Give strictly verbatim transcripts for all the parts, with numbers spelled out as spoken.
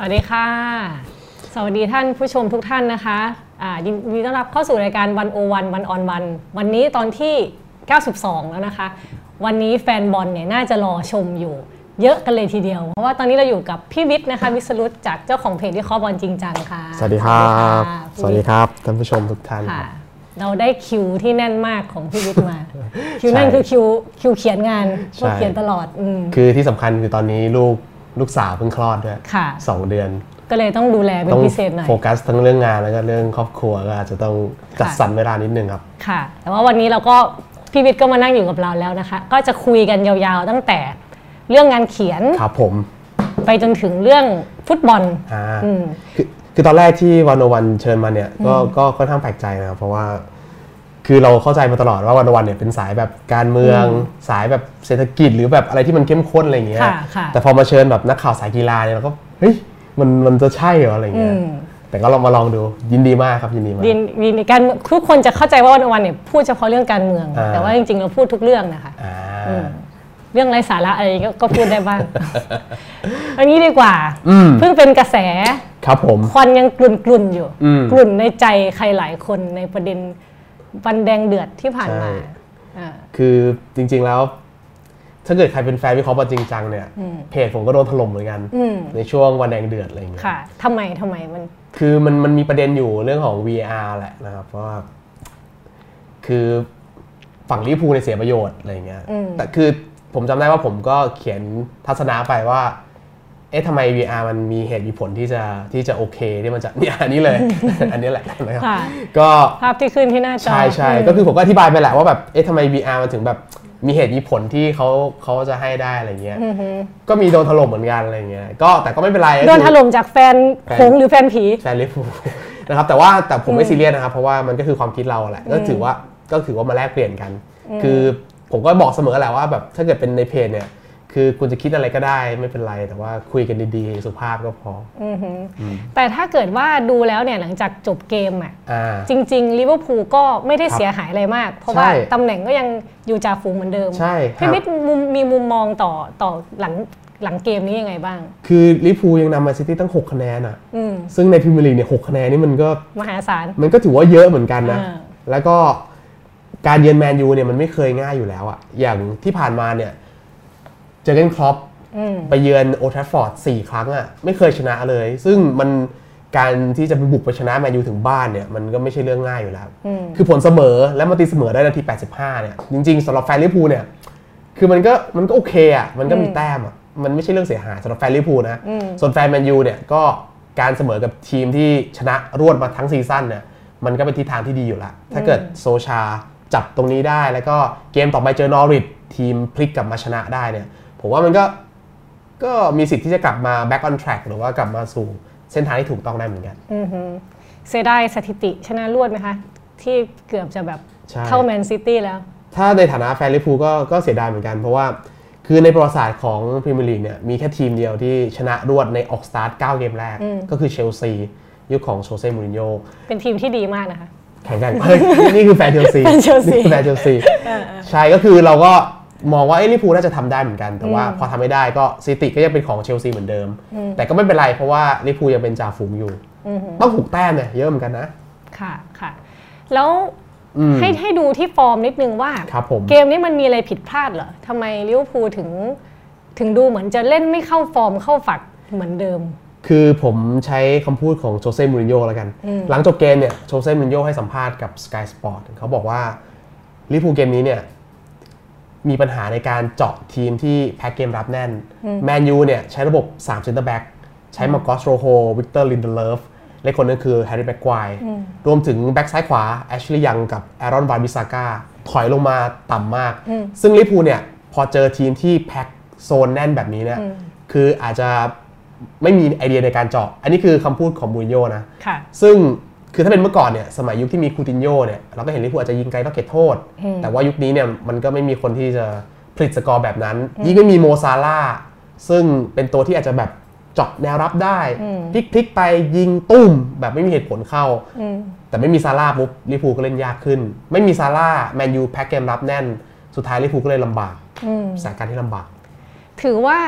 วัสดีค่ะสวัสดีท่านผู้ชมทุกท่านนะคะอ่ายินดีต้อนรับเข้าสู่รายการวันโอวันวันออนวันวันนี้ตอนที่เก้าสิบสองแล้วนะคะวันนี้แฟนบอลเนี่ยน่าจะรอชมอยู่เยอะกันเลยทีเดียวเพราะว่าตอนนี้เราอยู่กับพี่วิทย์นะคะวิศรุตจากเจ้าของเพจที่ข้อบอลจริงจังค่ะสวัสดีครับสวัสดีครับท่านผู้ชมทุกท่านเราได้คิวที่แน่นมากของพี่วิทย์มาคิวนั่นคือคิวคิวเขียนงานก็เขียนตลอดคือที่สำคัญคือตอนนี้ลูกลูกสาวเพิ่งคลอดด้วยสองเดือนก็เลยต้องดูแลเป็นพิเศษหน่อยโฟกัสทั้งเรื่องงานแล้วก็เรื่องครอบครัวก็อาจจะต้องจัดสรรเวลานิดนึงครับค่ะแต่ว่าวันนี้เราก็พี่วิทย์ก็มานั่งอยู่กับเราแล้วนะคะก็จะคุยกันยาวๆตั้งแต่เรื่องงานเขียนครับผมไปจนถึงเรื่องฟุตบอลอ่าคือคือตอนแรกที่วันโอวันเชิญมาเนี่ยก็ก็ค่อนข้างแปลกใจนะครับเพราะว่าคือเราเข้าใจมาตลอดว่าวันโอวันเนี่ยเป็นสายแบบการเมืองสายแบบเศรษฐกิจหรือแบบอะไรที่มันเข้มข้นอะไรอย่างเงี้ยแต่พอมาเชิญแบบนักข่าวสายกีฬาเนี่ยเราก็เฮ้ยมันมันจะใช่เหรออะไรเงี้ยแต่ก็ลองมาลองดูยินดีมากครับยินดีมากยินดีในการทุกคนจะเข้าใจว่าวันโอวันเนี่ยพูดเฉพาะเรื่องการเมืองแต่ว่าจริงๆเราพูดทุกเรื่องนะคะเรื่องไร้สาระอะไรก็พูดได้บ้างอันนี้ดีกว่าเพิ่งเป็นกระแสครับผมควันยังกลุ่นๆอยู่กลุ่นในใจใครหลายคนในประเด็นวันแดงเดือดที่ผ่านมาคือจริงๆแล้วถ้าเกิดใครเป็นแฟนวิเคราะห์บอลจริงจังเนี่ยเพจผมก็โดนถล่มเหมือนกันในช่วงวันแดงเดือดอะไรอย่างเงี้ยค่ะทำไมทำไมมันคือมันมันมีประเด็นอยู่เรื่องของ วี อาร์ แหละนะครับเพราะว่าคือฝั่งลิเวอร์พูลในเสียประโยชน์อะไรอย่างเงี้ยแต่คือผมจำได้ว่าผมก็เขียนทัศนะไปว่าเอ๊ะทำไม วี อาร์ มันมีเหตุมีผลที่จะที่จะโอเคที่มันจะเนี่ยอันนี้เลย อันนี้แหละนะครับก็ภาพที่ขึ้นที่หน้าจอใช่ใช่ก็คือผมก็อธิบายไปแหละว่าแบบเอ๊ะทำไม วี อาร์ มันถึงแบบมีเหตุมีผลที่เขาเขาจะให้ได้อะไรเงี้ยก็มีโดนถล่มเหมือนกันอะไรเงี้ยก็แต่ก็ไม่เป็นไรโดนถล่มจากแฟนหงหรือแฟนผีแฟนลิเวอร์พูลนะครับแต่ว่าแต่ผมไม่ซีเรียสนะครับเพราะว่ามันก็คือความคิดเราแหละก็ถือว่าก็ถือว่ามาแลกเปลี่ยนกันคือผมก็บอกเสมอแหละว่าแบบถ้าเกิดเป็นในเพจเนี่ยคือคุณจะคิดอะไรก็ได้ไม่เป็นไรแต่ว่าคุยกันดีๆสุภาพก็พอแต่ถ้าเกิดว่าดูแล้วเนี่ยหลังจากจบเกมอ่ะจริงๆลิเวอร์พูลก็ไม่ได้เสียหายอะไรมากเพราะว่าตำแหน่งก็ยังอยู่จ่าฝูงเหมือนเดิมพี่วิทย์มีมุมมองต่อต่อหลังหลังเกมนี้ยังไงบ้างคือลิเวอร์พูลยังนำแมนซิตี้ตั้งหกคะแนนอ่ะซึ่งในพรีเมียร์ลีกเนี่ยหกคะแนนนี่มันก็มหาศาลมันก็ถือว่าเยอะเหมือนกันนะแล้วก็การเยือนแมนยูเนี่ยมันไม่เคยง่ายอยู่แล้วอ่ะอย่างที่ผ่านมาเนี่ยเจอเกนคล็อปไปเยือนโอลด์แทรฟฟอร์ดสี่ครั้งอ่ะไม่เคยชนะเลยซึ่งมันการที่จะไปบุกไปชนะแมนยูถึงบ้านเนี่ยมันก็ไม่ใช่เรื่องง่ายอยู่แล้วคือผลเสมอแล้วมาตีเสมอได้นาทีแปดสิบห้าเนี่ยจริงๆสำหรับแฟนลิเวอร์พูลเนี่ยคือมันก็มันก็โอเคอ่ะมันก็มีแต้มอ่ะมันไม่ใช่เรื่องเสียหายสำหรับแฟนลิเวอร์พูลนะส่วนแฟนแมนยูเนี่ยก็การเสมอกับทีมที่ชนะรวดมาทั้งซีซั่นเนี่ยมันก็เป็นทิศทางที่ดีอยู่แล้วถ้าเกิดโซชาจับตรงนี้ได้แล้วก็เกมต่อไปเจอนอริททีมพลิกกลับมาชนะได้เนี่ยผมว่ามันก็ก็มีสิทธิ์ที่จะกลับมา back on track หรือว่ากลับมาสู่เส้นทางที่ถูกต้องได้เหมือนกันเสียดายสถิติชนะรวดไหมคะที่เกือบจะแบบเท่าแมนซิตี้แล้วถ้าในฐานะแฟนลิเวอร์พูลก็ก็เสียดายเหมือนกันเพราะว่าคือในประวัติศาสตร์ของพรีเมียร์ลีกเนี่ยมีแค่ทีมเดียวที่ชนะรวดในออกสตาร์ทเก้าเกมแรกก็คือเชลซียุคของโชเซ่มูรินโญ่เป็นทีมที่ดีมากนะคะแข่งกันเฮ้ยนี่คือแฟนเชลซีแฟนเชลซีแฟนเชลซีใช่ก็คือเราก็มองว่าลิเวอร์พูลน่าจะทำได้เหมือนกันแต่ว่าพอทำไม่ได้ก็สถิติก็ยังเป็นของเชลซีเหมือนเดิมแต่ก็ไม่เป็นไรเพราะว่าลิเวอร์พูลยังเป็นจ่าฝูงอยู่ต้องหกแต้มเนี่ยเยอะเหมือนกันนะค่ะค่ะแล้วให้ให้ดูที่ฟอร์มนิดนึงว่าเกมนี้มันมีอะไรผิดพลาดเหรอทำไมลิเวอร์พูลถึงถึงดูเหมือนจะเล่นไม่เข้าฟอร์มเข้าฝักเหมือนเดิมคือผมใช้คำพูดของโชเซ่มูรินโญ่แล้วกันหลังจบเกมเนี่ยโชเซ่มูรินโญ่ให้สัมภาษณ์กับ Sky Sport เขาบอกว่าลิเวอร์พูลเกมนี้เนี่ยมีปัญหาในการเจาะทีมที่แพ็คเกมรับแน่นแมนยูเนี่ยใช้ระบบสามเซนเตอร์แบ็กใช้มาร์กอสโรโฮวิกเตอร์ลินเดเลฟและคนนึงคือแฮร์รี่แบ็กไกวร์รวมถึงแบ็กซ้ายขวาแอชลีย์ยังกับแอรอนวานบิซาก้าถอยลงมาต่ำมากซึ่งลิเวอร์พูลเนี่ยพอเจอทีมที่แพ็คโซนแน่นแบบนี้เนี่ยคืออาจจะไม่มีไอเดียในการเจาะอันนี้คือคำพูดของมูรินโญ่นะซึ่งคือถ้าเป็นเมื่อก่อนเนี่ยสมัยยุคที่มีคูตินโญ่เนี่ยเราก็เห็นลิเวอร์พูลอาจจะยิงไกลนอกเขตโทษแต่ว่ายุคนี้เนี่ยมันก็ไม่มีคนที่จะผลิตสกอร์แบบนั้นยิ่งไม่มีโมซาร่าซึ่งเป็นตัวที่อาจจะแบบเจาะแนวรับได้พลิกๆไปยิงตุ้มแบบไม่มีเหตุผลเข้าแต่ไม่มีซาร่าปุ๊บลิเวอร์พูลก็เล่นยากขึ้นไม่มีซาร่าแมนยูแพ็คเกมรับแน่นสุดท้ายลิเวอร์พูลก็เลยลำบากสถานการณ์ที่ลำบากถือว่า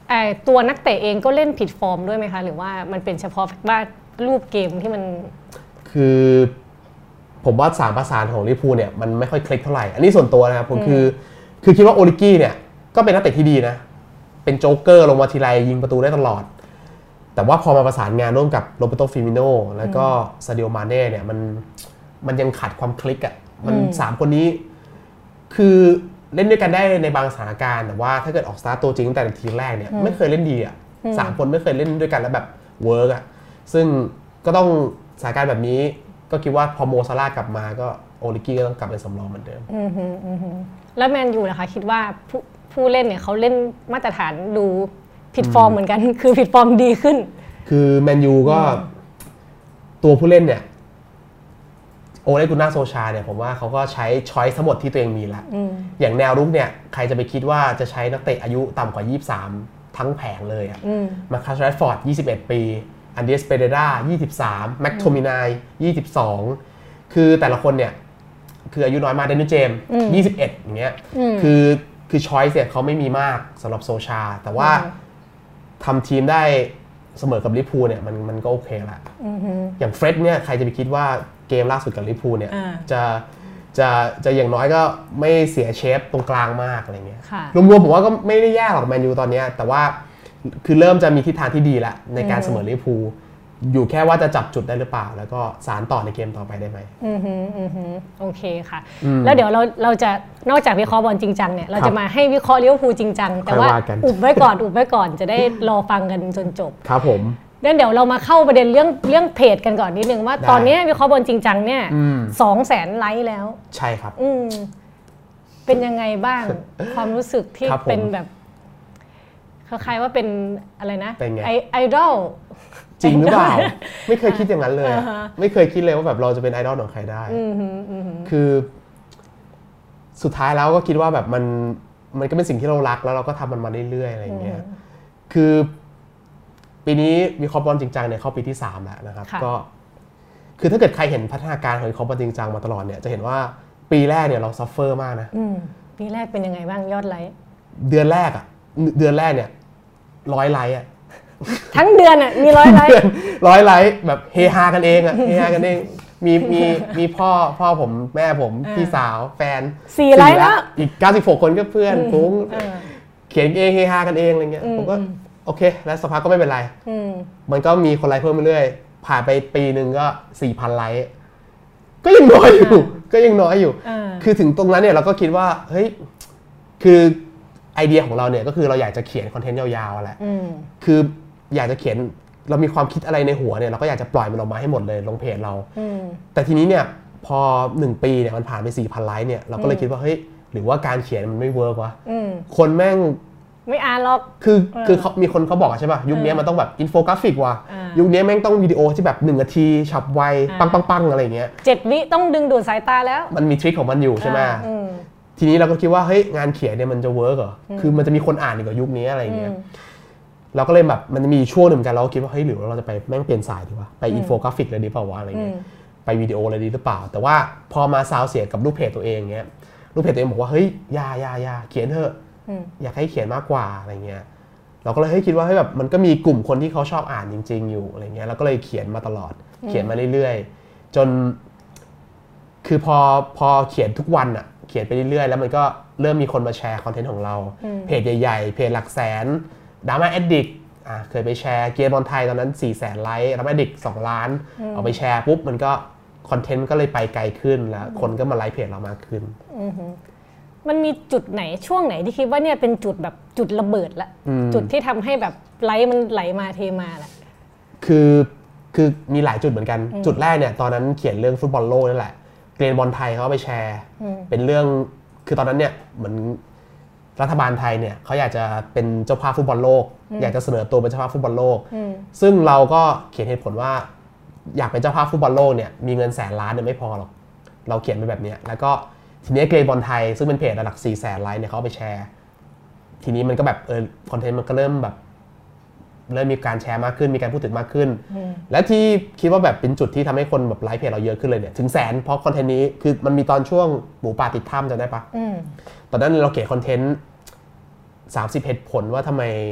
ไอตัวนักเตะเองก็เล่นผิดฟอร์มด้วยไหมคะหรือว่ามันเป็นเฉพาะว่ารูปเกมที่มันคือผมว่าสามประสานของลิเวอร์พูลเนี่ยมันไม่ค่อยคลิกเท่าไหร่อันนี้ส่วนตัวนะครับผมคือคือคิดว่าโอริกี้เนี่ยก็เป็นนักเตะที่ดีนะเป็นโจ๊กเกอร์ลงมาทีไรยิงประตูได้ตลอดแต่ว่าพอมาประสานงานร่วมกับโรเบโต ฟิมิโน่แล้วก็ซาดิโอ มาเน่เนี่ยมันมันยังขาดความคลิกอ่ะมันสามคนนี้คือเล่นด้วยกันได้ในบางสถานการณ์แต่ว่าถ้าเกิดออกสตาร์ทตัวจริงแต่ในทีแรกเนี่ยไม่เคยเล่นดีอ่ะสามคนไม่เคยเล่นด้วยกันแล้วแบบเวิร์กอ่ะซึ่งก็ต้องสถานการณ์แบบนี้ก็คิดว่าพอโมซาร่ากลับมาก็โอริกี้ก็ต้องกลับเป็นสำรองเหมือนเดิมแล้วแมนยูนะคะคิดว่าผู้ผู้เล่นเนี่ยเขาเล่นมาตรฐานดูผิดฟอร์มเหมือนกันคือผิดฟอร์มดีขึ้นคือแมนยูก็ตัวผู้เล่นเนี่ยโอเลกุน่าโซชาเนี่ยผมว่าเขาก็ใช้ช้อยส์ทั้งหมดที่ตัวเองมีแล้วอย่างแนวรุกเนี่ยใครจะไปคิดว่าจะใช้นักเตะอายุต่ำกว่ายี่สิบสามทั้งแผงเลยอ่ะมาคัส แรชฟอร์ดยี่สิบเอ็ดปีอันเดรส เปเรรายี่สิบสามแม็กโทมินายยี่สิบสองคือแต่ละคนเนี่ยคืออายุน้อยมากเดนนิส เจมส์ยี่สิบเอ็ดอย่างเงี้ยคือคือช้อยส์เนี่ยเขาไม่มีมากสำหรับโซชาแต่ว่าทำทีมได้เสมอกับลิเวอร์พูลเนี่ยมันมันก็โอเคละอย่างเฟร็ดเนี่ยใครจะไปคิดว่าเกมล่าสุดกับลิเวอร์พูลเนี่ยจะจะจะอย่างน้อยก็ไม่เสียเชฟตรงกลางมากอะไรเงี้ยรวมๆผมว่าก็ไม่ได้แย่หรอกแมนยูตอนนี้แต่ว่าคือเริ่มจะมีทิศทางที่ดีแล้วในการเสมอลิเวอร์พูลอยู่แค่ว่าจะจับจุดได้หรือเปล่าแล้วก็สานต่อในเกมต่อไปได้ไหมอือฮึอือฮึโอเคค่ะแล้วเดี๋ยวเราเราจะนอกจากวิเคราะห์บอลจริงจังเนี่ยเราจะมาให้วิเคราะห์ลิเวอร์พูลจริงจังแต่ว่าอุบไว้ก่อนอุบไว้ก่อนจะได้รอฟังกันจนจบครับผมเดี๋ยวเรามาเข้าประเด็นเรื่องเรื่องเพจกันก่อนนิดนึงว่าตอนนี้วิเคราะห์บอลจริงจังเนี่ยสองแสนไลค์แล้วใช่ครับอืมเป็นยังไงบ้างความรู้สึกที่เป็นแบบคล้ายๆว่าเป็นอะไรนะไอไอดอลจริงหรือเปล่าไม่เคยคิดอย่างนั้นเลยไม่เคยคิดเลยว่าแบบเราจะเป็นไอดอลของใครได้คือสุดท้ายแล้วก็คิดว่าแบบมันมันก็เป็นสิ่งที่เรารักแล้วเราก็ทำมันมาเรื่อยๆอะไรอย่างเงี้ยคือปีนี้วิเคราะห์บอลจริงจังเนี่ยเข้าปีที่สามแล้วนะครับก็คือถ้าเกิดใครเห็นพัฒนาการของวิเคราะห์บอลจริงจังมาตลอดเนี่ยจะเห็นว่าปีแรกเนี่ยเราซัฟเฟอร์มากนะปีแรกเป็นยังไงบ้างยอดไลค์เดือนแรกอ่ะเดือนแรกเนี่ยร้อยไลค์อ่ะทั้งเดือนอ่ะมีร้อยไลค์ร้อยไลค์แบบเฮฮากันเองอ่ะเฮฮากันเองมีมีมีพ่อพ่อผมแม่ผมพี่สาวแฟนสี่ไลค์แล้วอีกเก้าสิบหกคนก็เพื่อนฟุ้งเขียนเองเฮฮากันเองอะไรเงี้ยผมก็โอเคแล้วสักพักก็ไม่เป็นไรมันก็มีคนไลค์เพิ่มมาเรื่อยผ่านไปปีหนึ่งก็ สี่พัน ไลค์ก็ยังน้อยอยู่ก็ยังน้อยอยู่คือถึงตรงนั้นเนี่ยเราก็คิดว่าเฮ้ยคือไอเดียของเราเนี่ยก็คือเราอยากจะเขียนคอนเทนต์ยาวๆแหละคืออยากจะเขียนเรามีความคิดอะไรในหัวเนี่ยเราก็อยากจะปล่อยมันออกมาให้หมดเลยลงเพจเราแต่ทีนี้เนี่ยพอหนึ่งปีเนี่ยมันผ่านไป สี่พัน ไลค์เนี่ยเราก็เลยคิดว่าเฮ้ยหรือว่าการเขียนมันไม่เวิร์กวะคนแม่งไม่อ่านหรอกคือคือเขามีคนเขาบอกใช่ป่ะยุคนี้มันต้องแบบอินโฟกราฟิกว่ะยุคนี้แม่งต้องวิดีโอที่แบบหนึ่งนาทีฉับไวปังปังปังอะไรเงี้ยเจ็ดวิต้องดึงดูดสายตาแล้วมันมีทริคของมันอยู่ใช่ไหมทีนี้เราก็คิดว่าเฮ้ยงานเขียนเนี่ยมันจะเวิร์กเหรอคือมันจะมีคนอ่านอีกกับยุคนี้อะไรเงี้ยเราก็เลยแบบมันมีช่วงหนึ่งกันเราก็คิดว่าเฮ้ยหรือเราจะไปแม่งเปลี่ยนสายดีวะไปอินโฟกราฟิกเลยดีเปล่าวะอะไรเงี้ยไปวิดีโอเลยดีหรือเปล่าแต่ว่าพอมาซาวเสียกับรูปเพจตัวเองเงี้ยรูปเพจตัวเองบอกว่าเฮ้ยอย่าอย่าอย่าเขียนเถอะอยากให้เขียนมากกว่าอะไรเงี้ยเราก็เลยให้คิดว่าให้แบบมันก็มีกลุ่มคนที่เขาชอบอ่านจริงๆอยู่อะไรเงี้ยเราก็เลยเขียนมาตลอดเขียนมาเรื่อยๆจนคือพอพอเขียนทุกวันอะเขียนไปเรื่อยๆแล้วมันก็เริ่มมีคนมาแชร์คอนเทนต์ของเราเพจใหญ่ๆเพจหลักแสนดราม่าแอดดิกอ่ะเคยไปแชร์เกมบอลไทยตอนนั้น สี่แสน ไลค์ดราม่าแอดดิกสองล้านเอาไปแชร์ปุ๊บมันก็คอนเทนต์ก็เลยไปไกลขึ้นแล้วคนก็มาไลค์เพจเรามากขึ้นมันมีจุดไหนช่วงไหนที่คิดว่าเนี่ยเป็นจุดแบบจุดระเบิดละจุดที่ทำให้แบบไลค์มันไหลมาเทมาแหละคือคือมีหลายจุดเหมือนกันจุดแรกเนี่ยตอนนั้นเขียนเรื่องฟุตบอลโลกนั่นแหละเกรนบอลไทยเขาไปแชร์เป็นเรื่องคือตอนนั้นเนี่ยเหมือนรัฐบาลไทยเนี่ยเขาอยากจะเป็นเจ้าภาพฟุตบอลโลกอยากจะเสนอตัวเป็นเจ้าภาพฟุตบอลโลกซึ่งเราก็เขียนเหตุผลว่าอยากเป็นเจ้าภาพฟุตบอลโลกเนี่ยมีเงินแสนล้านเนี่ยไม่พอหรอกเราเขียนไปแบบนี้แล้วก็ทีนี้เกรนบอลไทยซึ่งเป็นเพจระดับสี่แสนไลค์เนี่ยเขาไปแชร์ทีนี้มันก็แบบเออคอนเทนต์มันก็เริ่มแบบเริ่มมีการแชร์มากขึ้นมีการพูดถึงมากขึ้นและที่คิดว่าแบบเป็นจุดที่ทำให้คนแบบไลค์เพจเราเยอะขึ้นเลยเนี่ยถึงแสนเพราะคอนเทนต์นี้คือมันมีตอนช่วงหมูป่าติดถ้ำจำได้ปะตอนนั้นเราเขียนคอนเทนต์สามสิบเหตุผลว่าทำไม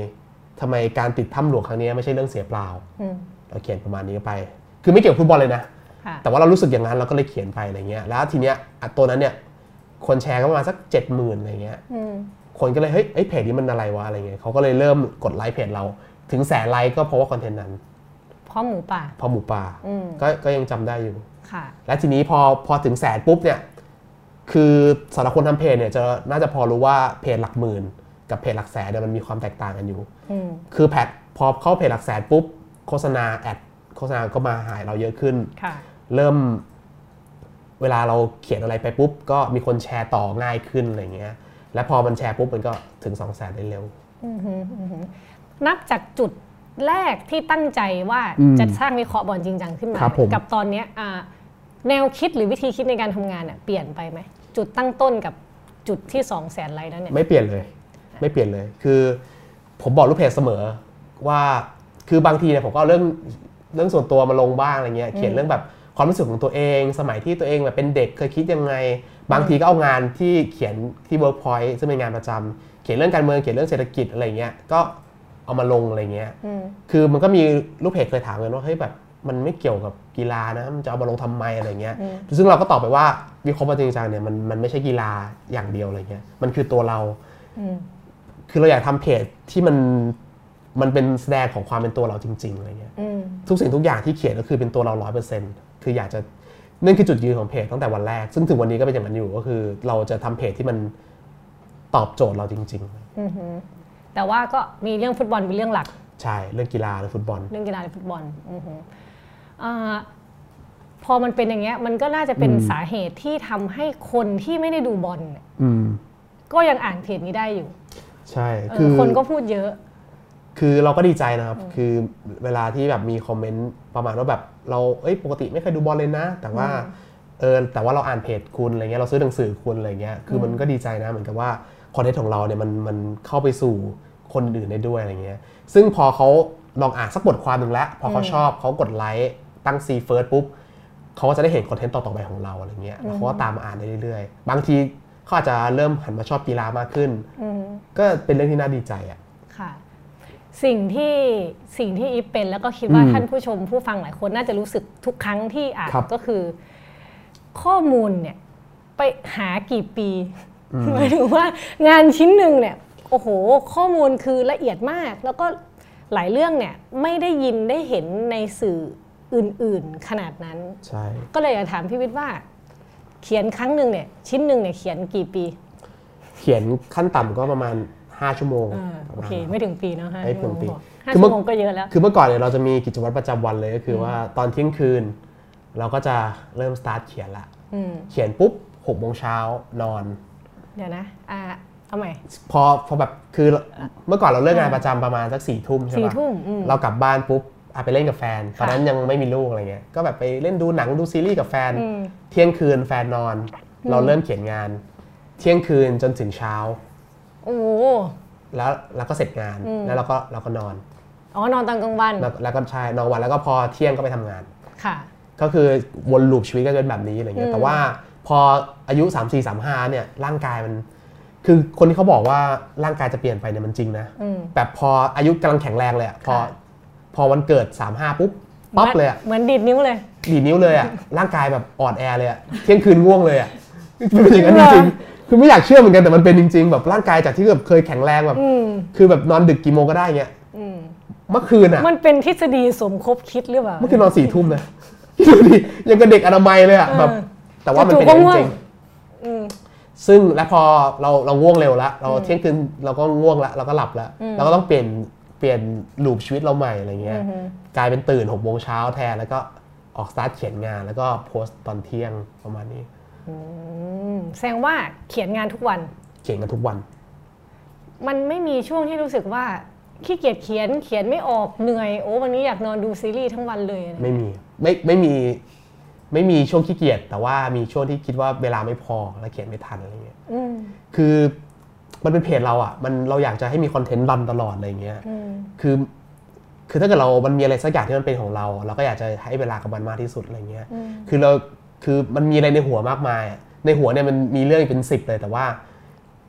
ทำไมการติดถ้ำหลวงครั้งนี้ไม่ใช่เรื่องเสียเปล่าเราเขียนประมาณนี้ไปคือไม่เกี่ยวกับฟุตบอลเลยนะแต่ว่าเรารู้สึกอย่างนั้นเราก็เลยเขียนไปอะไรเงี้ยแล้วทีเนี้ยตัวนั้นเนี่ยคนแชร์ก็ประมาณสักเจ็ดหมื่นอะไรเงี้ยคนก็เลยเฮ้ยเพจนี้มันอะไรวะอะไรเงี้ยเขาก็เลยเริ่มกดไลค์เพจเราถึงแสนไลค์ก็เพราะว่าคอนเทนต์นั้นเพราะหมูป่าเพราะหมูป่าก็ก็ยังจำได้อยู่ค่ะและทีนี้พอพอถึงแสนปุ๊บเนี่ยคือสำหรับคนทำเพจเนี่ยจะน่าจะพอรู้ว่าเพจหลักหมื่นกับเพจหลักแสนเนี่ยมันมีความแตกต่างกันอยู่คือแพทพอเข้าเพจหลักแสนปุ๊บโฆษณาแอดโฆษณาก็มาหายเราเยอะขึ้นเริ่มเวลาเราเขียนอะไรไปปุ๊บก็มีคนแชร์ต่อง่ายขึ้นอะไรเงี้ยและพอมันแชร์ปุ๊บมันก็ถึง สองแสน ได้เร็วนับจากจุดแรกที่ตั้งใจว่าจะสร้างวิเคราะห์บอลจริงจังขึ้นมากับตอนนี้แนวคิดหรือวิธีคิดในการทำงานเปลี่ยนไปไหมจุดตั้งต้นกับจุดที่ สองแสน ไลค์นั้นเนี่ยไม่เปลี่ยนเลยไม่เปลี่ยนเลยคือผมบอกลูกเพจเสมอว่าคือบางทีเนี่ยผมก็เอาเรื่องเรื่องส่วนตัวมาลงบ้างอะไรเงี้ยเขียนเรื่องแบบความรู้สึกของตัวเองสมัยที่ตัวเองแบบเป็นเด็กเคยคิดยังไงบางทีก็เอางานที่เขียนที่ Workpoint ซึ่งเป็นงานประจำเขียนเรื่องการเมืองเขียนเรื่องเศรษฐกิจอะไรเงี้ยก็เอามาลงอะไรเงี้ยคือมันก็มีลูกเพจเคยถามกันว่าเฮ้ยแบบมันไม่เกี่ยวกับกีฬานะมันจะเอามาลงทำไมอะไรเงี้ยซึ่งเราก็ตอบไปว่าวิเคราะห์จริงจังเนี่ยมันมันไม่ใช่กีฬาอย่างเดียวอะไรเงี้ยมันคือตัวเราคือเราอยากทำเพจที่มันมันเป็นแสดงของความเป็นตัวเราจริงๆอะไรเงี้ยทุกสิ่งทุกอย่างที่เขียนก็คือเป็นตัวเรา ร้อยเปอร์เซ็นต์ คืออยากจะนั่นคือจุดยืนของเพจตั้งแต่วันแรกซึ่งถึงวันนี้ก็เป็นอย่างนั้นอยู่ก็คือเราจะทำเพจที่มันตอบโจทย์เราจริงๆแต่ว่าก็มีเรื่องฟุตบอลเป็นเรื่องหลักใช่เรื่องกีฬาหรือฟุตบอลเรื่องกีฬาหรือฟุตบอลพอมันเป็นอย่างเงี้ยมันก็น่าจะเป็นสาเหตุที่ทำให้คนที่ไม่ได้ดูบอลก็ยังอ่านเพจนี้ได้อยู่ใช่คือคนก็พูดเยอะคือเราก็ดีใจนะครับคือเวลาที่แบบมีคอมเมนต์ประมาณว่าแบบเราเอ้ยปกติไม่เคยดูบอลเลยนะแต่ว่าเออแต่ว่าเราอ่านเพจคุณอะไรเงี้ยเราซื้อหนังสือคุณอะไรเงี้ยคือมันก็ดีใจนะเหมือนกับว่าคอนเทนต์ของเราเนี่ยมันมันเข้าไปสู่คนอื่นได้ด้วยอะไรเงี้ยซึ่งพอเขาลองอ่านสักบทความหนึ่งแล้วพอเขาชอบเขากดไลค์ตั้งซีเฟิร์สปุ๊บเขาก็จะได้เห็นคอนเทนต์ต่อๆไปของเราอะไรเงี้ยแล้วเขาก็ตามมาอ่านได้เรื่อยๆบางทีเขาอาจจะเริ่มหันมาชอบกีฬามากขึ้นก็เป็นเรื่องที่น่าดีใจอ่ะค่ะสิ่งที่สิ่งที่อีฟเป็นแล้วก็คิดว่าท่านผู้ชมผู้ฟังหลายคนน่าจะรู้สึกทุกครั้งที่อ่านก็คือข้อมูลเนี่ยไปหากี่ปีหมายถึงว่างานชิ้นหนึ่งเนี่ยโอ้โหข้อมูลคือละเอียดมากแล้วก็หลายเรื่องเนี่ยไม่ได้ยินได้เห็นในสื่ออื่นๆขนาดนั้นใช่ก็เลยอยากถามพี่วิทย์ว่าเขียนครั้งหนึ่งเนี่ยชิ้นหนึ่งเนี่ยเขียนกี่ปีเขียนขั้นต่ำก็ประมาณห้าชั่วโมงโอเคไม่ถึงปีเนาะไม่ถึงปีห้าชั่วโมงก็เยอะแล้วคือเมื่อก่อนเนี่ยเราจะมีกิจวัตรประจำวันเลยก็คือว่าตอนเที่ยงคืนเราก็จะเริ่มสตาร์ทเขียนละเขียนปุ๊บหกโมงเช้านอนเดี๋ยวนะอ่าเอาใหม่พอพอแบบคือเมื่อก่อนเราเลิกงานประจำประมาณสักสี่ทุ่มใช่ไหมเรากลับบ้านปุ๊บไปเล่นกับแฟนตอนนั้นยังไม่มีลูกอะไรเงี้ยก็แบบไปเล่นดูหนังดูซีรีส์กับแฟนเที่ยงคืนแฟนนอนเราเริ่มเขียนงานเที่ยงคืนจนถึงเช้าโอ้แล้วเราก็เสร็จงานแล้วเราก็เราก็นอนอ๋อนอนตอนกลางวันแล้วก็ใช่นอนวันแล้วก็พอเที่ยงก็ไปทำงานค่ะก็คือวนลูปชีวิตก็เป็นแบบนี้อะไรเงี้ยแต่ว่าพออายุสาม สี่ สาม ห้าเนี่ยร่างกายมันคือคนที่เขาบอกว่าร่างกายจะเปลี่ยนไปเนี่ยมันจริงนะแบบพออายุกำลังแข็งแรงเลยอ่ะพอพอวันเกิดสาม ห้าปุ๊บปั๊บเลยอ่ะเหมือนดีดนิ้วเลยดีดนิ้วเลยอ่ะร่างกายแบบอ่อนแอเลยอ่ะเที่ยงคืนง่วงเลยอ่ะเป็นอย่างนั้นจริงคือไม่อยากเชื่อเหมือนกันแต่มันเป็นจริงๆแบบร่างกายจากที่แบบเคยแข็งแรงแบบคือแบบนอนดึกกี่โมงก็ได้เงี้ยเมื่อคืนอ่ะมันเป็นทฤษฎีสมคบคิดหรือเปล่าเมื่อคืนนอนสี่ทุ่มนะดูดิยังกับเด็กอนามัยเลยอ่ะแบบแต่ว่ามันเป็นจริงๆซึ่งแล้วพอเราเราง่วงเร็วแล้วเราเที่ยงคืนเราก็ง่วงแล้วเราก็หลับแล้วเราก็ต้องเปลี่ยนเปลี่ยนลูปชีวิตเราใหม่อะไรเงี้ยกลายเป็นตื่นหกโมงเช้าแทนแล้วก็ออกสตาร์ทเขียนงานแล้วก็โพสต์ตอนเที่ยงประมาณนี้แสดงว่าเขียนงานทุกวันเขียนกันทุกวันมันไม่มีช่วงที่รู้สึกว่าขี้เกียจเขียนเขียนไม่ออกเหนื่อยโอ้วันนี้อยากนอนดูซีรีส์ทั้งวันเลยไม่มีไม่ไม่มีไม่มีช่วงขี้เกียจแต่ว่ามีช่วงที่คิดว่าเวลาไม่พอแล้วเขียนไม่ทันอะไรเงี้ยคือมันเป็นเพจเราอ่ะมันเราอยากจะให้มีคอนเทนต์รันตลอดอะไรเงี้ยคือคือถ้าเกิดเรามันมีอะไรสักอย่างที่มันเป็นของเราเราก็อยากจะให้เวลากับมันมากที่สุดอะไรเงี้ยคือเราคือมันมีอะไรในหัวมากมายในหัวเนี่ยมันมีเรื่องเป็นสิบเลยแต่ว่า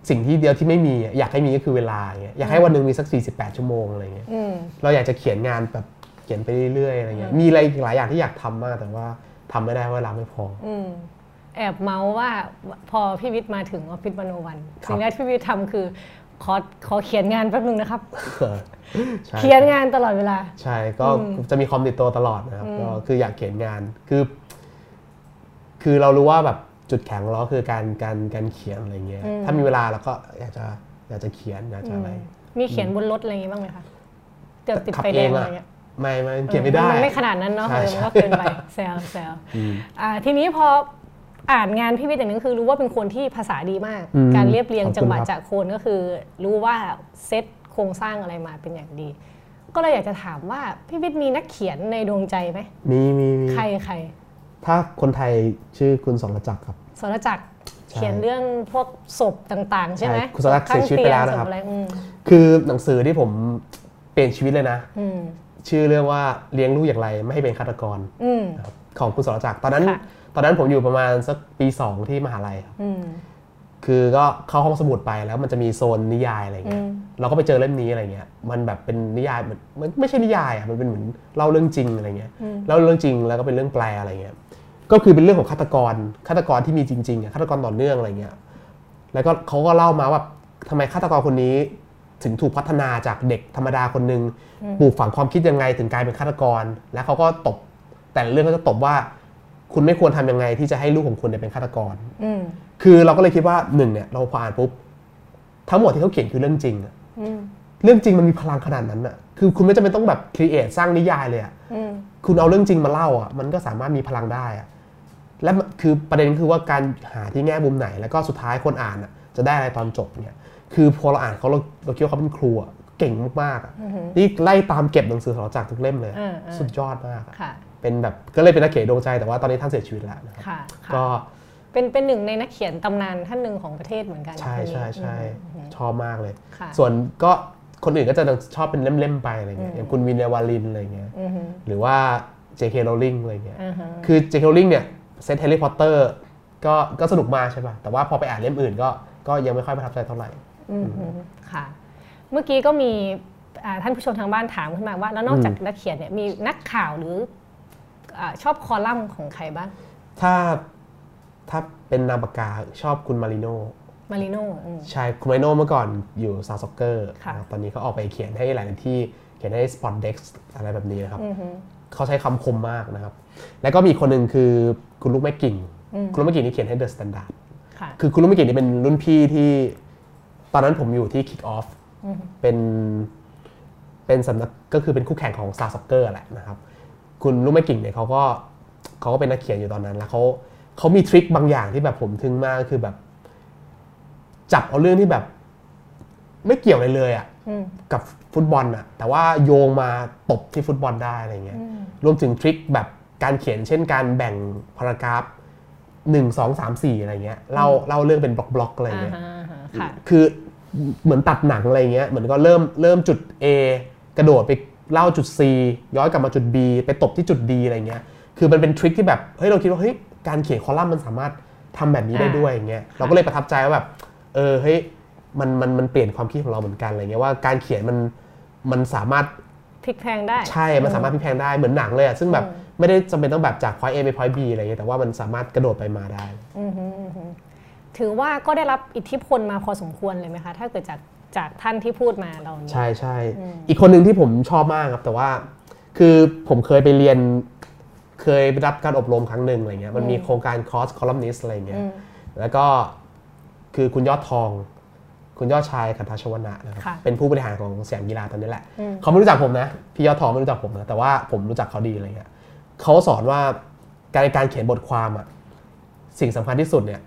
สิ่งที่เดียวที่ไม่มีอยากให้มีก็คือเวลาเงี้ยอยากให้วันนึงมีสักสี่สิบแปดชั่วโมงอะไรเงี้ยเราอยากจะเขียนงานแบบเขียนไปเรื่อยๆอะไรเงี้ยมีอะไรหลายอย่างที่อยากทำมากแต่ว่าทำไม่ได้เวลาไม่พอแอบเมาส์ว่าพอพี่วิทย์มาถึงออฟฟิศวันโอวันสิ่งแรกที่พี่วิทย์ทำคือขอขอเขียนงานแป๊บนึงนะครับเขียนงานตลอดเวลาใช่ก็จะมีคอมติดตัวตลอดนะครับก็คืออยากเขียนงานคือคือเรารู้ว่าแบบจุดแข็งเราคือการการการเขียนอะไรเงี้ยถ้ามีเวลาเราก็อยากจะอยากจะเขียนอยากจะอะไรมีเขียนบนรถอะไรอย่างงี้บ้างไหมคะเดี๋ยวติดไฟแดงอะไรเงี้ยไม่ไม่เขียนไม่ได้มันไม่ขนาดนั้นเนาะมันก็เกินไปแซวแซวทีนี้พออ่านงานพี่วิทย์อย่างนึงคือรู้ว่าเป็นคนที่ภาษาดีมากการเรียบเรียงจังหวะจากโคนก็คือรู้ว่าเซตโครงสร้างอะไรมาเป็นอย่างดีก็เลยอยากจะถามว่าพี่วิทย์มีนักเขียนในดวงใจไหมมีมีใครใครถ้าคนไทยชื่อคุณสรจักรครับสรจักรเขียนเรื่องพวกศพต่างๆใช่ไหมคุณสรจักรเสียชีวิตไปแล้วนะครับคือหนังสือที่ผมเปลี่ยนชีวิตเลยนะชื่อเรื่องว่าเลี้ยงลูกอย่างไรไม่ให้เป็นฆาตกรของคุณสรจักรตอนนั้นตอนนั้นผมอยู่ประมาณสักปีสองที่มหาลัยครับคือก็เข้าห้องสมุดไปแล้วมันจะมีโซนนิยายอะไรเงี้ยเราก็ไปเจอเล่มนี้อะไรเงี้ยมันแบบเป็นนิยายมันไม่ใช่นิยายอ่ะมันเป็นเหมือนเล่าเรื่องจริงอะไรเงี้ยเล่าเรื่องจริงแล้วก็เป็นเรื่องแปลอะไรเงี้ยก็คือเป็นเรื่องของฆาตกรฆาตกรที่มีจริงๆอ่ะฆาตกรต่อเนื่องอะไรเงี้ยแล้วก็เขาก็เล่ามาว่าทำไมฆาตกรคนนี้ถึงถูกพัฒนาจากเด็กธรรมดาคนนึงปลูกฝังความคิดยังไงถึงกลายเป็นฆาตกรแล้วเขาก็ตบแต่เรื่องก็จะตบว่าคุณไม่ควรทำยังไงที่จะให้ลูกของคุณเป็นฆาตกรคือเราก็เลยคิดว่าหนึ่งเนี่ยเราพออ่านปุ๊บทั้งหมดที่เขาเขียนคือเรื่องจริงอะเรื่องจริงมันมีพลังขนาดนั้นอะคือคุณไม่จำเป็นต้องแบบครีเอทสร้างนิยายเลยอะคุณเอาเรื่องจริงมาเล่าอะมันก็สามารถมีพลังได้อะและคือประเด็นคือว่าการหาที่แง่มุมไหนแล้วก็สุดท้ายคนอ่านอะจะได้อะไรตอนจบเนี่ยคือพอเราอ่านเขาเราเราคิดว่าเขาเป็นครูอะเก่งมากๆนี่ไล่ตามเก็บหนังสือสรจักรทุกเล่มเลยสุดยอดมากเป็นแบบก็เลยเป็นนักเขียนดวงใจแต่ว่าตอนนี้ท่านเสียชีวิตแล้วนะครับก็เป็นเป็นหนึ่งในนักเขียนตำนานท่านหนึ่งของประเทศเหมือนกันใช่ใช่ใช่ชอบมากเลยส่วนก็คนอื่นก็จะชอบเป็นเล่มๆไปอะไรเงี้ยอย่างคุณวินเนวาลินอะไรเงี้ยหรือว่า เจ เค Rowling อะไรเงี้ยคือ เจ เค Rowling เนี่ยเซตแฮร์รี่พอตเตอร์ก็ก็สนุกมากใช่ป่ะแต่ว่าพอไปอ่านเล่มอื่นก็ก็ยังไม่ค่อยประทับใจเท่าไหร่ค่ะเมื่อกี้ก็มีท่านผู้ชมทางบ้านถามขึ้นมาว่าแล้วนอกจากนักเขียนเนี่ยมีนักข่าวหรือชอบคอลัมน์ของใครบ้างถ้าถ้าเป็นนามปากกาชอบคุณมาริโน่มาริโน่ใช่คุณมาริโน่เมื่อก่อนอยู่ซาซ็อกเกอร์ตอนนี้เขาออกไปเขียนให้หลายที่เขียนให้ Spotdex อะไรแบบนี้นะครับเขาใช้คำคมมากนะครับแล้วก็มีคนหนึ่งคือคุณลูกแม่กิ่งคุณลูกแม่กิ่งนี่เขียนให้ The Standard คือคุณลูกแม่กิ่งนี่เป็นรุ่นพี่ที่ตอนนั้นผมอยู่ที่ Kick Off เป็นเป็นสำนักก็คือเป็นคู่แข่งของซาซ็อกเกอร์แหละนะครับคุณลูกแม่กิ่งเนี่ยเขาก็เขาก็เป็นนักเขียนอยู่ตอนนั้นแล้วเขาเขามีทริคบางอย่างที่แบบผมทึ่งมากคือแบบจับเอาเรื่องที่แบบไม่เกี่ยวอะไรเลยอ่ะกับฟุตบอลอ่ะแต่ว่าโยงมาตบที่ฟุตบอลได้อะไรเงี้ยรวมถึงทริคแบบการเขียนเช่นการแบ่งพารากราฟหนึ่ง สอง สาม สี่อะไรเงี้ยเล่าเล่าเรื่องเป็นบล็อกๆอะไรเงี้ยคือเหมือนตัดหนังอะไรเงี้ยเหมือนก็เริ่มเริ่มจุด A กระโดดไปเล่าจุด C ย้อนกลับมาจุด B ไปตบที่จุด D อะไรเงี้ยคือมันเป็นทริคที่แบบเฮ้ยเราคิดว่าเฮ้ยการเขียนคอลัมน์มันสามารถทำแบบนี้ได้ด้วยอย่างเงี้ยเราก็เลยประทับใจว่าแบบเออเฮ้ยมันมันมันเปลี่ยนความคิดของเราเหมือนกันอะไรเงี้ยว่าการเขียนมันมันสามารถพลิกแพลงได้ใช่มันสามารถพลิกแพลงได้เหมือนหนังเลยอ่ะซึ่งแบบไม่ได้จำเป็นต้องแบบจาก point A ไป point B อะไรเงี้ยแต่ว่ามันสามารถกระโดดไปมาได้ถือว่าก็ได้รับอิทธิพลมาพอสมควรเลยไหมคะถ้าเกิดจากจากท่านที่พูดมาเราใช่ใช่อีกคนหนึ่งที่ผมชอบมากครับแต่ว่าคือผมเคยไปเรียนเคยไปรับการอบรมครั้งหนึ่งอะไรเงี้ยมันมีโครงการ cross columnist อะไรเงี้ยแล้วก็คือคุณยอดทองคุณยอดชายคันธชวนะนะครับเป็นผู้บริหารของสยามกีฬาตอนนี้แหละเขาไม่รู้จักผมนะพี่ยอดทองไม่รู้จักผมนะแต่ว่าผมรู้จักเขาดีอะไรเงี้ยเขาสอนว่าการการเขียนบทความอ่ะสิ่งสำคัญที่สุดเนี่ย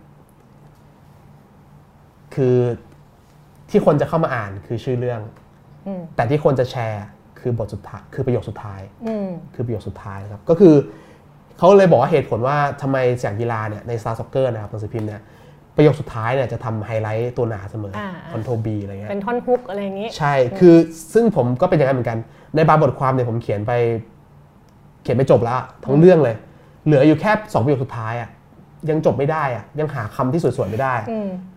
คือที่คนจะเข้ามาอ่านคือชื่อเรื่องแต่ที่คนจะแชร์คือบทสุดท้ายคือประโยคสุดท้ายคือประโยคสุดท้ายนะครับก็คือเขาเลยบอกว่าเหตุผลว่าทำไมสยามกีฬาเนี่ยใน Star Soccer นะครับหนังสือพิมพ์เนี่ยประโยคสุดท้ายเนี่ยจะทำไฮไลท์ตัวหนาเสมอคอนโทรบีอะไรเงี้ยเป็นท่อนฮุกอะไรอย่างงี้ใช่คือซึ่งผมก็เป็นอย่างนั้นเหมือนกันในบางบทความเนี่ยผมเขียนไปเขียนไปจบแล้วทั้งเรื่องเลยเหลืออยู่แค่สองประโยคสุดท้ายอ่ะยังจบไม่ได้อ่ะยังหาคำที่สวยๆไม่ได้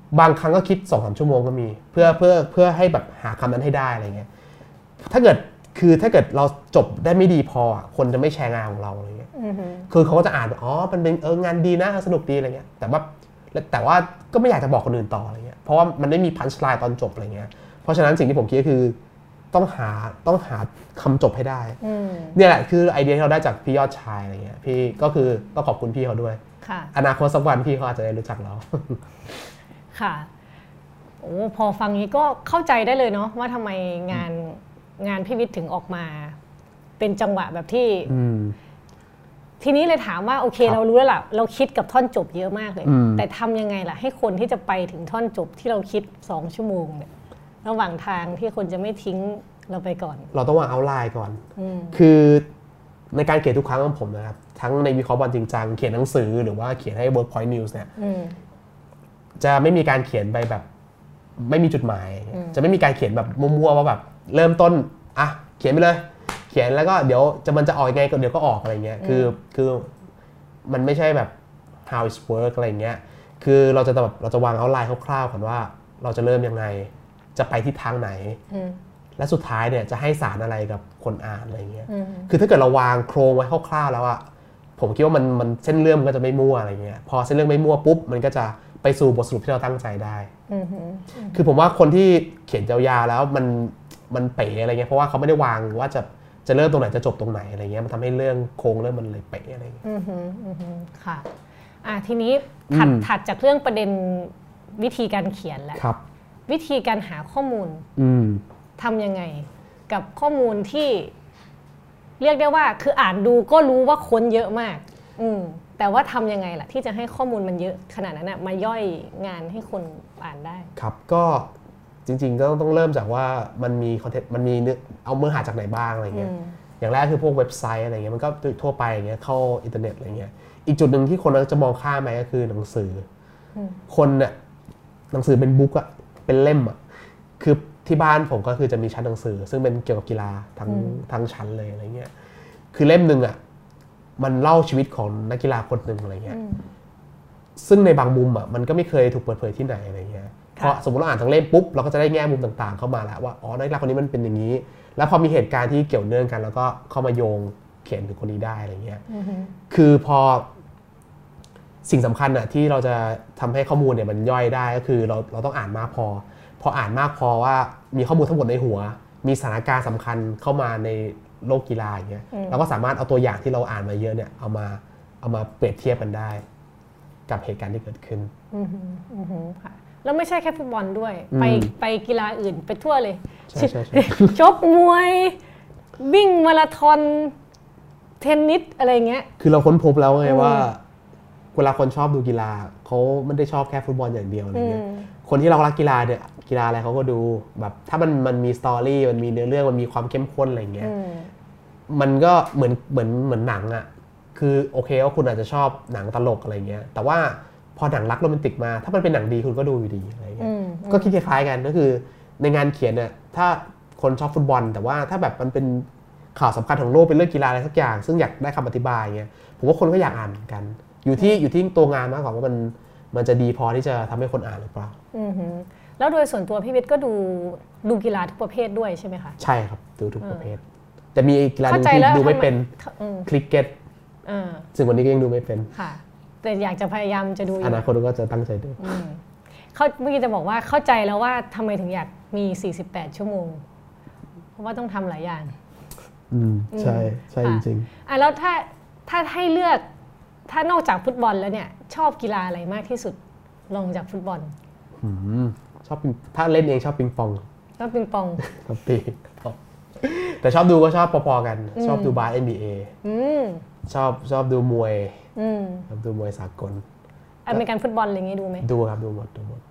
บางครั้งก็คิด สองถึงสาม ชั่วโมงก็มีเพื่อเพื่อเพื่อให้แบบหาคำนั้นให้ได้อะไรเงี้ยถ้าเกิดคือถ้าเกิดเราจบได้ไม่ดีพอคนจะไม่แชร์งานของเราอะไรเงี้ยคือเขาก็จะอ่านอ๋อมันเป็นเอองานดีนะสนุกดีอะไรเงี้ยแต่ว่าแต่ว่าก็ไม่อยากจะบอกคนอื่นต่ออะไรเงี้ยเพราะว่ามันไม่มีพันช์ไลน์ตอนจบอะไรเงี้ยเพราะฉะนั้นสิ่งที่ผมคิดก็คือต้องหาต้องหาคำจบให้ได้เนี่ยแหละคือไอเดียที่เราได้จากพี่ยอดชายอะไรเงี้ยพี่ก็คือต้องขอบคุณพี่เขาด้วยอนาคตสักวันพี่เขาอาจจะได้รู้จักเราค่ะโอ้พอฟังนี้ก็เข้าใจได้เลยเนาะว่าทำไมงานงานพี่วิทย์ถึงออกมาเป็นจังหวะแบบที่ทีนี้เลยถามว่าโอเคเรารู้แล้วล่ะเราคิดกับท่อนจบเยอะมากเลยแต่ทำยังไงล่ะให้คนที่จะไปถึงท่อนจบที่เราคิดสองชั่วโมงเนี่ยระหว่างทางที่คนจะไม่ทิ้งเราไปก่อนเราต้องวางเอาท์ไลน์ก่อนคือในการเขียนทุกครั้งของผมนะครับทั้งในวิเคราะห์บอลจริงจังเขียนหนังสือหรือว่าเขียนให้ Workpoint News เนี่ยจะไม่มีการเขียนไปแบบไม่มีจุดหมายจะไม่มีการเขียนแบบมั่วๆว่าแบบเริ่มต้นอ่ะเขียนไปเลยเขียนแล้วก็เดี๋ยวจะมันจะออกยังไงก็เดี๋ยวก็ออกอะไรเงี้ยคือคือมันไม่ใช่แบบ how it work อะไรเงี้ยคือเราจะแบบเราจะวางเอาท์ไลน์คร่าวๆก่อนว่าเราจะเริ่มยังไงจะไปทิศทางไหนและสุดท้ายเนี่ยจะให้สารอะไรกับคนอ่านอะไรเงี้ยคือถ้าเกิดเราวางโครงไว้คร่าวๆแล้วอะผมคิดว่ามันมันเส้นเรื่องมันก็จะไม่มั่วอะไรเงี้ยพอเส้นเรื่องไม่มั่วปุ๊บมันก็จะไปสู่บทสรุปที่เราตั้งใจได้คือผมว่าคนที่เขียนยาวๆแล้วมันมันเป๋อะไรเงี้ยเพราะว่าเขาไม่ได้วางว่าจะจะเริ่มตรงไหนจะจบตรงไหนอะไรเงี้ยมันทำให้เรื่องโครงเรื่องมันเลยเป๋อะไรเงี้ยค่ะอ่ะทีนี้ถัดถัดจากเรื่องประเด็นวิธีการเขียนแล้ววิธีการหาข้อมูลทำยังไงกับข้อมูลที่เรียกได้ว่าคืออ่านดูก็รู้ว่าค้นเยอะมากอืมแต่ว่าทำยังไงล่ะที่จะให้ข้อมูลมันเยอะขนาดนั้นนะมาย่อยงานให้คนอ่านได้ครับก็จริงๆก็ต้องเริ่มจากว่ามันมีคอนเทนต์มันมีเนื้อเอาเมื่อหาจากไหนบ้างอะไรเงี้ยอย่างแรกคือพวกเว็บไซต์อะไรเงี้ยมันก็ทั่วไปอย่างเงี้ยเข้าอินเทอร์เน็ตอะไรเงี้ยอีกจุดหนึ่งที่คนจะมองข้ามไปก็คือหนังสือคนเนี่ยหนังสือเป็นบุ๊กอะเป็นเล่มอะคือที่บ้านผมก็คือจะมีชั้นหนังสือซึ่งเป็นเกี่ยวกับกีฬาทั้งทั้งชั้นเลยอะไรเงี้ยคือเล่มหนึ่งอะมันเล่าชีวิตของนักกีฬาคนหนึ่งอะไรเงี้ยซึ่งในบางมุมอะมันก็ไม่เคยถูกเปิดเผยที่ไหนอะไรเงี้ยเพราะสมมติเราอ่านทั้งเล่มปุ๊บเราก็จะได้แง่มุมต่างๆเข้ามาแล้วว่าอ๋อนักกีฬาคนนี้มันเป็นอย่างนี้แล้วพอมีเหตุการณ์ที่เกี่ยวเนื่องกันแล้วก็เข้ามาโยงเขียนถึงคนนี้ได้อะไรเงี้ยคือพอสิ่งสำคัญอะที่เราจะทำให้ข้อมูลเนี่ยมันย่อยได้ก็คือเราเราต้องอ่านมากพอพออ่านมากพอว่ามีข้อมูลทั้งหมดในหัวมีสถานการณ์สำคัญเข้ามาในโลกกีฬาอย่างเงี้ยเราก็สามารถเอาตัวอย่างที่เราอ่านมาเยอะเนี่ยเอามาเอามาเปรียบเทียบกันได้กับเหตุการณ์ที่เกิดขึ้นอืออือค่ะแล้วไม่ใช่แค่ฟุตบอลด้วยไปไปกีฬาอื่นไปทั่วเลยใช่ใช่ชกมวยวิ่งมาราธอนเทนนิสอะไรเงี้ยคือเราค้นพบแล้วไงว่าเวลาคนชอบดูกีฬาเขาไม่ได้ชอบแค่ฟุตบอลอย่างเดียวอะไรเงี้ยคนที่เรารักกีฬาเนี่ยกีฬาอะไรเขาก็ดูแบบถ้ามันมันมีสตอรี่มันมีเนื้อเรื่องมันมีความเข้มข้นอะไรเงี้ยมันก็เหมือนเหมือนเหมือนหนังอ่ะคือโอเคว่าคุณอาจจะชอบหนังตลกอะไรเงี้ยแต่ว่าพอหนังรักโรแมนติกมาถ้ามันเป็นหนังดีคุณก็ดูอยู่ดีอะไรเงี้ยก็คิดคล้ายๆกันก็คือในงานเขียนเนี่ยถ้าคนชอบฟุตบอลแต่ว่าถ้าแบบมันเป็นข่าวสำคัญของโลกเป็นเรื่องกีฬาอะไรสักอย่างซึ่งอยากได้คำอธิบายเงี้ยผมว่าคนก็อยากอ่านเหมือนกันอยู่ที่อยู่ที่ตัวงานมากกว่าว่ามันมันจะดีพอที่จะทำให้คนอ่านหรือเปล่าแล้วโดยส่วนตัวพี่วิทย์ก็ดูดูกีฬาทุกประเภทด้วยใช่ไหมคะใช่ครับดูทุกประเภทแต่มีกีฬาหนึ่งที่ดูไม่เป็นคริกเก็ตซึ่งวันนี้ก็ยังดูไม่เป็นค่ะแต่อยากจะพยายามจะดูอนาคตก็จะตั้งใจดูเขาเมื่อกี้จะบอกว่าเข้าใจแล้วว่าทำไมถึงอยากมีสี่สิบแปดชั่วโมงเพราะว่าต้องทำหลายอย่างอืมใช่ใช่จริงๆอ่ะแล้วถ้าถ้าให้เลือกถ้านอกจากฟุตบอลแล้วเนี่ยชอบกีฬาอะไรมากที่สุดลองจากฟุตบอลชอบถ้าเล่นเองชอบปิงปองชอบปิงปองชอบตีแต่ชอบดูก็ชอบพอๆกันชอบดูบาส เอ็น บี เอ ชอบชอบดูมวยชอบดูมวยสากลอเมริกันฟุตบอลอะไรเงี้ยดูไหมดูครับดูหมดดูหมด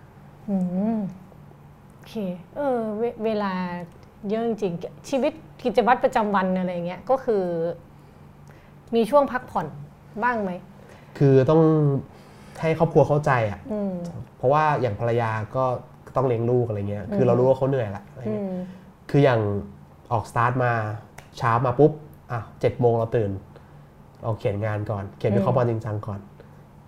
โอเคเออเวลาเยอะจริงๆชีวิตกิจวัตรประจำวันอะไรเงี้ยก็คือมีช่วงพักผ่อนบ้างไหมคือต้องให้ครอบครัวเข้าใจอ่ะเพราะว่าอย่างภรรยาก็ต้องเลี้ยงลูกอะไรเงี้ยคือเรารู้ว่าเขาเหนื่อยละอะไรเงี้ยคืออย่างออกสตาร์ทมาเช้ามาปุ๊บอ่ะเจ็ดโมงเราตื่นเราเขียนงานก่อนเขียนวิเคราะห์บอลจริงจังก่อน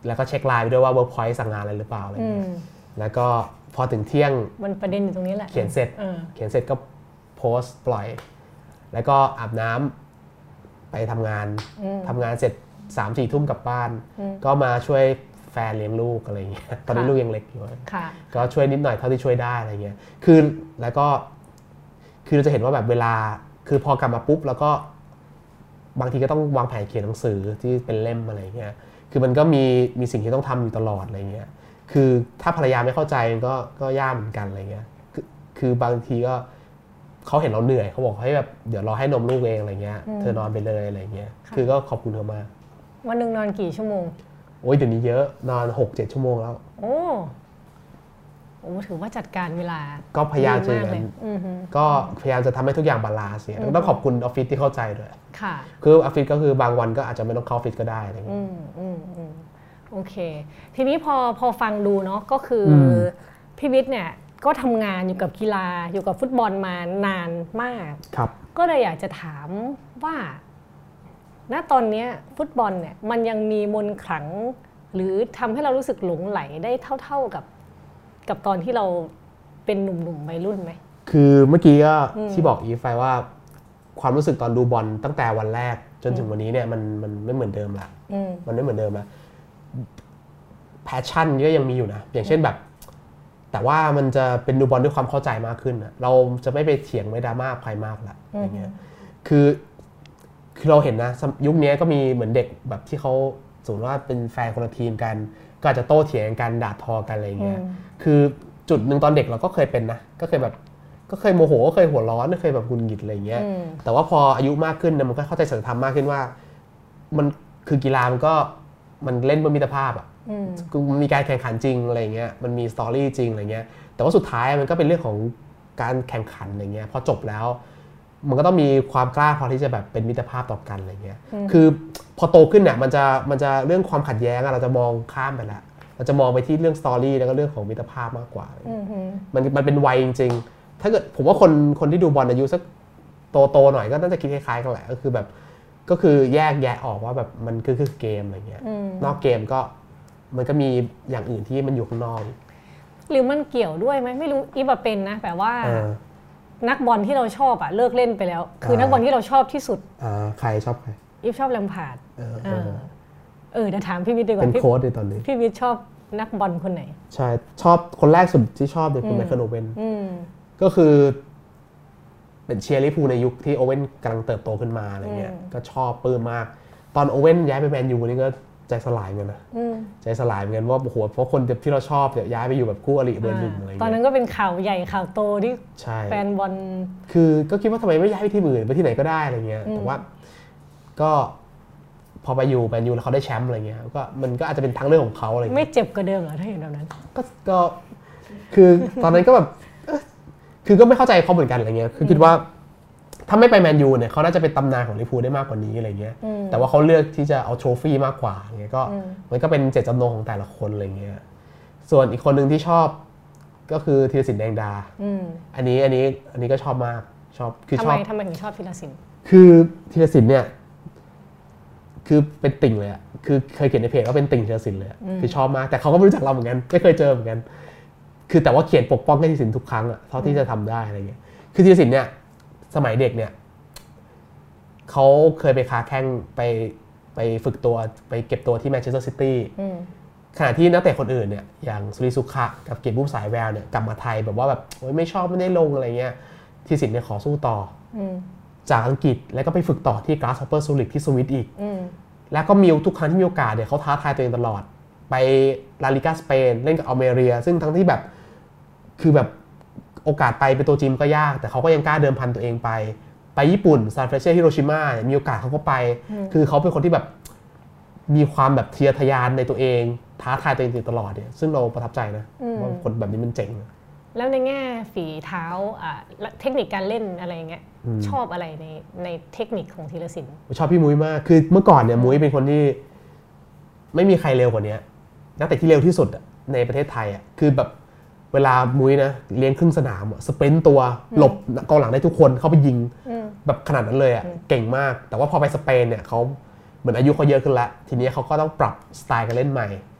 แล้วก็เช็คไลน์ไปด้วยว่า Workpoint สั่งงานอะไรหรือเปล่าอะไรเงี้ยแล้วก็พอถึงเที่ยงมันประเด็นอยู่ตรงนี้แหละเขียนเสร็จเขียนเสร็จก็โพสต์ปล่อยแล้วก็อาบน้ำไปทำงานทำงานเสร็จ สามสี่ ทุ่มกลับบ้านก็มาช่วยแฟนเลี้ยงลูกอะไรเงี้ยตอนนี้ลูกยังเล็กอยู่ก็ช่วยนิดหน่อยเท่าที่ช่วยได้อะไรเงี้ยคือแล้วก็คือเราจะเห็นว่าแบบเวลาคือพอกลับมาปุ๊บแล้วก็บางทีก็ต้องวางแผนเขียนหนังสือที่เป็นเล่มอะไรเงี้ยคือมันก็มีมีสิ่งที่ต้องทำอยู่ตลอดอะไรเงี้ยคือถ้าภรรยาไม่เข้าใจก็ก็ยากเหมือนกันอะไรเงี้ยคือคือบางทีก็เขาเห็นเราเหนื่อยเขาบอกให้แบบเดี๋ยวเราให้นมลูกเองอะไรเงี้ยเธอนอนไปเลยอะไรเงี้ยคือก็ขอบคุณเธอมากวันหนึ่งนอนกี่ชั่วโมงโอ้ยเดี๋ยวนี้เยอะนอน หกเจ็ด ชั่วโมงแล้วโอ้โอ้ถือว่าจัดการเวลาก็พยายามจะก็พยายามจะทำให้ทุกอย่างบาลานซ์เนี่ยต้องขอบคุณออฟฟิศที่เข้าใจด้วยค่ะคือออฟฟิศก็คือบางวันก็อาจจะไม่ต้องเข้าออฟฟิศก็ได้อะไรเงี้ยโอเคทีนี้พอพอฟังดูเนาะก็คือพี่วิทย์เนี่ยก็ทำงานอยู่กับกีฬาอยู่กับฟุตบอลมานานมากครับก็เลยอยากจะถามว่าณตอนนี้ฟุตบอลเนี่ยมันยังมีมนต์ขลังหรือทำให้เรารู้สึกหลงไหลได้เท่าๆกับกับตอนที่เราเป็นหนุ่มๆวัยรุ่นไหมคือเมื่อกี้ก็ที่บอกอีฟไปว่าความรู้สึกตอนดูบอลตั้งแต่วันแรกจนถึงวันนี้เนี่ยมันมันไม่เหมือนเดิมละมันไม่เหมือนเดิมละแพชชั่นก็ยังมีอยู่นะอย่างเช่นแบบแต่ว่ามันจะเป็นดูบอลด้วยความเข้าใจมากขึ้นนะเราจะไม่ไปเถียงไม่ดราม่าใครมากละอย่างเงี้ยคือคือเราเห็นนะยุคนี้ก็มีเหมือนเด็กแบบที่เขาสมมติว่าเป็นแฟนคนละทีมกันก็อาจจะโต้เถียงกันด่าทอกันอะไรเงี้ยคือจุดหนึ่งตอนเด็กเราก็เคยเป็นนะก็เคยแบบก็เคยโมโหก็เคยหัวร้อนก็เคยแบบหงุดหงิดอะไรเงี้ยแต่ว่าพออายุมากขึ้นมันก็เข้าใจสัจธรรมมากขึ้นว่ามันคือกีฬามันก็มันเล่นเพื่อมิตรภาพอ่ะมันมีการแข่งขันจริงอะไรเงี้ยมันมีสตอรี่จริงอะไรเงี้ยแต่ว่าสุดท้ายมันก็เป็นเรื่องของการแข่งขันอะไรเงี้ยพอจบแล้วมันก็ต้องมีความกล้าพอที่จะแบบเป็นมิตรภาพต่อกันอะไรเงี้ยคือพอโตขึ้นเนี่ยมันจะมันจะเรื่องความขัดแย้งเราจะมองข้ามไปแล้วเราจะมองไปที่เรื่องสตอรี่แล้วก็เรื่องของมิตรภาพมากกว่ามันมันเป็นวัยจริงๆถ้าเกิดผมว่าคนคนที่ดูบอลอายุสักโตๆหน่อยก็น่าจะคิดคล้ายๆกันแหละก็คือแบบก็คือแยกแยะออกว่าแบบมันคือคือเกมอะไรเงี้ยนอกเกมก็มันก็มีอย่างอื่นที่มันอยู่ข้างนอกหรือมันเกี่ยวด้วยไหมไม่รู้อีบเป็นนะแบบว่านักบอลที่เราชอบอะเลิกเล่นไปแล้วคือนักบอลที่เราชอบที่สุดใครชอบใครอีฟชอบแลมพาร์ดเออเออเดี๋ยวถามพี่วิทย์ดีกว่าเป็นโค้ชในตอนนี้พี่วิทย์ชอบนักบอลคนไหนใช่ชอบคนแรกสุดที่ชอบเนี่ยคือไมเคิลโอเว่นก็คือเป็นเชียร์ลิเวอร์พูลในยุคที่โอเว่นกำลังเติบโตขึ้นมาอะไรเงี้ยก็ชอบปลื้มมากตอนโอเว่นย้ายไปแมนยูนี่ก็ใจสลายเหมือนกันนะใจสลายเหมือนกันว่าโอ้โหเพราะคนที่เราชอบเนี่ยย้ายไปอยู่แบบคู่อริเบอร์หนึ่งอะไรเงี้ยตอนนั้นก็เป็นข่าวใหญ่ข่าวโตที่แฟนบอลคือก็คิดว่าทำไมไม่ย้ายไปที่อื่นไปที่ไหนก็ได้อะไรเงี้ยแต่ว่าก็พอไปอยู่แมนยูแล้วเขาได้แชมป์อะไรเงี้ยก็มันก็อาจจะเป็นทางเลือกของเขาอะไรไม่เจ็บกว่าเดิมเหรอถ้าเห็นแบบนั้นก็ก็คือตอนนั้นก็แบบคือก็ไม่เข้าใจเขาเหมือนกันอะไรเงี้ยคือคิดว่าถ้าไม่ไปแมนยูเนี่ยเขาน่าจะเป็นตำนานของลิเวอร์พูลได้มากกว่านี้อะไรเงี้ยแต่ว่าเขาเลือกที่จะเอาโทรฟี่มากกว่าเงี้ยก็มันก็เป็นเจตจำนงของแต่ละคนอะไรเงี้ยส่วนอีกคนหนึ่งที่ชอบก็คือธีรศิลป์แดงดาอันนี้อันนี้อันนี้ก็ชอบมากชอบคือชอบทำไมทำไมถึงชอบธีรศิลป์คือธีรศิลป์เนี่ยคือเป็นติ่งเลยอ่ะคือเคยเขียนในเพจว่าเป็นติ่งธีรศิลป์เลยคือชอบมากแต่เขาก็ไม่รู้จักเราเหมือนกันไม่เคยเจอเหมือนกันคือแต่ว่าเขียนปกป้องธีรศิลป์ทุกครั้งอ่ะเท่าที่จะทำได้อะไรเงี้ยคือธีรศิลป์เนี่ยสมัยเด็กเนี่ยเขาเคยไปค้าแข้งไปไปฝึกตัวไปเก็บตัวที่แมนเชสเตอร์ซิตี้ขณะที่นักเตะคนอื่นเนี่ยอย่างสุริสุขะกับเกียรติบุ้มสายแววเนี่ยกลับมาไทยแบบว่าแบบโอ๊ยไม่ชอบไม่ได้ลงอะไรเงี้ยธีรศิลป์เนี่ยขอสู้ต่อจากอังกฤษแล้วก็ไปฝึกต่อที่กราสฮอปเปอร์ซูริกที่สวิตอีกแล้วก็มีทุกครั้งที่มีโอกาสเนี่ยเขาท้าทายตัวเองตลอดไปลาลิกาสเปนเล่นกับอัลเมเรียซึ่งทั้งที่แบบคือแบบโอกาสไปเป็นตัวจริงก็ยากแต่เขาก็ยังกล้าเดิมพันตัวเองไปไปญี่ปุ่นซานเฟรเช่ฮิโรชิมาเนี่ยมีโอกาสเขาก็ไปคือเขาเป็นคนที่แบบมีความแบบทะเยอทะยานในตัวเองท้าทายตัวเองตลอดเนี่ยซึ่งเราประทับใจนะว่าคนแบบนี้มันเจ๋งแล้วในแง่ฝีเท้าเทคนิคการเล่นอะไรเงี้ยชอบอะไรในในเทคนิคของธีรศิลป์ชอบพี่มุ้ยมากคือเมื่อก่อนเนี่ยมุ้ยเป็นคนที่ไม่มีใครเร็วกว่านี้นักเตะที่เร็วที่สุดในประเทศไทยอ่ะคือแบบเวลามุ้ยนะเลี้ยงครึ่งสนามสปรินต์ตัวหลบกองหลังได้ทุกคนเข้าไปยิงแบบขนาดนั้นเลยอ่ะเก่งมากแต่ว่าพอไปสเปนเนี่ยเขาเหมือนอายุเขาเยอะขึ้นแล้วทีนี้เขาก็ต้องปรับสไตล์การเล่นใหม่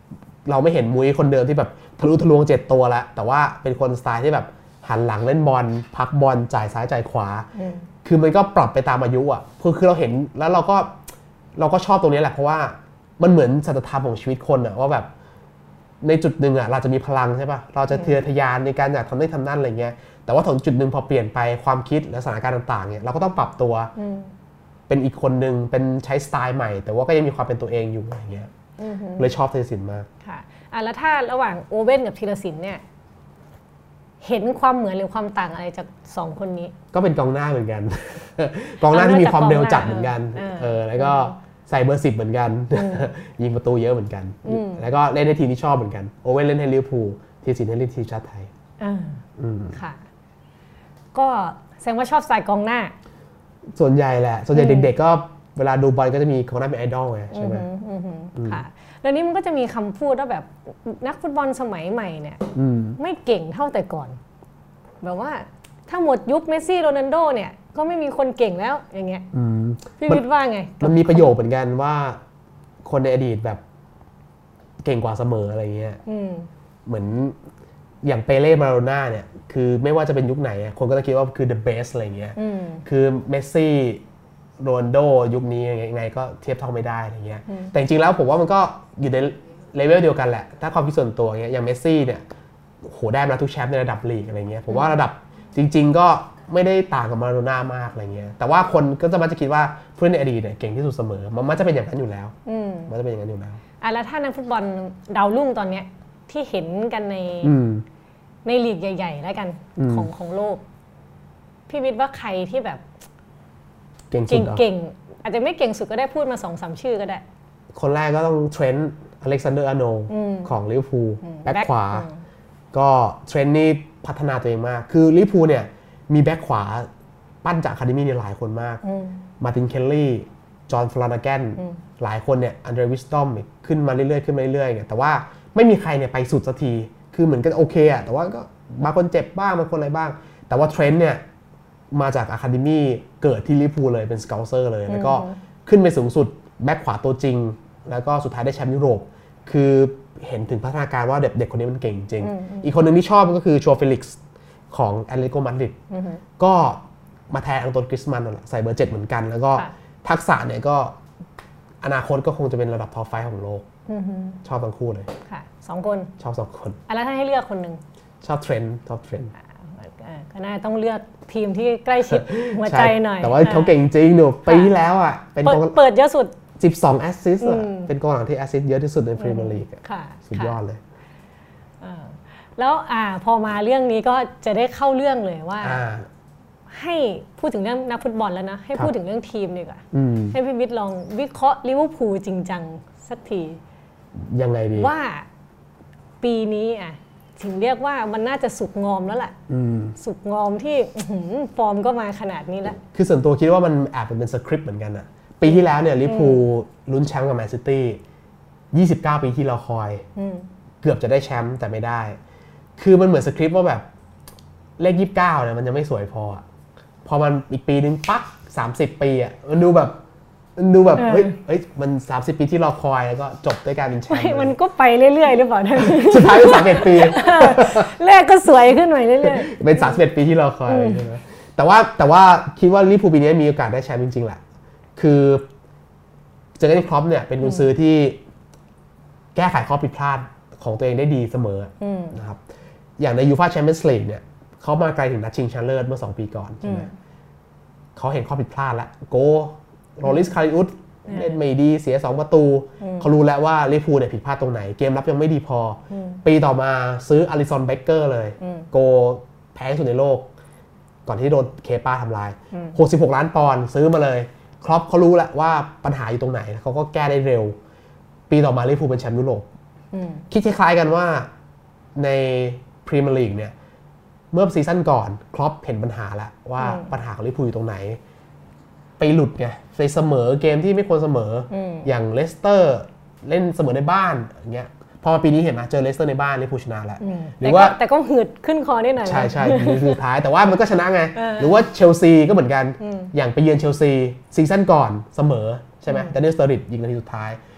เราไม่เห็นมุ้ยคนเดิมที่แบบทะลุทะลวงเจ็ดตัวแล้วแต่ว่าเป็นคนสไตล์ที่แบบหันหลังเล่นบอลพักบอลจ่ายซ้ายจ่ายขวาคือมันก็ปรับไปตามอายุอ่ะคือคือเราเห็นแล้วเราก็เราก็ชอบตรงนี้แหละเพราะว่ามันเหมือนสัจธรรมของชีวิตคนอ่ะว่าแบบในจุดหนึ่งอ่ะเราจะมีพลังใช่ป่ะเราจะทะเยอทะยานในการอยากทำได้ทำนั่นอะไรเงี้ยแต่ว่าถึงจุดหนึ่งพอเปลี่ยนไปความคิดและสถานการณ์ต่างๆเนี่ยเราก็ต้องปรับตัวเป็นอีกคนนึงเป็นใช้สไตล์ใหม่แต่ว่าก็ยังมีความเป็นตัวเองอยู่อะไรเงี้ยเลยชอบธีรศิลป์มากค่ะอ่ะแล้วถ้าระหว่างโอเว่นกับธีรศิลป์เนี่ยเห็นความเหมือนหรือความต่างอะไรจากสองคนนี้ก็เป็นกองหน้าเหมือนกันกองหน้าที่มีความเร็วจัดเหมือนกันเออแล้วก็ใส่เบอร์สิบเหมือนกันยิงประตูเยอะเหมือนกันแล้วก็เล่นในทีมที่ชอบเหมือนกันโอเว่นเล่นให้ลิเวอร์พูลธีรศิลป์ให้เล่นทีมชาติไทยค่ะก็แสดงว่าชอบใส่กองหน้าส่วนใหญ่แหละส่วนใหญ่เด็กๆก็เวลาดูบอลก็จะมีกองหน้าเป็นไอดอลไงใช่ไหมค่ะแล้วนี้มันก็จะมีคำพูดว่าแบบนักฟุตบอลสมัยใหม่เนี่ยไม่เก่งเท่าแต่ก่อนแบบว่าถ้าหมดยุคเมสซี่โรนัลโดเนี่ยก็ไม่มีคนเก่งแล้วอย่างเงี้ยพี่วิทย์ว่าไงมันมีประโยคเหมือนกันว่าคนในอดีตแบบเก่งกว่าเสมออะไรเงี้ยเหมือนอย่างเปเล่มาราโดน่าเนี่ยคือไม่ว่าจะเป็นยุคไหนคนก็จะคิดว่าคือ the best อะไรเงี้ยคือเมสซี่โรนัลโดยุคนี้ยังไงก็เทียบเท่าไม่ได้อะไรเงี้ยแต่จริงๆแล้วผมว่ามันก็อยู่ในเลเวลเดียวกันแหละถ้าความคิดส่วนตัวเงี้ยอย่างเมสซี่เนี่ยโหได้มาทุกแชมป์ในระดับลีกอะไรเงี้ยผมว่าระดับจริงๆก็ไม่ได้ต่างกับมาราโดน่ามากอะไรเงี้ยแต่ว่าคนก็จะมักจะคิดว่าผู้เล่นในอดีตเนี่ยเก่งที่สุดเสมอมันมักจะเป็นอย่างนั้นอยู่แล้วมันจะเป็นอย่างนั้นอยู่แล้วอ่ะแล้วถ้านักฟุตบอลดาวรุ่งตอนเนี้ยที่เห็นกันในในลีกใหญ่ๆแล้วกันของของโลกพี่วิทย์ว่าใครที่แบบเก่งสุดเก่งอาจจะไม่เก่งสุดก็ได้พูดมา สองสาม ชื่อก็ได้คนแรกก็ต้องเทรนต์อเล็กซานเดอร์อาร์โนลด์ของลิเวอร์พูลแบ็คขวาก็เทรนต์นี่พัฒนาตัวเองมากคือลิเวอร์พูลเนี่ยมีแบ็คขวาปั้นจากอะคาเดมี่เนี่ยหลายคนมากมาร์ตินเคลลี่จอห์นฟลานาแกนหลายคนเนี่ยอันเดรวิสตอมขึ้นมาเรื่อยๆขึ้นมาเรื่อยๆเนี่ยแต่ว่าไม่มีใครเนี่ยไปสุดสักทีคือเหมือนกันโอเคอะแต่ว่าก็บางคนเจ็บบ้างบางคนอะไรบ้างแต่ว่าเทรนต์เนี่ยมาจากอะคาเดมี่เกิดที่ลิเวอร์พูลเลยเป็นสเกาเซอร์เลยแล้วก็ขึ้นไปสูงสุดแบ็คขวาตัวจริงแล้วก็สุดท้ายได้แชมป์ยุโรปคือเห็นถึงพัฒนาการว่าเด็กๆคนนี้มันเก่งจริงอีกคนหนึ่งที่ชอบก็คือโชเฟลิกซ์ของแอตเลติโกมาดริดก็มาแทนอังโตนกริซมันนั่นแหละใส่เบอร์เจ็ดเหมือนกันแล้วก็ทักษะเนี่ยก็อนาคตก็คงจะเป็นระดับท็อปไฟว์ของโลกชอบทั้งคู่เลยค่ะสองคนชอบสองคนแล้วถ้าให้เลือกคนหนึ่งชอบเทรนด์ชอบเทรนด์ก็น่าต้องเลือกทีมที่ใกล้ชิดหัวใจหน่อยแต่ว่าเขาเก่งจริงหนูปีที่แล้วอ่ะเป็นเปิดเยอะสุดสิบสองแอสซิสต์เป็นกองหลังที่แอสซิสต์เยอะที่สุดในพรีเมียร์ลีกสุดยอดเลยแล้วพอมาเรื่องนี้ก็จะได้เข้าเรื่องเลยว่าให้พูดถึงเรื่องนักฟุตบอลแล้วนะให้พูดถึงเรื่องทีมดีกว่าให้พี่วิทย์ลองวิเคราะห์ลิเวอร์พูลจริงจังสักทียังไงดีว่าปีนี้อ่ะถึงเรียกว่ามันน่าจะสุกงอมแล้วแหละสุกงอมที่ฟอร์มก็มาขนาดนี้แล้วคือส่วนตัวคิดว่ามันแอบเป็นสคริปต์เหมือนกันอะปีที่แล้วเนี่ยลิเวอร์พูลลุ้นแชมป์กับแมนซิตี้ยี่สิบเก้าปีที่เราคอยเกือบจะได้แชมป์แต่ไม่ได้คือมันเหมือนสคริปต์ว่าแบบเลขยี่สิบเก้าเนี่ยมันจะไม่สวยพอพอมันอีกปีนึงปั๊บสามสิบปีอ่ะมันดูแบบมันดูแบบเฮ้ยเฮ้ยมันสามสิบปีที่เราคอยแล้วก็จบด้วยการเป็นแชมป์มันก็ไปเรื่อยๆหรือเปล่าสุดท้ายก็สามสิบเอ็ดปีเลขก็สวยขึ้นไปเรื่อยๆเป็นสามสิบเอ็ดปีที่เราคอยใช่ไหมแต่ว่าแต่ว่าคิดว่าลิเวอร์พูลปีนี้มีโอกาสได้แชมป์จริงๆแหละคือเจอร์เกนคล็อปเนี่ยเป็นกุนซือที่แก้ไขข้อผิดพลาดของตัวเองได้ดีเสมอนะครับอย่างในยูฟ่าแชมเปี้ยนส์ลีกเนี่ยเขามาไกลถึงนัดชิงชนะเลิศเมื่อสองปีก่อนใช่ไหมเขาเห็นข้อผิดพลาดแล้วโกโรลิสคาริอุสเล่นไม่ดีเสียสองประตูเขารู้แล้วว่าลิเวอร์พูลเนี่ยผิดพลาดตรงไหนเกมรับยังไม่ดีพอปีต่อมาซื้ออลิซอนเบเกอร์เลยโกแพงสุดในโลกก่อนที่โดนเคป้าทำลายหกสิบหกล้านปอนด์ซื้อมาเลยครอปเขารู้แหละว่าปัญหาอยู่ตรงไหนเขาก็แก้ได้เร็วปีต่อมาลิเวอร์พูลเป็นแชมป์ยุโรปคิดคล้ายๆกันว่าในพรีเมียร์ลีกเนี่ยเมื่อซีซั่นก่อนครอปเห็นปัญหาแล้วว่าปัญหาของลิเวอร์พูลอยู่ตรงไหนไปหลุดไงไปเสมอเกมที่ไม่ควรเสมออย่างเลสเตอร์เล่นเสมอในบ้านอย่างเงี้ยพอมาปีนี้เห็นไหมเจอเลสเตอร์ในบ้านลิเวอร์พูลชนะแล้วหรือว่าแต่ก็หืดขึ้นคอนิดหน่อยใช่ใช่คือสุดท้ายแต่ว่ามันก็ชนะไงหรือว่าเชลซีก็เหมือนกันอย่างไปเยือนเชลซีซีซั่นก่อนเสมอใช่ไหมแต่เนลสเตอริดยิงนาทีสุดท้าย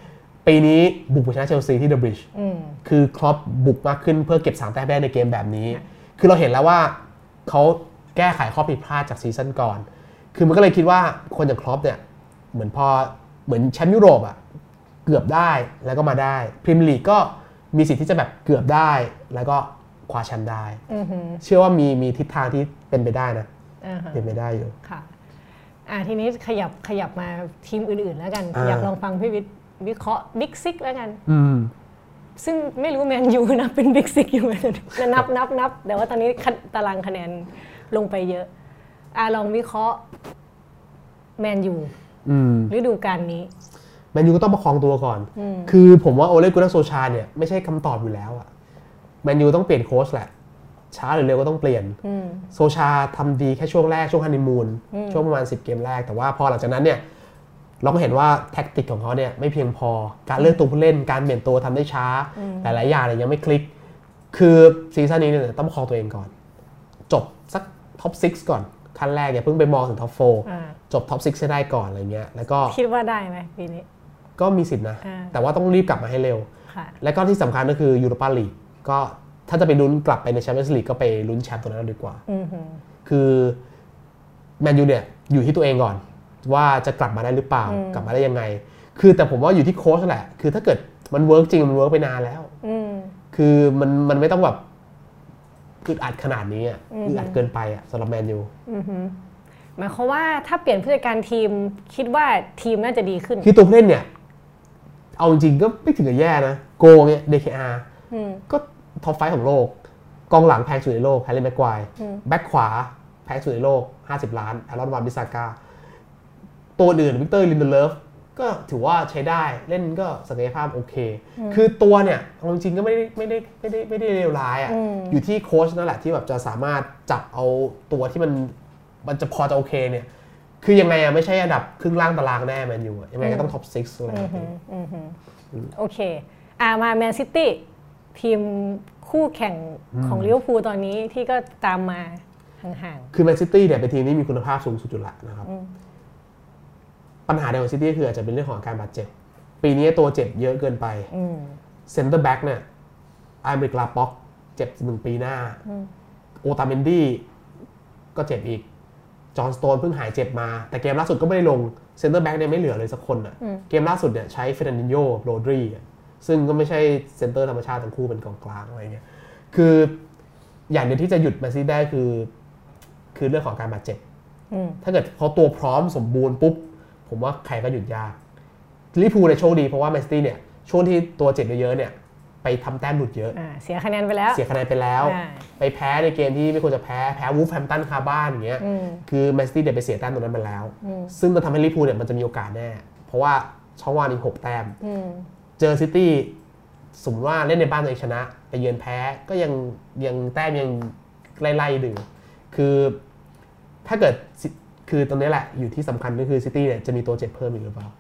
ปีนี้บุกไปชนะเชลซีที่เดอะบริดจ์คือครอปบุกมากขึ้นเพื่อเก็บสามแต้มได้ในเกมแบบนี้คือเราเห็นแล้วว่าเขาแก้ไขข้อผิดพลาดจากซีซั่นก่อนคือมันก็เลยคิดว่าคนอย่างครอปเนี่ยเหมือนพอเหมือนแชมป์ยุโรปอะเกือบได้แล้วก็มาได้พรีเมียร์ลีกก็มีสิทธิ์ที่จะแบบเกือบได้แล้วก็คว้าแชมป์ได้เชื่อว่ามีมีทิศทางที่เป็นไปได้นะเป็นไปได้อยู่ค่ะอ่าทีนี้ขยับขยับมาทีมอื่นๆแล้วกันอยากลองฟังพี่วิทย์วิเคราะห์บิ๊กซิกแล้วกันซึ่งไม่รู้แมนยูนะเป็นบิ๊กซิกอยู่ไหมนับนับนับแต่ว่าตอนนี้ตารางคะแนนลงไปเยอะอ่าลองวิเคราะห์แมนยูฤดูกาลนี้แมนยูก็ต้องประคองตัวก่อนคือผมว่าโอเลกุนโซชาเนี่ยไม่ใช่คำตอบอยู่แล้วอะแมนยูต้องเปลี่ยนโค้ชแหละช้าหรือเร็วก็ต้องเปลี่ยนโซชาทำดีแค่ช่วงแรกช่วงฮันนีมูนช่วงประมาณสิบเกมแรกแต่ว่าพอหลังจากนั้นเนี่ยเราก็เห็นว่าแท็กติกของเขาเนี่ยไม่เพียงพอการเลือกตัวผู้เล่นการเปลี่ยนตัวทำได้ช้าหลายๆอย่างเนี่ยยังไม่คลิกคือซีซั่นนี้เนี่ยต้องประคองตัวเองก่อนจบสักท็อปซิกซ์ก่อนขั้นแรกอย่าเพิ่งไปมองถึงท็อปโฟร์จบท็อปซิกซ์ให้ได้ก่อนอะไรเงี้ยแล้วก็คิดว่าได้ไหมปีนี้ก็มีสิทธินะแต่ว่าต้องรีบกลับมาให้เร็วและก็ที่สำคัญก็คือยูโรปาลีกก็ถ้าจะไปลุ้นกลับไปในแชมเปี้ยนส์ลีกก็ไปลุ้นแชมป์ตัวนั้นดีกว่าคือแมนยูเนี่ยอยู่ที่ตัวเองก่อนว่าจะกลับมาได้หรือเปล่ากลับมาได้ยังไงคือแต่ผมว่าอยู่ที่โค้ชแหละคือถ้าเกิดมันเวิร์กจริงมันเวิร์กไปนานแล้วคือมันมันไม่ต้องแบบอึดอัดขนาดนี้อ่ะอึดอัดเกินไปอ่ะสำหรับแมนยูหมายความว่าถ้าเปลี่ยนผู้จัดการทีมคิดว่าทีมน่าจะดีขึ้นคือตัวผู้เล่นเนี่ยเอาจริงๆก็ไม่ถึงกับแย่นะโกเนี่ย ดี เค อาร์ ก็ท็อปไฟว์ของโลกกองหลังแพงสุดในโลกแฮร์รี่แม็กควายแบ็คขวาแพงสุดในโลกห้าสิบล้านแอรอนวานบิซาก้าตัวอื่นวิกเตอร์ลินเดเลฟก็ถือว่าใช้ได้เล่นก็ศักยภาพโอเคคือตัวเนี่ยจริงๆก็ไม่ได้ไม่ได้ไม่ได้ไม่ได้เลวร้ายอ่ะอยู่ที่โค้ชนั่นแหละที่แบบจะสามารถจับเอาตัวที่มันมันจะพอจะโอเคเนี่ยคือยังไงอะไม่ใช่อันดับครึ่งล่างตารางแน่แมนยูยังไงก็ต้องท็อปซิกซ์อะไรโอเคอ่ามาแมนซิตี้ทีมคู่แข่งของลิเวอร์พูลตอนนี้ที่ก็ตามมาห่างๆคือแมนซิตี้เนี่ยเป็นทีมที่มีคุณภาพสูงสุดอยู่แล้วนะครับปัญหาในของซิตี้คืออาจจะเป็นเรื่องของการบาดเจ็บปีนี้ตัวเจ็บเยอะเกินไปเซนเตอร์แบ็กเนี่ยไอเมริกลาป็อกเจ็บหนึ่งปีหน้าโอตาเมนดี้ก็เจ็บอีกจอห์นสโตนเพิ่งหายเจ็บมาแต่เกมล่าสุดก็ไม่ได้ลงเซนเตอร์แบ็กเนี่ยไม่เหลือเลยสักคนอ่ะเกมล่าสุดเนี่ยใช้เฟรนันดินโญ่โรดรีซึ่งก็ไม่ใช่เซนเตอร์ธรรมชาติทั้งคู่เป็นกองกลางอะไรเงี้ยคืออย่างเดียวที่จะหยุดแมนซิตี้ได้คือคือเรื่องของการบาดเจ็บถ้าเกิดเขาตัวพร้อมสมบูรณ์ปุ๊บผมว่าใครก็หยุดยากลิเวอร์พูลเนี่ยโชคดีเพราะว่าแมนซิตี้เนี่ยช่วงที่ตัวเจ็บเยอะๆเนี่ยไปทำแต้มหลุดเยอะเสียคะแนนไปแล้วเสียคะแนนไปแล้วไปแพ้ในเกมที่ไม่ควรจะแพ้แพ้วูฟแฮมป์ตันคาบ้านอย่างเงี้ยคือแมนซิตี้เดี๋ยวไปเสียแต้มตรงนั้นไปแล้วซึ่งมันทำให้ลิเวอร์พูลเนี่ยมันจะมีโอกาสแน่เพราะว่าช่องว่างนี้หกแต้มเจอซิตี้สมมติว่าเล่นในบ้านตัวเองชนะไปเยือนแพ้ก็ยังยังแต้มยังไล่ๆดึงคือถ้าเกิดคือตรงนี้แหละอยู่ที่สำคัญก็คือซิตี้เนี่ยจะมีตัวเจ็บเพิ่มอีกหรือเปล่า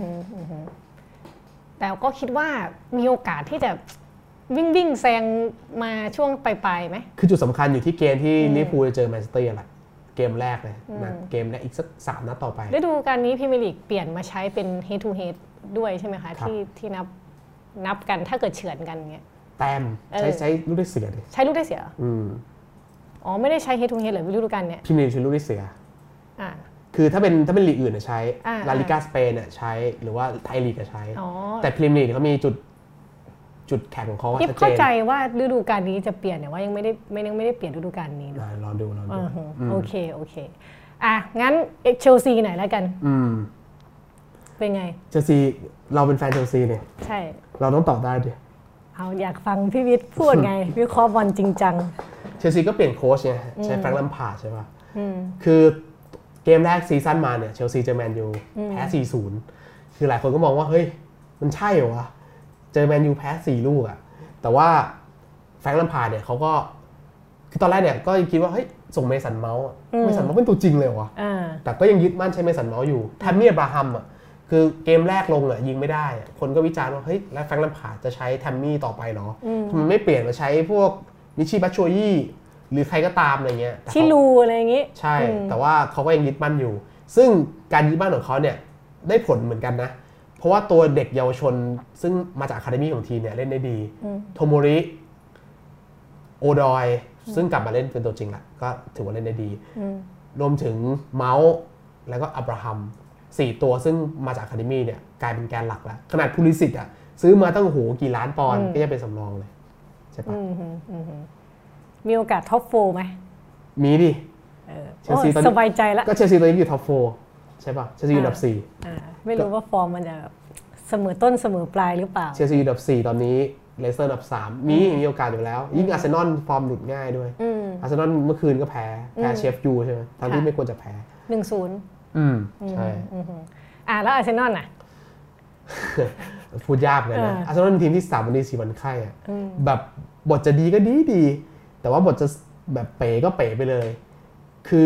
แต่ก็คิดว่ามีโอกาสที่จะวิ่งวิ่งแซงมาช่วงปลายๆไหมคือจุดสำคัญอยู่ที่เกมที่ลิเวอร์พูลจะเจอแมนเชสเตอร์แหละเกมแรกเลยนะเกมแรกอีกสักสามนัดต่อไปฤดูกาลนี้พรีเมียร์ลีกเปลี่ยนมาใช้เป็น head to head ด้วยใช่ไหมคะที่ที่นับนับกันถ้าเกิดเฉือนกันเงี้ยแต้มใช้ใช้ลูกได้เสียดิใช้ลูกได้เสียอ๋อไม่ได้ใช้ head to head เลยฤดูกาลเนี้ยพรีเมียร์ลีกใช้ลูกได้เสียคือถ้าเป็นถ้าเป็นลีกอื่นใช้ลาลิก้าสเปนใช้หรือว่าไทยลีกใช้แต่พรีเมียร์ลีกเขามีจุดจุดแข็งของเขาชัดเจนเข้าใจว่าฤดูกาลนี้จะเปลี่ยนเนี่ยว่ายังไม่ได้ไม่ยังไม่ได้เปลี่ยนฤดูกาลนี้รอดูรอดูโอเคโอเคอ่ะงั้นเชลซีหน่อยแล้วกันเป็นไงเชลซีเราเป็นแฟนเชลซีเนี่ยใช่เราต้องตอบได้ดิเอาอยากฟังพี่วิทย์พูดไงวิเคราะห์บอลจริงจังเชลซีก็เปลี่ยนโค้ชไงใช้แฟรงค์ แลมพาร์ดใช่ป่ะคือเกมแรกซีซั่นมาเนี่ยเชลซีเจอแมนยูแพ้ สี่ศูนย์ คือหลายคนก็มองว่าเฮ้ยมันใช่เหรอวะเจอแมนยูแพ้สี่ลูกอะแต่ว่าแฟรงค์ แลมพาร์ดเนี่ยเขาก็คือตอนแรกเนี่ยก็คิดว่าเฮ้ยส่งเมสันเมาส์เมสันเมาส์เป็นตัวจริงเลยวะแต่ก็ยังยึดมั่นใช้เมสันเมาส์อยู่แทมมี่ อับราฮัมอะคือเกมแรกลงอะยิงไม่ได้คนก็วิจารณ์ว่าเฮ้ยแล้วแฟรงค์ แลมพาร์ดจะใช้แทมมี่ต่อไปเหรอทำไมไม่เปลี่ยนมาใช้พวกมิชิ บัตโชยี่หรือใครก็ตามอะไรเงี้ยชิลูอะไรอย่างงี้ใช่แต่ว่าเขาก็ยังยึดมั่นอยู่ซึ่งการยึดมั่นของเขาเนี่ยได้ผลเหมือนกันนะเพราะว่าตัวเด็กเยาวชนซึ่งมาจากอะคาเดมี่ของทีมเนี่ยเล่นได้ดีโทโมริโอดอยซึ่งกลับมาเล่นเป็นตัวจริงแหละก็ถือว่าเล่นได้ดีรวมถึงเมาส์แล้วก็อับราฮัมสี่ตัวซึ่งมาจากอะคาเดมี่เนี่ยกลายเป็นแกนหลักแล้วขนาดพูลิสิตอ่ะซื้อมาตั้งโหกี่ล้านปอนด์ก็ยังเป็นสำรองเลยใช่ปะมีโอกาสท็อปโฟร์ไหมมีดิเชลซีตอนนี้สบายใจแล้วก็เชลซีตอนนี้อยู่ท็อปโฟร์ใช่ปะเชลซีอยู่อันดับสี่ไม่รู้ว่าฟอร์มมันจะเสมอต้นเสมอปลายหรือเปล่าเชลซีอยู่อันดับสี่ตอนนี้เลสเตอร์อันดับสามมีมีโอกาสอยู่แล้วยิ่งอาร์เซนอลฟอร์มหลุดง่ายด้วยอาร์เซนอลเมื่อคืนก็แพ้แพ้เชฟยูใช่ไหมทั้งที่ไม่ควรจะแพ้หนึ่งศูนย์อืมใช่อ่าแล้วอาร์เซนอลน่ะพูดยากเลยนะอาร์เซนอลเป็นทีมที่สามวันดีสี่วันไข้อะแบบบทจะดีก็ดีดีแต่ว่าบทจะแบบเป๋ก็เป๋ไปเลยคือ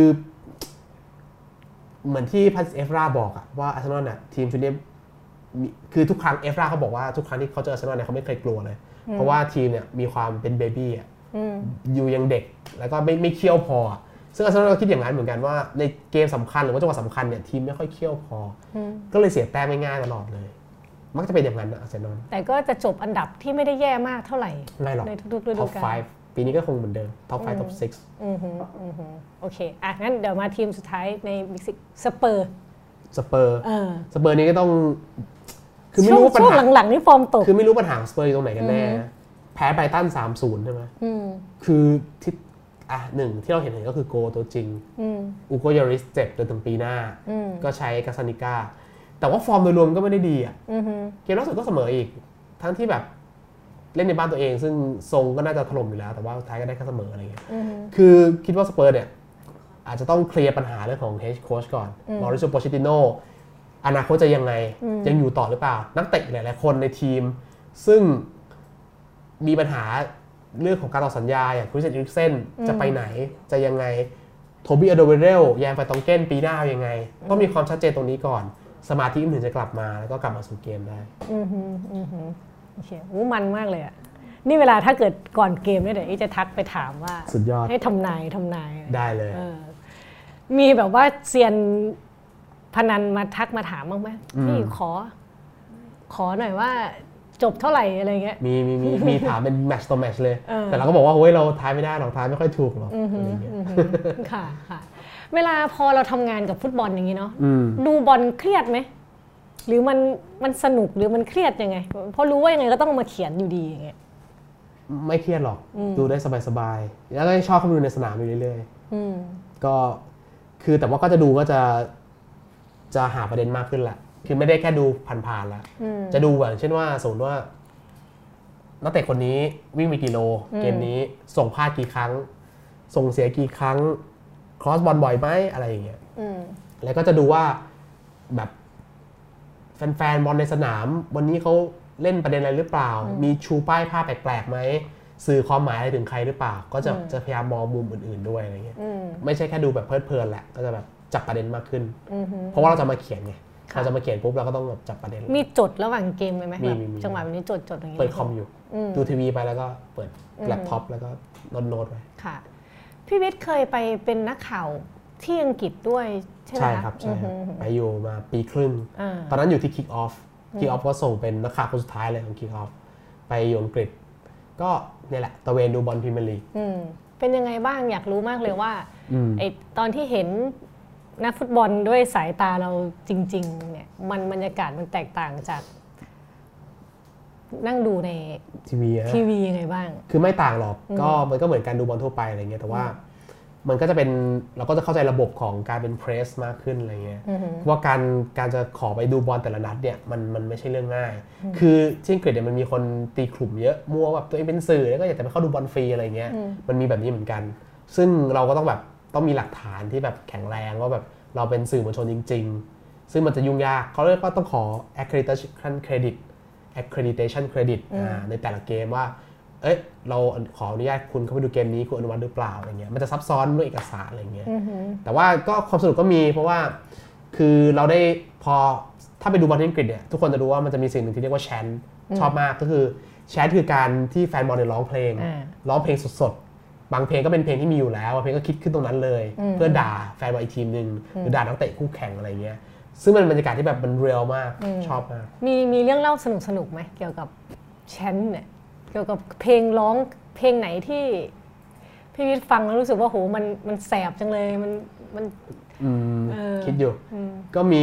เหมือนที่พันเอฟราบอกอะว่าอาร์เซนอลน่ะทีมชุดนี้คือทุกครั้งเอฟราเขาบอกว่าทุกครั้งที่เขาเจออาร์เซนอลเนี่ยเขาไม่เคยกลัวเลยเพราะว่าทีมเนี่ยมีความเป็นเบบี้อะอยู่ยังเด็กแล้วก็ไม่ไม่เคี่ยวพอซึ่งอาร์เซนอลก็คิดอย่างนั้นเหมือนกันว่าในเกมสำคัญหรือว่าจังหวะสำคัญเนี่ยทีมไม่ค่อยเคี่ยวพอก็เลยเสียแต้มง่ายๆตลอดเลยมักจะเป็นอย่างนั้นนะอาร์เซนอลแต่ก็จะจบอันดับที่ไม่ได้แย่มากเท่าไหร่ในทุกๆฤดูกาลปีนี้ก็คงเหมือนเดิมท็อปไฟว์ท็อปซิกซ์อือฮึอือฮึโอเคอ่ะงั้นเดี๋ยวมาทีมสุดท้ายในบิ๊กซิกสเปอร์สเปอร์สเปอร์นี้ก็ต้องคือไม่รู้ว่าปัญหาหลังๆนี่ฟอร์มตกคือไม่รู้ปัญหาสเปอร์อยู่ตรงไหนกันแน่แพ้ไบรตัน สามศูนย์ ใช่ไหมคือที่อ่ะหนึ่งที่เราเห็นเห็นก็คือโกตัวจริงอูโกยาริสเจ็บจนถึงปีหน้าก็ใช้กาซานิก้าแต่ว่าฟอร์มโดยรวมก็ไม่ได้ดีอ่ะเกมล่าสุดก็เสมออีกทั้งที่แบบเล่นในบ้านตัวเองซึ่งทรงก็น่าจะถล่มอยู่แล้วแต่ว่าสุดท้ายก็ได้แค่เสมออะไรเงี้ยคือคิดว่าสเปอร์เนี่ยอาจจะต้องเคลียร์ปัญหาเรื่องของเฮดโค้ชก่อนมอริโซโปชิติโนอนาคตจะยังไงยังอยู่ต่อหรือเปล่านักเตะหลายๆคนในทีมซึ่งมีปัญหาเรื่องของการต่อสัญญาอย่างคริสเตียน เอริกเซนจะไปไหนจะยังไงโทบี้อโดเวเรลแยนไฟตองเก้นปีหน้ายังไงต้องมีความชัดเจนตรงนี้ก่อนสมาธิถึงจะกลับมาแล้วก็กลับมาสู่เกมได้อือฮึอือฮึโอเคโอ้มันมากเลยอ่ะนี่เวลาถ้าเกิดก่อนเกมเนี่ยเดี๋ยวจะทักไปถามว่าสุดยอดให้ทำนายทำนายได้เลยมีแบบว่าเซียนพนันมาทักมาถามบ้างไหมพี่ขอขอหน่อยว่าจบเท่าไหร่อะไรเงี้ยมีมีมีมีถามเป็นแมตช์ต่อแมตช์เลยแต่เราก็บอกว่าเฮ้ยเราทายไม่ได้หรอกทายไม่ค่อยถูกหรอกอะไรเงี้ยค่ะค่ะเวลาพอเราทำงานกับฟุตบอลอย่างนี้เนาะดูบอลเครียดไหมหรือมันมันสนุกหรือมันเครียดยังไงเพราะรู้ว่ายังไงก็ต้องมาเขียนอยู่ดีอย่างเงี้ยไม่เครียดหรอกดูได้สบายๆแล้วก็ชอบเข้ามาดูในสนามอยู่เรื่อยๆก็คือแต่ว่าก็จะดูก็จะจะหาประเด็นมากขึ้นแหละคือไม่ได้แค่ดูผ่านๆแล้วจะดูแบบเช่นว่าสมมติว่านักเตะคนนี้วิ่งไปกี่โลเกมนี้ส่งพลาดกี่ครั้งส่งเสียกี่ครั้งครอสบอลบ่อยไหมอะไรอย่างเงี้ยแล้วก็จะดูว่าแบบแฟนๆบอลในสนามวันนี้เขาเล่นประเด็นอะไรหรือเปล่ามีชูป้ายผ้าแปลกๆไหมสื่อความหมายอะไรถึงใครหรือเปล่าก็จะจะพยายามมองมุมอื่นๆด้วยอะไรเงี้ยไม่ใช่แค่ดูแบบเพลินๆแหละก็จะแบบจับประเด็นมากขึ้นเพราะว่าเราจะมาเขียนไงเราจะมาเขียนปุ๊บเราก็ต้องแบบจับประเด็นมีจดระหว่างเกมไหมแบบจังหวะแบบนี้จดจดอย่างเงี้ยเปิดคอมอยู่ดูทีวีไปแล้วก็เปิดแล็ปท็อปแล้วก็โน้ตๆไว้ค่ะพี่วิทย์เคยไปเป็นนักข่าวที่อังกฤษด้วยใช่ไหมใช่ครับใช่ไปอยู่มาปีครึ่งตอนนั้นอยู่ที่ Kick Off Kick Off ก็ส่งเป็นนักข่าวคนสุดท้ายเลยของ Kick Off ไปอยู่อังกฤษก็เนี่ยแหละตะเวนดูบอลพรีเมียร์ลีกเป็นยังไงบ้างอยากรู้มากเลยว่าไอตอนที่เห็นนักฟุตบอลด้วยสายตาเราจริงๆเนี่ยมันบรรยากาศมันแตกต่างจากนั่งดูในทีวีทีวียังไงบ้างคือไม่ต่างหรอกก็มันก็เหมือนการดูบอลทั่วไปอะไรเงี้ยแต่ว่ามันก็จะเป็นเราก็จะเข้าใจระบบของการเป็นเพรสมากขึ้นอะไรเงี้ยว่าการการจะขอไปดูบอลแต่ละนัดเนี่ยมันมันไม่ใช่เรื่องง่ายคือที่อังกฤษเนี่ยมันมีคนตีกลุ่มเยอะมัวแบบตัวเองเป็นสื่อแล้วก็อยากจะไปเข้าดูบอลฟรีอะไรเงี้ยมันมีแบบนี้เหมือนกันซึ่งเราก็ต้องแบบต้องมีหลักฐานที่แบบแข็งแรงว่าแบบเราเป็นสื่อมวลชนจริงๆซึ่งมันจะยุ่งยากเขาเรียกว่าต้องขอ accreditation credit accreditation credit ในแต่ละเกมว่าเอ้ยเราขออนุญาตคุณเข้าไปดูเกมนี้คุณอนุมัติหรือเปล่าอะไรเงี้ยมันจะซับซ้อนด้วยเอกสารอะไรเงี้ยแต่ว่าก็ความสนุกก็มีเพราะว่าคือเราได้พอถ้าไปดูบอลที่อังกฤษเนี่ยทุกคนจะรู้ว่ามันจะมีสิ่งหนึ่งที่เรียกว่าแชนต์ชอบมากก็คือแชนต์คือการที่แฟนบอลเนี่ยร้องเพลงร้องเพลงสดๆบางเพลงก็เป็นเพลงที่มีอยู่แล้วบางเพลงก็คิดขึ้นตรงนั้นเลยเพื่อด่าแฟนบอลอีกทีมนึงหรือด่านักเตะคู่แข่งอะไรเงี้ยซึ่งมันเป็นบรรยากาศที่แบบมันเรียลมากชอบมากมีมีเรื่องเล่าสนุกสนุกไหมเกี่ยวกับแชนเนี่ยเกี่ยวกับเพลงร้องเพลงไหนที่พี่วิทย์ฟังแล้วรู้สึกว่าโหมันมันแสบจังเลยมันมันคิดอยู่ก็มี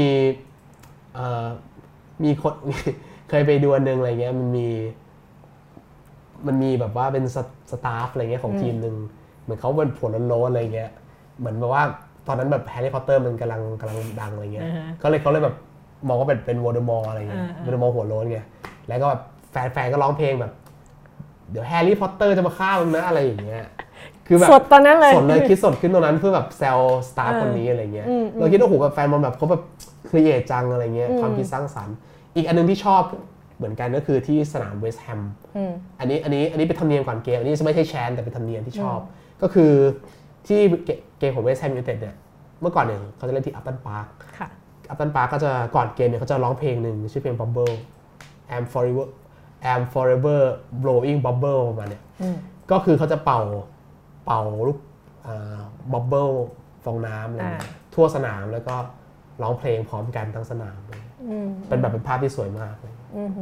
มีคนเคยไปดูอันนึงอะไรเงี้ยมันมีมันมีแบบว่าเป็นสตาฟอะไรเงี้ยของทีมหนึ่งเหมือนเขาเป็นผลล้นๆอะไรเงี้ยเหมือนแบบว่าตอนนั้นแบบแฮร์รี่พอตเตอร์มันกำลังกำลังดังอะไรเงี้ยก็เลยเขาเลยแบบมองว่าเป็นเป็นวอลเดอมอร์อะไรเงี้ยวอลเดอมอร์หัวโล้นไงแล้วก็แบบแฟนๆก็ร้องเพลงแบบเดี๋ยวแฮร์รี่พอตเตอร์จะมาฆ่ามึงนะอะไรอย่างเงี้ยคือแบบสดตอนนั้นเลยสดเลยคิดสดขึ้นตรงนั้นเพื่อแบบแซลสตาฟคนนี้อะไรเงี้ยเราคิดว่าโหแบบแฟนบอลแบบเขาแบบครีเอทจังอะไรเงี้ยความคิดสร้างสรรค์อีกอันนึงที่ชอบเหมือนกันก็คือที่สนามเวสต์แฮมอันนี้อันนี้อันนี้เป็นธรรมเนียมก่อนเกมอันนี้ไม่ใช่แชนแต่เป็นธรรมเนียมที่ชอบก็คือที่เกมของเวสต์แฮมยูไนเต็ดเนี่ยเมื่อก่อนเนี่ยเขาจะเล่นที่อัปตันพาร์คอัปตันพาร์คก็จะก่อนเกมเนี่ยเขาจะร้องเพลงหนึ่งชื่อเพลง Bubble I'm forever I'm forever blowing bubble ประมาณเนี่ยก็คือเขาจะเป่าเป่าลูกบับเบิ้ลฟองน้ำอะไรทั่วสนามแล้วก็ร้องเพลงพร้อมกันทั้งสนามเป็นแบบเป็นภาพที่สวยมากเลย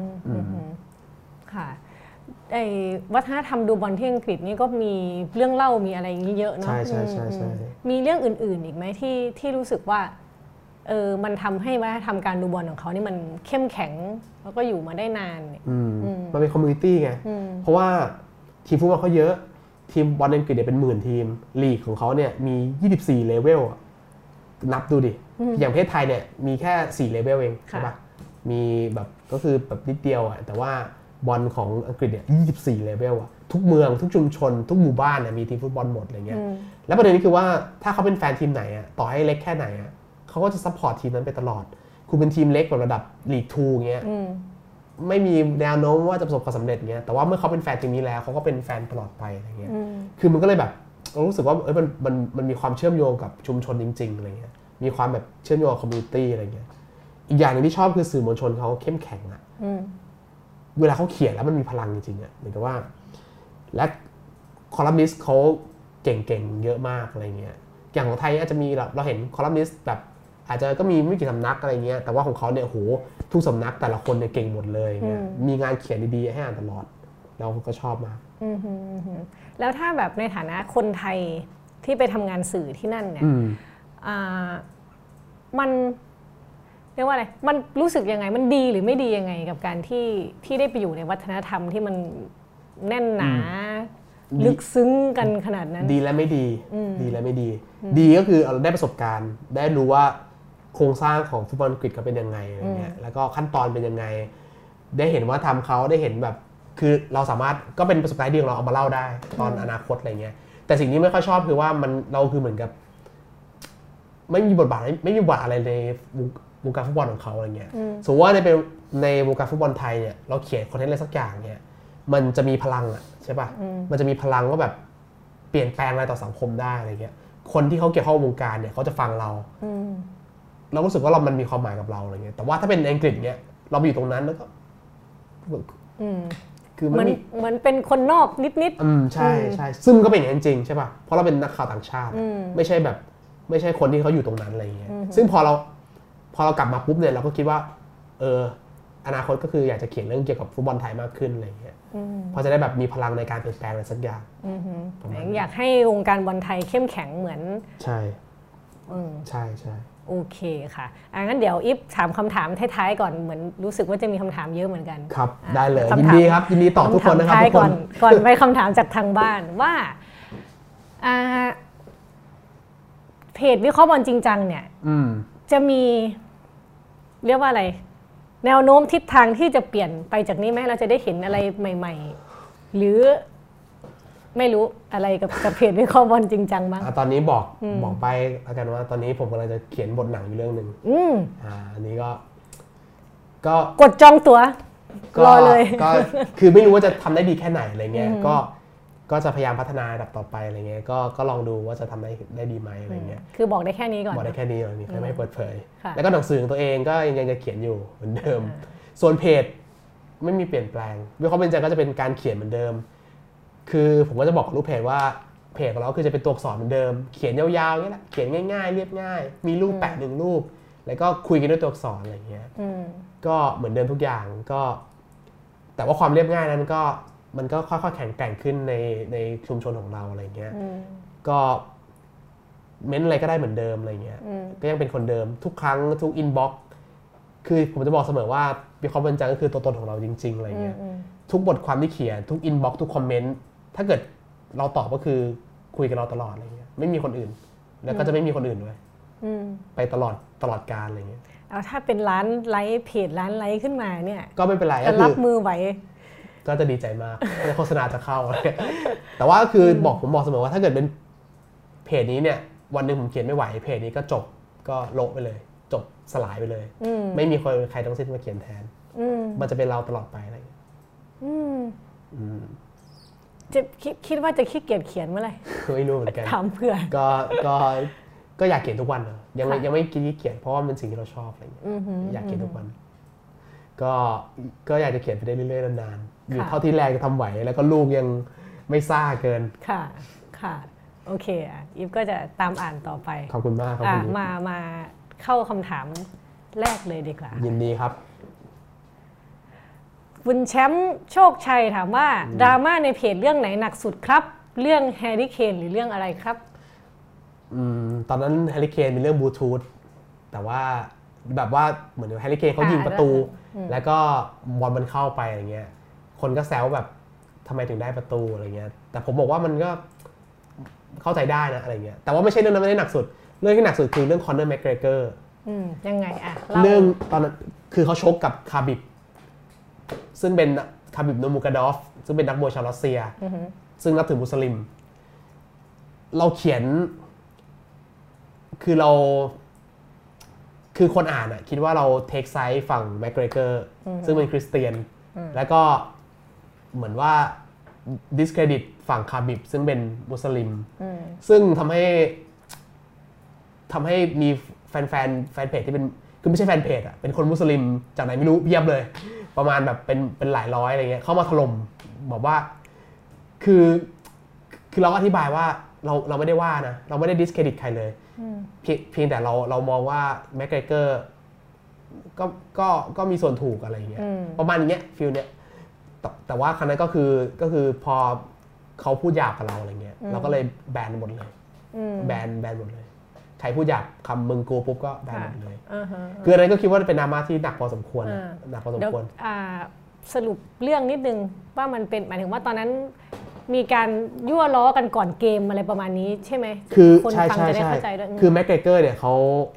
ค่ะไอ้วัฒนธรรมดูบอลที่อังกฤษนี่ก็มีเรื่องเล่ามีอะไรอย่างนี้เยอะเนาะใช่ใช่ใช่ใช่มีเรื่องอื่นๆอีกไหมที่ที่รู้สึกว่าเออมันทำให้วัฒนธรรมการดูบอลของเขานี่มันเข้มแข็งแล้วก็อยู่มาได้นานเนี่ยมันเป็นคอมมูนิตี้ไงเพราะว่าทีมฟุตบอลเขาเยอะทีมบอลอังกฤษเนี่ยเป็นหมื่นทีมลีกของเขาเนี่ยมียี่สิบสี่เลเวลนับดูดิอย่างประเทศไทยเนี่ยมีแค่สี่เลเวลเองใช่ปะมีแบบก็คือแบบนิดเดียวอ่ะแต่ว่าบอลของอังกฤษเนี่ยยี่สิบสี่เลเวลอ่ะทุกเมืองทุกชุมชนทุกหมู่บ้านเนี่ยมีทีมฟุตบอลหมดอะไรเงี้ยแล้วประเด็นนี้คือว่าถ้าเขาเป็นแฟนทีมไหนอ่ะต่อให้เล็กแค่ไหนอ่ะเขาก็จะซัพพอร์ตทีมนั้นไปตลอดคุณเป็นทีมเล็กแบบระดับลีกทูเงี้ยไม่มีแนวโน้มว่าจะประสบความสำเร็จเงี้ยแต่ว่าเมื่อเขาเป็นแฟนทีมนี้แล้วเขาก็เป็นแฟนตลอดไปอะไรเงี้ยคือมันก็เลยแบบรู้สึกว่าเออมันมันมันมีความเชื่อมโยงกับชุมชนจริงๆอะไรเงี้ยมีความแบบเชื่อมโยงกับคอมมูนิตี้อะไรเงี้ยอีกอย่างหนึ่งที่ชอบคือสื่อมวลชนเขาเข้มแข็งอะเวลาเขาเขียนแล้วมันมีพลังจริงๆอะเหมือนกับว่าและคอลัมนิสต์เขาเก่งๆเยอะมากอะไรเงี้ยอย่างของไทยอาจจะมีเราเห็นคอลัมนิสต์แบบอาจจะก็มีไม่กี่สำนักอะไรเงี้ยแต่ว่าของเขาเนี่ยโหทุกสำนักแต่ละคนเนี่ยเก่งหมดเลยเนี่ยมีงานเขียนดีๆให้อ่านตลอดเราก็ชอบมากแล้วถ้าแบบในฐานะคนไทยที่ไปทำงานสื่อที่นั่นเนี่ยมันเรียกว่าอะไรมันรู้สึกยังไงมันดีหรือไม่ดียังไงกับการที่ที่ได้ไปอยู่ในวัฒนธรรมที่มันแน่นหนาลึกซึ้งกันขนาดนั้นดีและไม่ดีดีและไม่ดีดีก็คือเราได้ประสบการณ์ได้รู้ว่าโครงสร้างของฟุตบอลอังกฤษเขาเป็นยังไงอะไรเงี้ยแล้วก็ขั้นตอนเป็นยังไงได้เห็นว่าทำเขาได้เห็นแบบคือเราสามารถก็เป็นประสบการณ์ดีของเราเอามาเล่าได้ตอนอนาคตอะไรเงี้ยแต่สิ่งที่ไม่ค่อยชอบคือว่ามันเราคือเหมือนกับไม่มีบทบาทไม่มีบทบาทอะไรในวงการฟุตบอลของเขาอะไรเงี้ยสมมติว่าในเป็นในวงการฟุตบอลไทยเนี่ยเราเขียนคอนเทนต์อะไรสักอย่างเนี่ยมันจะมีพลังอ่ะใช่ป่ะมันจะมีพลังว่าแบบเปลี่ยนแปลงอะไรต่อสังคมได้อะไรเงี้ยคนที่เขาเกี่ยวข้องกับวงการเนี่ยเขาจะฟังเราเรารู้สึกว่าเรามันมีความหมายกับเราอะไรเงี้ยแต่ว่าถ้าเป็นอังกฤษเนี่ยเราไปอยู่ตรงนั้นแล้วก็คือมันเหมือนเป็นคนนอกนิดๆอืมใช่ใช่ซึ่งก็เป็นอย่างนั้นจริงใช่ป่ะเพราะเราเป็นนักข่าวต่างชาติไม่ใช่แบบไม่ใช่คนที่เขาอยู่ตรงนั้นอะไรเงี้ยซึ่งพอเราพอเรากลับมาปุ๊บเนี่ยเราก็คิดว่าเอออนาคตก็คืออยากจะเขียนเรื่องเกี่ยวกับฟุตบอลไทยมากขึ้นอะไรเงี้ยเพราะจะได้แบบมีพลังในการเปลี่ยนแปลงอะไรสักอย่างอยากให้วงการบอลไทยเข้มแข็งเหมือนใช่ใช่ใช่โอเคค่ะงั้นเดี๋ยวอิฟถามคำถามท้ายๆก่อนเหมือนรู้สึกว่าจะมีคำถามเยอะเหมือนกันครับได้เลยยินดีครับยินดีตอบทุกคนนะครับทุกคนก่อนไปคำถามจากทางบ้านว่าเพจวิเคราะห์บอลจริงจังเนี่ยจะมีเรียกว่าอะไรแนวโน้มทิศทางที่จะเปลี่ยนไปจากนี้ไหมเราจะได้เห็นอะไรใหม่ๆหรือไม่รู้อะไรกับกับเพจวิเคราะห์บอลจริงจังบ้างตอนนี้บอกบอกไปแล้วกันว่าตอนนี้ผมกำลังจะเขียนบทหนังอยู่เรื่องหนึ่งอ่าอันนี้ก็ก็กดจองตั๋วรอเลยก็คือไม่รู้ว่าจะทำได้ดีแค่ไหนอะไรเงี้ยก็ก็จะพยายามพัฒนาระดับต่อไปอะไรเงี้ยก็ก็ลองดูว่าจะทำได้ได้ดีไหมอะไรเงี้ยคือบอกได้แค่นี้ก่อนบอกได้แค่นี้ก่อนนี่แค่ไม่เปิดเผยแล้วก็หนังสือของตัวเองก็ยังจะเขียนอยู่เหมือนเดิมส่วนเพจไม่มีเปลี่ยนแปลงวิเคราะห์เป็นใจก็จะเป็นการเขียนเหมือนเดิมคือผมก็จะบอกกับลูกเพจว่าเพจของเราคือจะเป็นตัวอักษรเหมือนเดิมเขียนยาวๆนี่แหละเขียนง่ายๆเรียบง่ายมีรูปแปะหนึ่งรูปแล้วก็คุยกันด้วยตัวอักษรอะไรเงี้ยก็เหมือนเดิมทุกอย่างก็แต่ว่าความเรียบง่ายนั้นก็มันก็ค่อยๆแข็งแกร่งขึ้นในในชุมชนของเราอะไรเงี้ยก็เม้นอะไรก็ได้เหมือนเดิมอะไรเงี้ยก็ยังเป็นคนเดิมทุกครั้งทุกอินบ็อกซ์คือผมจะบอกเสมอว่ามีความเป็นใจก็คือตัวตนของเราจริงๆอะไรเงี้ยทุกบทความที่เขียนทุกอินบ็อกซ์ทุกคอมเมนต์ถ้าเกิดเราตอบก็คือคุยกับเราตลอดอะไรเงี้ยไม่มีคนอื่นแล้วก็จะไม่มีคนอื่นด้วยไปตลอดตลอดกาลอะไรเงี้ยเอาถ้าเป็นร้านไลฟ์เพจร้านไลฟ์ขึ้นมาเนี่ยก็ไม่เป็นไรจะรับมือไหวก็จะดีใจมากโฆษณาจะเข้าแต่ว่าคือบอกผมบอกเสมอว่าถ้าเกิดเป็นเพจนี้เนี่ยวันหนึ่งผมเขียนไม่ไหวเพจนี้ก็จบก็โละไปเลยจบสลายไปเลยไม่มีคนใครต้องสิ้นมาเขียนแทนมันจะเป็นเราตลอดไปอะไรจะคิดว่าจะขี้เกียจเขียนเมื่อไหร่ไม่รู้เหมือนกันถามเพื่อก็ก็ก็อยากเขียนทุกวันยังไม่ยังไม่คิดขี้เกียจเพราะว่ามันสิ่งที่เราชอบอะไรอย่างเงี้ยอยากเขียนทุกวันก็ก็อยากจะเขียนไปได้เรื่อยๆนานๆอยู่เท่าที่แรงจะทำไหวแล้วก็ลูกยังไม่ซ่าเกินค่ะค่ะโอเคอ่ะอีฟก็จะตามอ่านต่อไปขอบคุณมากครับมามาเข้าคำถามแรกเลยดีกว่ายินดีครับคุณแชมป์โชคชัยถามว่าดราม่าในเพจเรื่องไหนหนักสุดครับเรื่องแฮร์รี่เคนหรือเรื่องอะไรครับอืมตอนนั้นแฮร์รี่เคนเป็นเรื่องบลูทูธแต่ว่าแบบว่าเหมือนแฮร์รี่เคนเขายิงประตูแล้วก็บอลมันเข้าไปอะไรเงี้ยคนก็แซวแบบทำไมถึงได้ประตูอะไรเงี้ยแต่ผมบอกว่ามันก็เข้าใจได้นะอะไรเงี้ยแต่ว่าไม่ใช่เรื่องนั้นไม่ได้หนักสุดเรื่องที่หนักสุดคือเรื่องคอนเนอร์แมคเกรเกอร์ยังไงอะเรื่องตอนนั้นคือเขาชกกับคาบิบซึ่งเป็นคาบิบโนมูกาดอฟซึ่งเป็นนักมวยชาวรัสเซียซึ่งนับถือมุสลิมเราเขียนคือเราคือคนอ่านอ่ะคิดว่าเราเทคไซด์ฝั่งแมคเกรเกอร์ซึ่งเป็นคริสเตียนแล้วก็เหมือนว่าดิสเครดิตฝั่งคาบิบซึ่งเป็นมุสลิมซึ่งทำให้ทำให้มีแฟนแฟนแฟนเพจที่เป็นคือไม่ใช่แฟนเพจอ่ะเป็นคนมุสลิมจากไหนไม่รู้เพียบเลยประมาณแบบเป็นเป็นหลายร้อยอะไรเงี้ยเข้ามาถล่มบอกว่าคือคือเราก็อธิบายว่าเราเราไม่ได้ว่านะเราไม่ได้ดิสเครดิตใครเลยเพียงแต่เราเรามองว่าแมคเกรเกอร์ก็ก็ก็มีส่วนถูกอะไรเงี้ยประมาณอย่างเงี้ยฟิลเนี้ยแต่ว่าครั้งนั้นก็คือก็คือพอเขาพูดหยาบกับเราอะไรเงี้ยเราก็เลยแบนหมดเลยแบนแบนหมดเลยใครพูดหยาบคำมึงกูปุ๊บก็แบนหมดเลยคืออะไรก็คิดว่าเป็นดราม่าที่หนักพอสมควรหนักพอสมควรสรุปเรื่องนิดนึงว่ามันเป็นหมายถึงว่าตอนนั้นมีการยั่วล้อกันก่อนเกมอะไรประมาณนี้ใช่ไหมคือคนฟังจะได้เข้าใจด้วยคือแมคเกรเกอร์เนี่ยเขา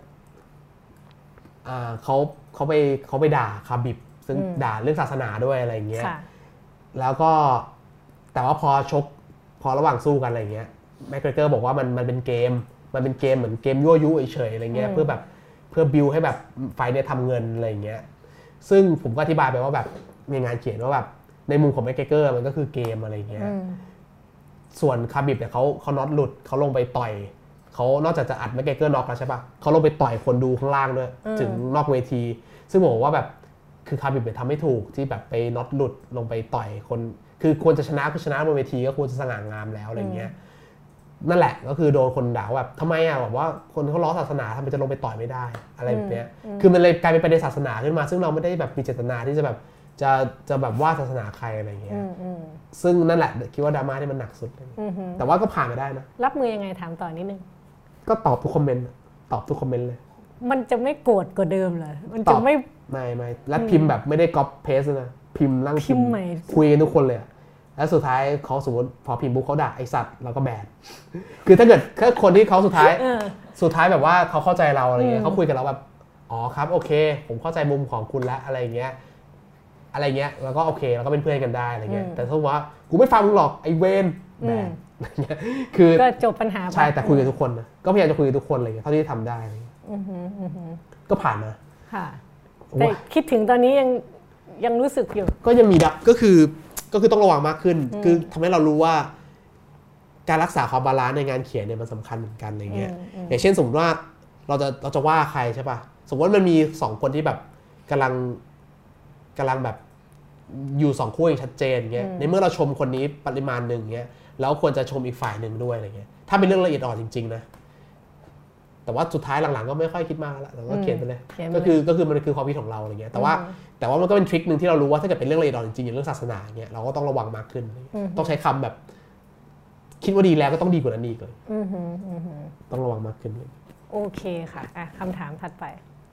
เขาเขาไปเขาไปด่าคาบิบซึ่งด่าเรื่องศาสนาด้วยอะไรเงี้ยแล้วก็แต่ว่าพอชกพอระหว่างสู้กันอะไรเงี้ยแมคเกรเกอร์บอกว่ามันมันเป็นเกมมันเป็นเกมเหมือนเกมยั่วยุเฉยๆอะไรเงี้ยเพื่อแบบเพื่อบิวให้แบบไฟเนี่ยทำเงินอะไรเงี้ยซึ่งผมก็อธิบายไปว่าแบบในงานเขียนว่าแบบในมุมของแมคเกรเกอร์มันก็คือเกมอะไรเงี้ยส่วนคาบิบเนี่ยเขาเขาน็อตหลุดเขาลงไปต่อยเขานอกจากจะอัดแมคเกรเกอร์น็อกแล้วใช่ปะเขาลงไปต่อยคนดูข้างล่างด้วยถึงนอกเวทีซึ่งผมบอกว่าแบบคือคาบิบเนี่ยทำไม่ถูกที่แบบไปน็อตหลุดลงไปต่อยคนคือควรจะชนะคือชนะบนเวทีก็ควรจะสง่างามแล้วอะไรเงี้ยนั่นแหละก็คือโดนคนด่าแบบทำไมอ่ะแบบว่าคนเขาล้อศาสนาทำไมจะลงไปต่อยไม่ได้อะไรแบบเนี้ยคือมันเลยกลายเป็นประเด็นศาสนาขึ้นมาซึ่งเราไม่ได้แบบมีเจตนาที่จะแบบจะจะแบบว่าศาสนาใครอะไรเงี้ยซึ่งนั่นแหละคิดว่าดราม่าที่มันหนักสุดแต่ว่าก็ผ่านไปได้นะรับมือยังไงถามต่อนิดนึงก็ตอบทุกคอมเมนต์ตอบทุกคอมเมนต์เลยมันจะไม่โกรธกว่าเดิมเหรอมันจะไม่ไม่ไม่และพิมพ์แบบไม่ได้ก๊อปเพสนะพิมพ์นั่งพิมพ์คุยกันทุกคนเลยแล้วสุดท้ายเขาสมมติพอพิมพ์บุ๊กเขาด่าไอสัตว์เราก็แบนคือถ้าเกิดแค่คนที่เขาสุดท้ายสุดท้ายแบบว่าเขาเข้าใจเราอะไรเงี้ยเขาคุยกับเราแบบอ๋อครับโอเคผมเข้าใจมุมของคุณแล้วอะไรเงี้ยอะไรเงี้ยแล้วก็โอเคเราก็เป็นเพื่อนกันได้อะไรเงี้ยแต่ถ้าว่ากูไม่ฟังมึงหรอกไอเวนแบนคือก็จบปัญหาใช่แต่คุยกับทุกคนนะก็พยายามจะคุยกับทุกคนอะไรเงี้ยเท่าที่ทำได้ก็ผ่านมาค่ะแต่คิดถึงตอนนี้ยังยังรู้สึกอยู่ก็ยังมีดับก็คือก็คือต้องระวังมากขึ้นคือทำให้เรารู้ว่าการรักษาความบาลานซ์ในงานเขียนเนี่ยมันสำคัญเหมือนกันอะไรเงี้ยอย่างเช่นสมมติว่าเราจะเราจะว่าใครใช่ป่ะสมมติว่ามันมีสองคนที่แบบกำลังกำลังแบบอยู่สองคู่อย่างชัดเจนเงี้ยในเมื่อเราชมคนนี้ปริมาณหนึ่งเงี้ยแล้วควรจะชมอีกฝ่ายหนึ่งด้วยอะไรเงี้ยถ้าเป็นเรื่องละเอียดอ่อนจริงๆนะแต่ว่าสุดท้ายหลังๆก็ไม่ค่อยคิดมากแล้วเราก็เขียนไปเลยก็คือก็คือมันคือความคิดของเราอะไรเงี้ยแต่ว่าแต่ว่ามันก็เป็นทริคนึงที่เรารู้ว่าถ้าเกิดเป็นเรื่องละเอียดอ่อนจริงๆอย่างเรื่องศาสนาเงี้ยเราก็ต้องระวังมากขึ้นต้องใช้คำแบบคิดว่าดีแล้วก็ต้องดีกว่านั้นอีกเลยต้องระวังมากขึ้นเลยโอเคค่ะอ่ะคำถามถัดไป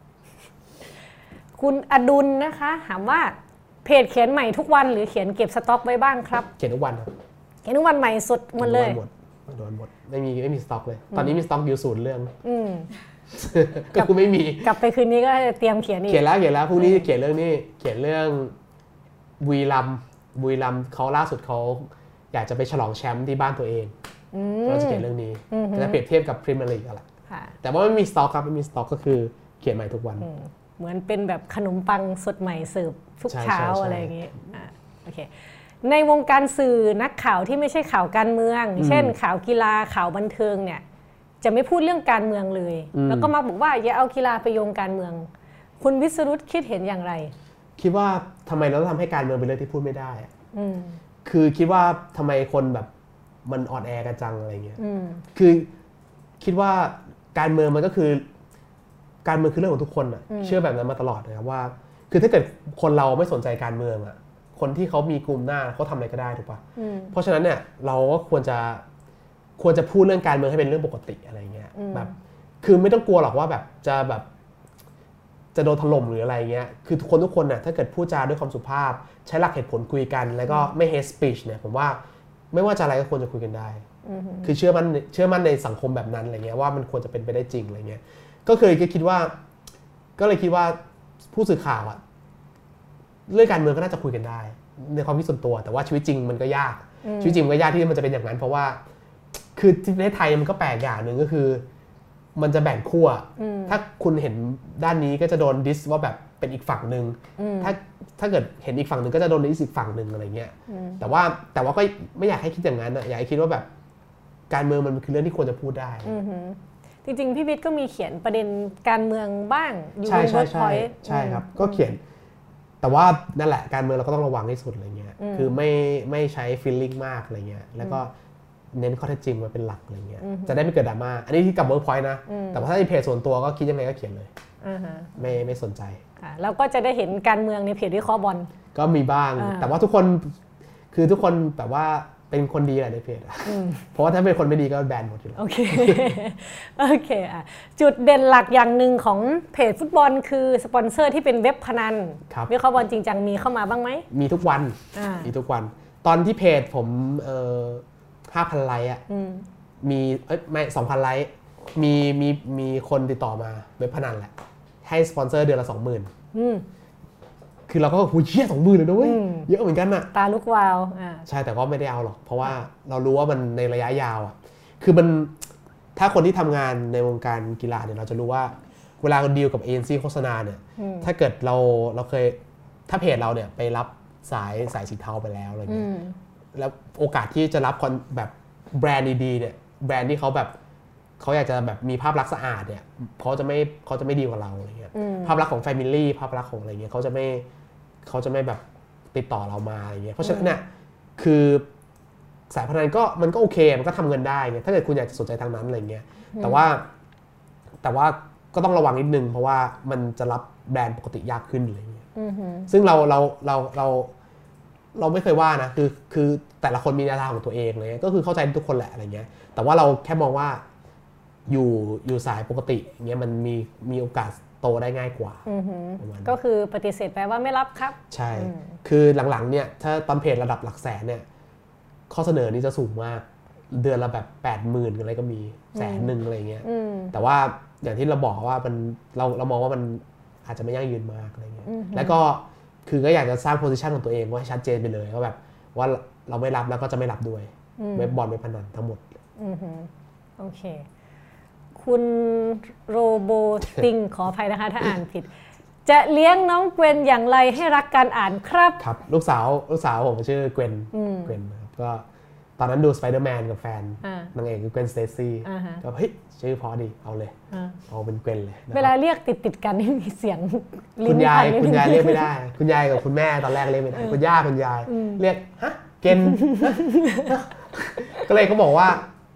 คุณอดุลนะคะถามว่าเพจเขียนใหม่ทุกวันหรือเขียนเก็บสต็อกไว้บ้างครับเขียนทุกวันครับเขียนทุกวันใหม่สุดหมดเลยหมดโดนหมดไม่มีไม่มีสต็อกเลยตอนนี้มีสต็อกอยู่ศูนย์เรื่องก็คือไม่มีกลับไปคืนนี้ก็เตรียมเขียนอีกเขียนแล้วเขียนแล้วพรุ่งนี้เขียนเรื่องนี้เขียนเรื่องบุรีรัมย์บุรีรัมย์เขาล่าสุดเขาอยากจะไปฉลองแชมป์ที่บ้านตัวเองเราจะเขียนเรื่องนี้จะเปรียบเทียบกับพรีเมียร์ลีกอะไรแต่ว่าไม่มีสต็อกครับไม่มีสต็อกก็คือเขียนใหม่ทุกวันเหมือนเป็นแบบขนมปังสดใหม่เสิร์ฟทุกเช้าอะไรอย่างงี้โอเคในวงการสื่อนักข่าวที่ไม่ใช่ข่าวการเมืองเช่นข่าวกีฬาข่าวบันเทิงเนี่ยจะไม่พูดเรื่องการเมืองเลยแล้วก็มักบอกว่าอย่าเอากีฬาไปโยงการเมืองคุณวิศรุตคิดเห็นอย่างไรคิดว่าทำไมเราต้องทำให้การเมืองเป็นเรื่องที่พูดไม่ได้คือคิดว่าทำไมคนแบบมันอ่อนแอกันจังอะไรเงี้ยคือคิดว่าการเมืองมันก็คือการเมืองคือเรื่องของทุกคนอ่ะเชื่อแบบนั้นมาตลอดนะครับว่าคือถ้าเกิดคนเราไม่สนใจการเมืองอ่ะคนที่เขามีกลุ่มหน้าเขาทำอะไรก็ได้ถูกป่ะเพราะฉะนั้นเนี่ยเราก็ควรจะควรจะพูดเรื่องการเมืองให้เป็นเรื่องปกติอะไรเงี้ยแบบคือไม่ต้องกลัวหรอกว่าแบบจะแบบจะโดนถล่มหรืออะไรเงี้ยคือคนทุกคนน่ะถ้าเกิดพูดจาด้วยความสุภาพใช้หลักเหตุผลคุยกันแล้วก็ไม่ hate speech เนี่ยผมว่าไม่ว่าจะอะไรก็ควรจะคุยกันได้คือเชื่อมั่นเชื่อมั่นในสังคมแบบนั้นอะไรเงี้ยว่ามันควรจะเป็นไปได้จริงอะไรเงี้ยก็เคยคิดว่าก็เลยคิดว่าผู้สื่อข่าวอะเรื่องการเมืองก็น่าจะคุยกันได้ในความคิดส่วนตัวแต่ว่าชีวิตจริงมันก็ยากชีวิตจริงมันก็ยากที่มันจะเป็นอย่างนั้นเพราะว่าคือที่ประเทศไทยมันก็แปลกอย่างหนึ่งก็คือมันจะแบ่งขั้วถ้าคุณเห็นด้านนี้ก็จะโดนดิสว่าแบบเป็นอีกฝั่งหนึ่งถ้าถ้าเกิดเห็นอีกฝั่งหนึ่งก็จะโดนดิสอีกฝั่งหนึ่งอะไรเงี้ยแต่ว่าแต่ว่าก็ไม่อยากให้คิดอย่างนั้นอยากให้คิดว่าแบบการเมืองมันคือเรื่องที่ควรจะพูดได้จริงๆพี่วิทย์ก็มีเขียนประเด็นการเมืองบ้างอยู่ในเวิร์กพอยต์ใช่ครับก็เขียนแต่ว่านั่นแหละการเมืองเราก็ต้องระวังที่สุดอะไรเงี้ยคือไม่ไม่ใช้ฟีลลิ่งมากอะไรเงี้ยแล้วก็เน้นข้อเท็จจริงมาเป็นหลักอะไรเงี้ยจะได้ไม่เกิดดราม่าอันนี้ที่กับเวิร์กพอยต์นะแต่ว่าถ้าในเพจส่วนตัวก็คิดยังไงก็เขียนเลยไม่ไม่สนใจแล้วก็จะได้เห็นการเมืองในเพจวิเคราะห์บอลก็มีบ้างแต่ว่าทุกคนคือทุกคนแบบว่าเป็นคนดีแหละในเพจเพราะว่าถ้าเป็นคนไม่ดีก็แบนหมดอยู่แล้วโอเคโอเคอ่ะจุดเด่นหลักอย่างหนึ่งของเพจฟุตบอลคือสปอนเซอร์ที่เป็นเว็บพนันวิเคราะห์บอลจริงจังมีเข้ามาบ้างไหมมีทุกวันมีทุกวันตอนที่เพจผมเอ่อห้าพันไลค์อ่ะมีเอ้ยไม่สองพันไลค์มีมีมีคนติดต่อมาเว็บพนันแหละให้สปอนเซอร์เดือนละสองหมื่นคือเราก็หูเชี่ยสองหมื่นเลยนะเว้ยเยอะเหมือนกันอะตาลุกวาวใช่แต่ก็ไม่ได้เอาหรอกเพราะว่าเรารู้ว่ามันในระยะยาวอะคือมันถ้าคนที่ทำงานในวงการกีฬาเนี่ยเราจะรู้ว่าเวลาเราดีลกับเอ็นซีโฆษณาเนี่ยถ้าเกิดเราเราเคยถ้าเพจเราเนี่ยไปรับสายสายสีเทาไปแล้วอะไรเงี้ยแล้วโอกาสที่จะรับคนแบบแบรนด์ดีๆเนี่ยแบรนด์ที่เขาแบบเขาอยากจะแบบมีภาพลักษณ์สะอาดเนี่ยเขาจะไม่เขาจะไม่ดีกว่าเราอะไรเงี้ยภาพลักษณ์ของแฟมิลี่ภาพลักษณ์ของอะไรเงี้ยเขาจะไม่เขาจะไม่แบบติดต่อเรามาอะไรเงี้ยเพราะฉะนั้นเนี่ยคือสายพนันก็มันก็โอเคมันก็ทำเงินได้ไงถ้าเกิดคุณอยากจะสนใจทางนั้นอะไรเงี้ยแต่ว่าแต่ว่าก็ต้องระวังนิดนึงเพราะว่ามันจะรับแบรนด์ปกติยากขึ้นอะไรเงี้ยซึ่งเราเราเราเราเราไม่เคยว่านะคือคือแต่ละคนมีแนวทางของตัวเองเลยก็คือเข้าใจทุกคนแหละอะไรเงี้ยแต่ว่าเราแค่มองว่าอยู่อยู่สายปกติเงี้ยมันมีมีโอกาสโตได้ง่ายกว่าก็คือปฏิเสธไปว่าไม่รับครับใช่คือหลังๆเนี่ยถ้าตอนเพจระดับหลักแสนเนี่ยข้อเสนอนี้จะสูงมากเดือนละแบบ แปดหมื่น อะไรก็มีแสนนึงอะไรเงี้ยแต่ว่าอย่างที่เราบอกว่ามันเราเรามองว่ามันอาจจะไม่ยั่งยืนมากอะไรเงี้ยแล้วก็คือก็อยากจะสร้างโพสิชันของตัวเองไว้ชัดเจนไปเลยว่าแบบว่าเราไม่รับแล้วก็จะไม่รับด้วยเว็บบอลเว็บพนันทั้งหมดโอเคคุณโรโบติง ขออภัยนะคะถ้าอ่านผิดจะเลี้ยงน้องเกวนอย่างไรให้รักการอ่านครับครับลูกสาวลูกสาวผมชื่อเกวนเกวนนะครับก็ตอนนั้นดูสไปเดอร์แมนกับแฟนนางเอกคือเกวนสเตซี่ก็เฮ้ยชื่อพอดีเอาเลยเอาเป็นเกวนเลยเวลาเรียกติดติดกันนี่มีเสียงคุณยายคุณยายเรียกไม่ได้คุณยายกับคุณแม่ตอนแรกเรียกไม่ได้คุณย่าคุณยายเรียกฮะเกนก็เลยเขาบอกว่า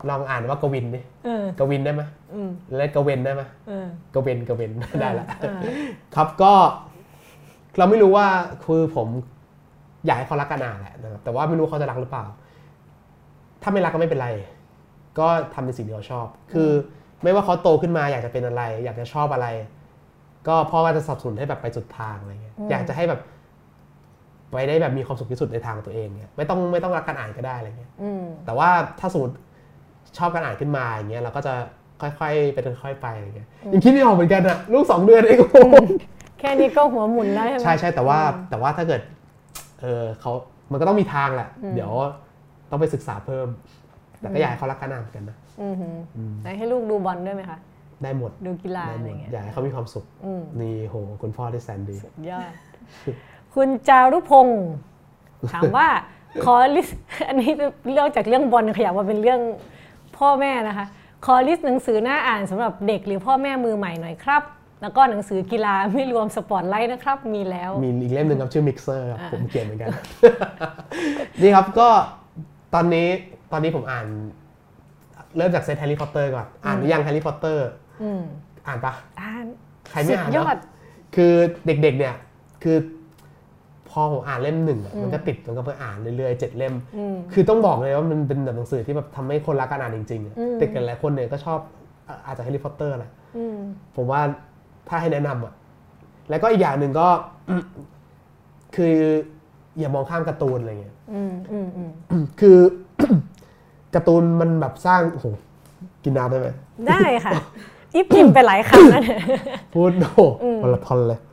ลองอ่านว่ากวินดิเออกวินได้ไหมอืมแล้วกเวนได้ไหมเออกเวนกเวนได้ละเออครับก็เราไม่รู้ว่าคือผมอยากให้เขารักกันนานแหละนะครับแต่ว่าไม่รู้เขาจะรักหรือเปล่า ถ้าไม่รักก็ไม่เป็นไร ก็ทำในสิ่งที่เขาชอบ คือไม่ว่าเขาโตขึ้นมาอยากจะเป็นอะไร อยากจะชอบอะไร ก็พ่อว่าจะสนับสนุนให้แบบไปสุดทางอะไรเงี้ยอยากจะให้แบบไปได้แบบมีความสุขที่สุดในทางตัวเองเนี่ยไม่ต้องไม่ต้องรักการอ่านก็ได้อะไรเงี้ยแต่ว่าถ้าสมมติชอบการอ่านขึ้นมาอย่างเงี้ยเราก็จะค่อยๆไปค่อยๆไปอะไรเงี้ยยังคิดไม่ออกเหมือนกันอะลูกสองเดือนเองโอ้แค่นี้ก็หัวหมุนได้ใช่ไหมใช่ใช่แต่ว่าแต่ว่าถ้าเกิดเออเขามันก็ต้องมีทางแหละเดี๋ยวต้องไปศึกษาเพิ่มแต่ก็อยากให้เขารักการอ่านกันนะไหนให้ลูกดูบอลด้วยไหมคะได้หมดดูกีฬาอะไรเงี้ยอยากให้เขามีความสุขนี่โหคุณพ่อที่แสนดียอดคุณจารุพงศ์ถามว่าขอลิสต์อันนี้เรื่องจากเรื่องบอลขยับมาเป็นเรื่องพ่อแม่นะคะขอลิสต์หนังสือน่าอ่านสำหรับเด็กหรือพ่อแม่มือใหม่หน่อยครับแล้วก็หนังสือกีฬาไม่รวมสปอร์ตไลท์นะครับมีแล้วมีอีกเล่มหนึ่งครับชื่อ Mixer ครับผมเขียนเหมือนกัน นี่ครับก็ตอนนี้ตอนนี้ผมอ่านเริ่มจากเซตแฮร์รี่พอตเตอร์ก่อนอ่านหรือยังแฮร์รี่พอตเตอร์อ่านปะอ่านใครไม่อ่านเนาะคือเด็กๆเนี่ยคือพอผมอ่านเล่มหนึ่งมันก็ติดมันก็เพิ่งอ่านเรื่อยๆเจ็ดเล่มคือต้องบอกเลยว่ามันเป็นหนังสือที่แบบทำให้คนรักการอ่านจริงๆเด็กกันหลายคนเนี่ยก็ชอบอาจจะแฮร์รี่พอตเตอร์แหละผมว่าถ้าให้แนะนำอ่ะแล้วก็อีกอย่างหนึ่งก็คืออย่ามองข้ามการ์ตูนอะไรเงี้ยคือการ์ตูนมันแบบสร้างโอ้โหกินน้ำได้ไหมได้ค่ะอิบอิ่มไปหลายครั้งแล้วเนี่ยพูดโอ้วันละทอนเลย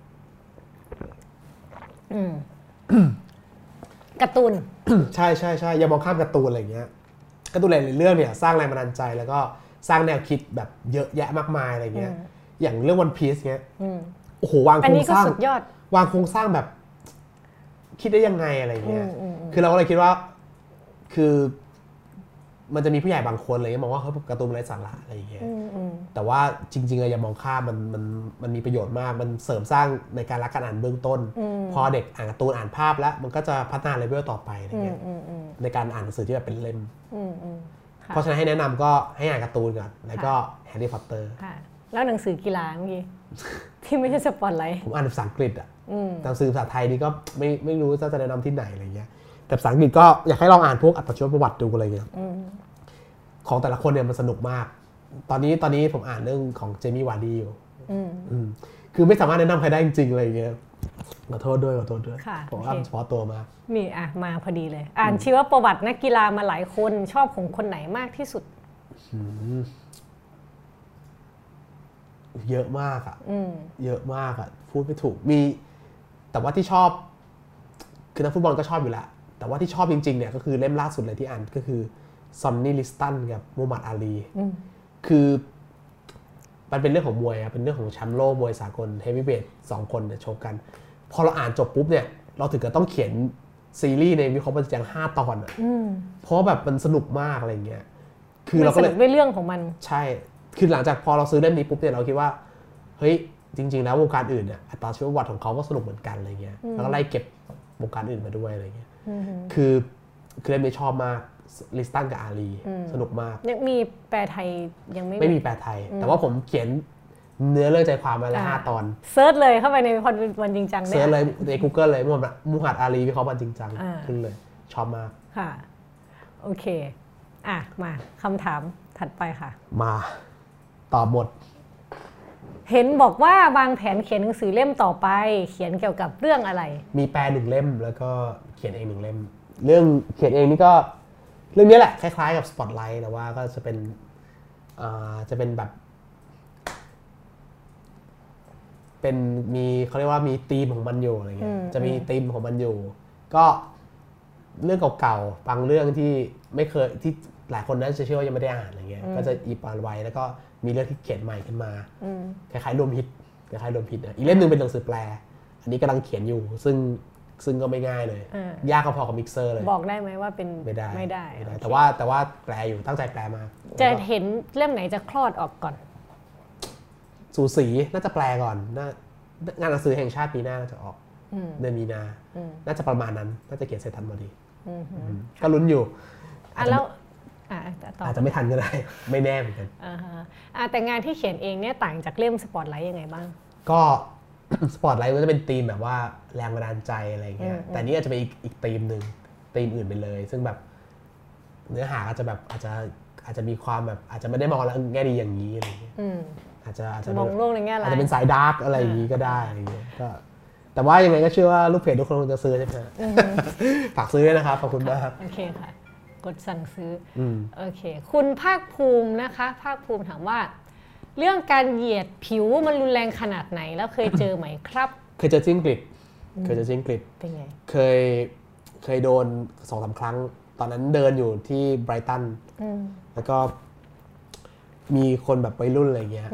การ์ตูนใช่ใช่ใช่อย่ามองข้ามการ์ตูนอะไรเงี้ยการ์ตูนหลายๆเรื่องเนี่ยสร้างแรงบันดาลใจแล้วก็สร้างแนวคิดแบบเยอะแยะมากมายอะไรเงี้ยอย่างเรื่อง One Piece เงี้ยโอ้โหวางโครงสร้างวางโครงสร้างแบบคิดได้ยังไงอะไรเงี้ยคือเราก็เลยคิดว่าคือมันจะมีผู้ใหญ่บางคนเลยมองว่าเฮ้ยการ์ตูนมันไร้สาระอะไรอย่างเงี้ยแต่ว่าจริงๆอย่ามองข้ามมันมันมันมีประโยชน์มากมันเสริมสร้างในการรักการอ่านเบื้องต้นพอเด็กอ่านการ์ตูนอ่านภาพแล้วมันก็จะพัฒนาเลเวลต่อไปอะไรเงี้ยในการอ่านหนังสือที่แบบเป็นเล่มเพราะฉะนั้นให้แนะนำก็ให้อ่านการ์ตูนก่อนแล้วก็แฮร์รี่พอตเตอร์แล้วหนังสือกีฬาเมื่อกี้ที่ไม่ใช่สปอร์ตไลท์ผมอ่านภาษาอังกฤษอ่ะหนังสือภาษาไทยนี่ก็ไม่ไม่รู้จะแนะนำที่ไหนอะไรเงี้ยแต่ภาษาอังกฤษก็อยากให้ลองอ่านพวกอัตชีวประวัติดูอะไรเงี้ยของแต่ละคนเนี่ยมันสนุกมากตอนนี้ตอนนี้ผมอ่านเรื่องของเจมี่วาร์ดี้อยู่คือไม่สามารถแนะนำใครได้จริงๆอะไรเงี้ยขอโทษด้วยขอโทษด้วยผมอ่านเฉพาะตัวมากนี่อ่ะมาพอดีเลยอ่านชีวประวัตินักกีฬามาหลายคนชอบของคนไหนมากที่สุดเยอะมากอ่ะเยอะมากอ่ะพูดไม่ถูกมีแต่ว่าที่ชอบคือนักฟุตบอลก็ชอบอยู่แล้วแต่ว่าที่ชอบจริงๆเนี่ยก็คือเล่มล่าสุดเลยที่อ่านก็คือซอนนี่ลิสตันกับมูฮัมหมัดอาลีคือมันเป็นเรื่องของมวยครับเป็นเรื่องของแชมป์โลกมวยสากลเฮฟวีเวทสองคนเนี่ยโชว์กันพอเราอ่านจบปุ๊บเนี่ยเราถึงกับต้องเขียนซีรีส์ในวิเคราะห์บรรจัยห้าตอนอ่ะเพราะแบบมันสนุกมากอะไรเงี้ยคือเราก็เลยด้วยเรื่องของมันใช่คือหลังจากพอเราซื้อเล่มนี้ปุ๊บเนี่ยเราคิดว่าเฮ้ยจริงๆแล้ววงการอื่นเนี่ยอัตราชีวประวัติของเขาก็สนุกเหมือนกันอะไรเงี้ยแล้วก็ไล่เก็บวงการอื่นมาด้วยอะไรเงี้ยคือคือเล่มนี้ชอบมากลิสตันกับอาลีสนุกมากยังมีแปลไทยยังไม่ไม่มีแปลไทยแต่ว่าผมเขียนเนื้อเรื่องใจความมาแล้วห้าตอนเซิร์ชเลยเข้าไปในวันจริงจังเซิร์ชเลยใน Google เลยมูฮัมหมัดอาลีวิเคราะห์วันจริงจังขึ้นเลยชอบมากค่ะโอเคอ่ะมาคำถามถัดไปค่ะมาตอบหมดเห็นบอกว่าวางแผนเขียนหนังสือเล่มต่อไปเขียนเกี่ยวกับเรื่องอะไรมีแปลหนึ่งเล่มแล้วก็เขียนเองหนึ่งเล่มเรื่องเขียนเองนี่ก็เรื่องนี้แหละคล้ายๆกับ Spotlight แต่ว่าก็จะเป็นจะเป็นแบบเป็นมีเขาเรียกว่ามีธีมของมันอยู่อะไรเงี้ยจะมีธีมของมันอยู่ก็เรื่องเก่าๆบางเรื่องที่ไม่เคยที่หลายคนน่าจะเชื่อว่ายังไม่ได้อ่านอะไรเงี้ยก็จะอีปานไว้แล้วก็มีเรื่องที่เขียนใหม่ขึ้นมาคล้ายๆรวมฮิตคล้ายๆรวมฮิตนะอีกเล่มนึงเป็นหนังสือแปลอันนี้กำลังเขียนอยู่ซึ่งซึ่งก็ไม่ง่ายเลยยากพอๆกับมิกเซอร์เลยบอกได้ไหมว่าเป็นไม่ได้ไม่ได้แต่ว่าแต่ว่าแปลอยู่ตั้งใจแปลมาจะเห็นเล่มไหนจะคลอดออกก่อนสูสีน่าจะแปลก่อนงานหนังสือแห่งชาติปีหน้าจะออกเดือนมีนาน่าจะประมาณนั้นน่าจะเขียนเสร็จทันพอดีก็ลุ้นอยู่อ่ะแล้วอาจจะไม่ทันก็ได้ไม่แน่เหมือนกันอ่าฮะแต่งานที่เขียนเองเนี่ยต่างจากเล่มสปอตไลท์ยังไงบ้างก็ สปอตไลท์มันจะเป็นธีมแบบว่าแรงบันดาลใจอะไรอย่างเงี้ยแต่นี้อาจจะเป็นอีกอีกธีมหนึ่งธีมอื่นไปเลยซึ่งแบบเนื้อหาอาจจะแบบอาจจะอาจจะมีความแบบอาจจะไม่ได้มองแล้วแง่ดีอย่างนี้อะไรอย่างเงี้ยอาจจะอาจจะมองโลกในแง่ร้ายอาจจะเป็นสายดาร์กอะไรอย่างนี้ก็ได้อะไรอย่างเงี้ยก็แต่ว่ายังไงก็เชื่อว่าลูกเพจทุกคนคงจะซื้อใช่ไหมฝากซื้อด้วยนะครับขอบคุณมากโอเคค่ะกดสั่งซื้อโอเคคุณภาคภูมินะคะภาคภูมิถามว่าเรื่องการเหยียดผิวมันรุนแรงขนาดไหนแล้วเคยเจอไหมครับเคยเจอที่อังกฤษเคยเจอที่อังกฤษเป็นไงเคยเคยโดนสองสามครั้งตอนนั้นเดินอยู่ที่ไบรตันแล้วก็มีคนแบบวัยรุ่นอะไรเงี้ย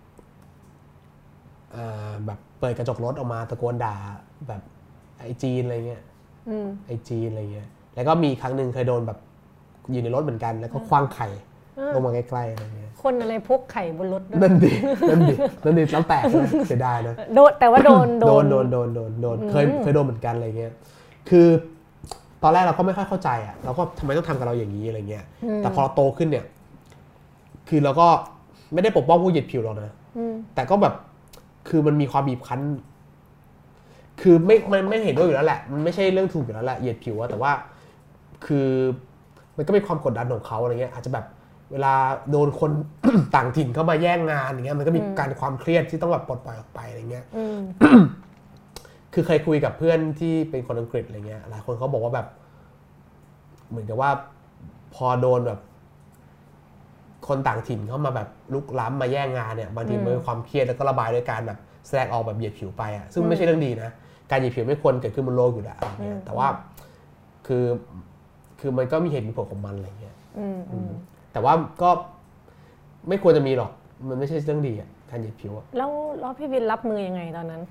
แบบเปิดกระจกรถออกมาตะโกนด่าแบบไอจีนอะไรเงี้ยไอจีนอะไรเงี้ยแล้วก็มีครั้งหนึ่งเคยโดนแบบอยู่ในรถเหมือนกันแล้วก็คว้างไข่ลงมาใกล้ๆอะไรเงี้ยคนอะไรพกไข่บนรถด้วยนั่นดินั่นดินั่นดิแล้วแตกนะเสียดายนะโดนแต่ว่าโดนโดนโดนโดนโดนโดนเคยเคยโดนเหมือนกันอะไรเงี้ยคือตอนแรกเราก็ไม่ค่อยเข้าใจอ่ะเราก็ทำไมต้องทำกับเราอย่างนี้อะไรเงี้ยแต่พอเราโตขึ้นเนี่ยคือเราก็ไม่ได้ปกป้องผู้เหยียดผิวหรอกนะแต่ก็แบบคือมันมีความบีบคั้นคือไม่มันไม่เห็นด้วยอยู่แล้วแหละมันไม่ใช่เรื่องถูกอยู่แล้วแหละเหยียดผิวแต่ว่าคือมันก็เป็นความกดดันของเขาอะไรเงี้ยอาจจะแบบเวลาโดนคน ต่างถิ่นเข้ามาแย่งงานอย่างเงี้ยมันก็มีการความเครียดที่ต้องแบบปลดปล่อยออกไปอะไรเงี้ยคือเคยคุยกับเพื่อนที่เป็นคนอังกฤษอะไรเงี้ยหลายคนเขาบอกว่าแบบเหมือนกับว่าพอโดนแบบคนต่างถิ่นเข้ามาแบบลุกล้ำมาแย่งงานเนี่ยบางทีมันเป็นความเครียดแล้วก็ระบายด้วยการแบบแสดงออกแบบเหยียดผิวไปอ่ะซึ่งไม่ใช่เรื่องดีนะการเหยียดผิวไม่ควรเกิดขึ้นบนโลกอยู่แล้วอะไรเงี้ยแต่ว่าคือคือมันก็มีเหตุมีผลของมันอะไรเงี้ยแต่ว่าก็ไม่ควรจะมีหรอกมันไม่ใช่เรื่องดีอ่ะการเหยียดผิวอ่ะแล้วแล้วพี่วินรับมือยังไงตอนนั้น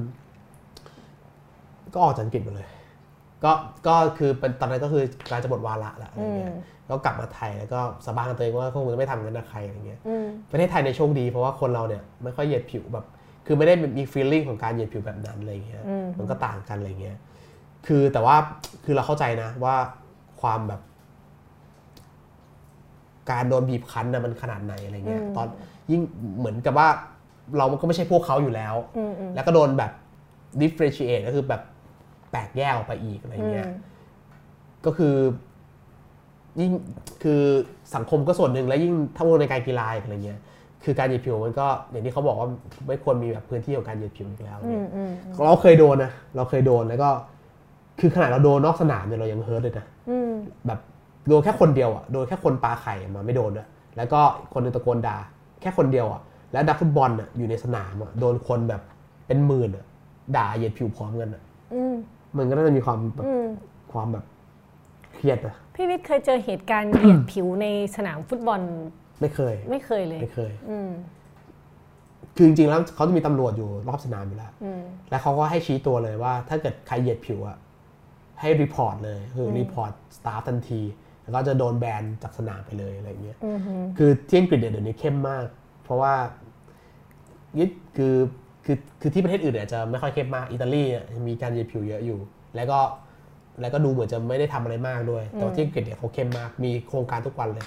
ก็ออกจากอังกฤษหมดเลยก็ก็คือเป็นตอนนั้นก็คือการจะหมดวาระละอะไรเงี้ยก็กลับมาไทยแล้วก็สาบานกับตัวเองว่าคงจะไม่ทำงั้นกับใครอะไรเงี้ยประเทศไทยในโชคดีเพราะว่าคนเราเนี่ยไม่ค่อยเหยียดผิวแบบคือไม่ได้มี feeling ของการเหยียดผิวแบบนั้นอะไรเงี้ยมันก็ต่างกันอะไรเงี้ยคือแต่ว่าคือเราเข้าใจนะว่าความแบบการโดนบีบคั้นนะมันขนาดไหนอะไรเงี้ยตอนยิ่งเหมือนกับว่าเราก็ไม่ใช่พวกเขาอยู่แล้วแล้วก็โดนแบบ differentiate ก็คือแบบแตกแยกออกไปอีกอะไรเงี้ยก็คือยิ่งคือสังคมก็ส่วนหนึ่งแล้วยิ่งถ้าในการกีฬาอะไรเงี้ยคือการเหยียดผิวมันก็อย่างที่เขาบอกว่าไม่ควรมีแบบพื้นที่ของการเหยียดผิวอีกแล้วเนี่ยเราเคยโดนนะเราเคยโดนแล้วก็คือขนาดเราโดนนอกสนามเนี่ยเรายังเฮิร์ตเลยนะแบบโดนแค่คนเดียวอ่ะโดนแค่คนปาไข่มาไม่โดนด้วยแล้วก็คนนึงตะโกนด่าแค่คนเดียวอ่ะแล้วนักฟุตบอลอ่ะอยู่ในสนามอ่ะโดนคนแบบเป็นหมื่นอ่ะด่าเหยียดผิวพร้อมกันอ่ะมันก็น่าจะมีความแบบความแบบเครียดนะพี่วิทย์เคยเจอเหตุการณ์เหยียดผิวในสนามฟุตบอลไม่เคยไม่เคยเลยไม่เคยคือจริงๆแล้วเขาจะมีตำรวจอยู่รอบสนามอยู่แล้วแล้วเขาก็ให้ชี้ตัวเลยว่าถ้าเกิดใครเหยียดผิวอ่ะให้รีพอร์ตเลยคือรีพอร์ตสตาฟทันทีแล้วก็จะโดนแบนจากสนามไปเลยอะไรอย่างเงี้ยคือที่อังกฤษเดี๋ยวนี้เข้มมากเพราะว่ายึดคือคือคือที่ประเทศอื่นเนี่ยจะไม่ค่อยเข้มมากอิตาลีเนี่ยมีการเหยียดผิวเยอะอยู่แล้วก็แล้วก็ดูเหมือนจะไม่ได้ทำอะไรมากด้วยแต่ที่อังกฤษเนี่ยเขาเข้มมากมีโครงการทุกวันเลย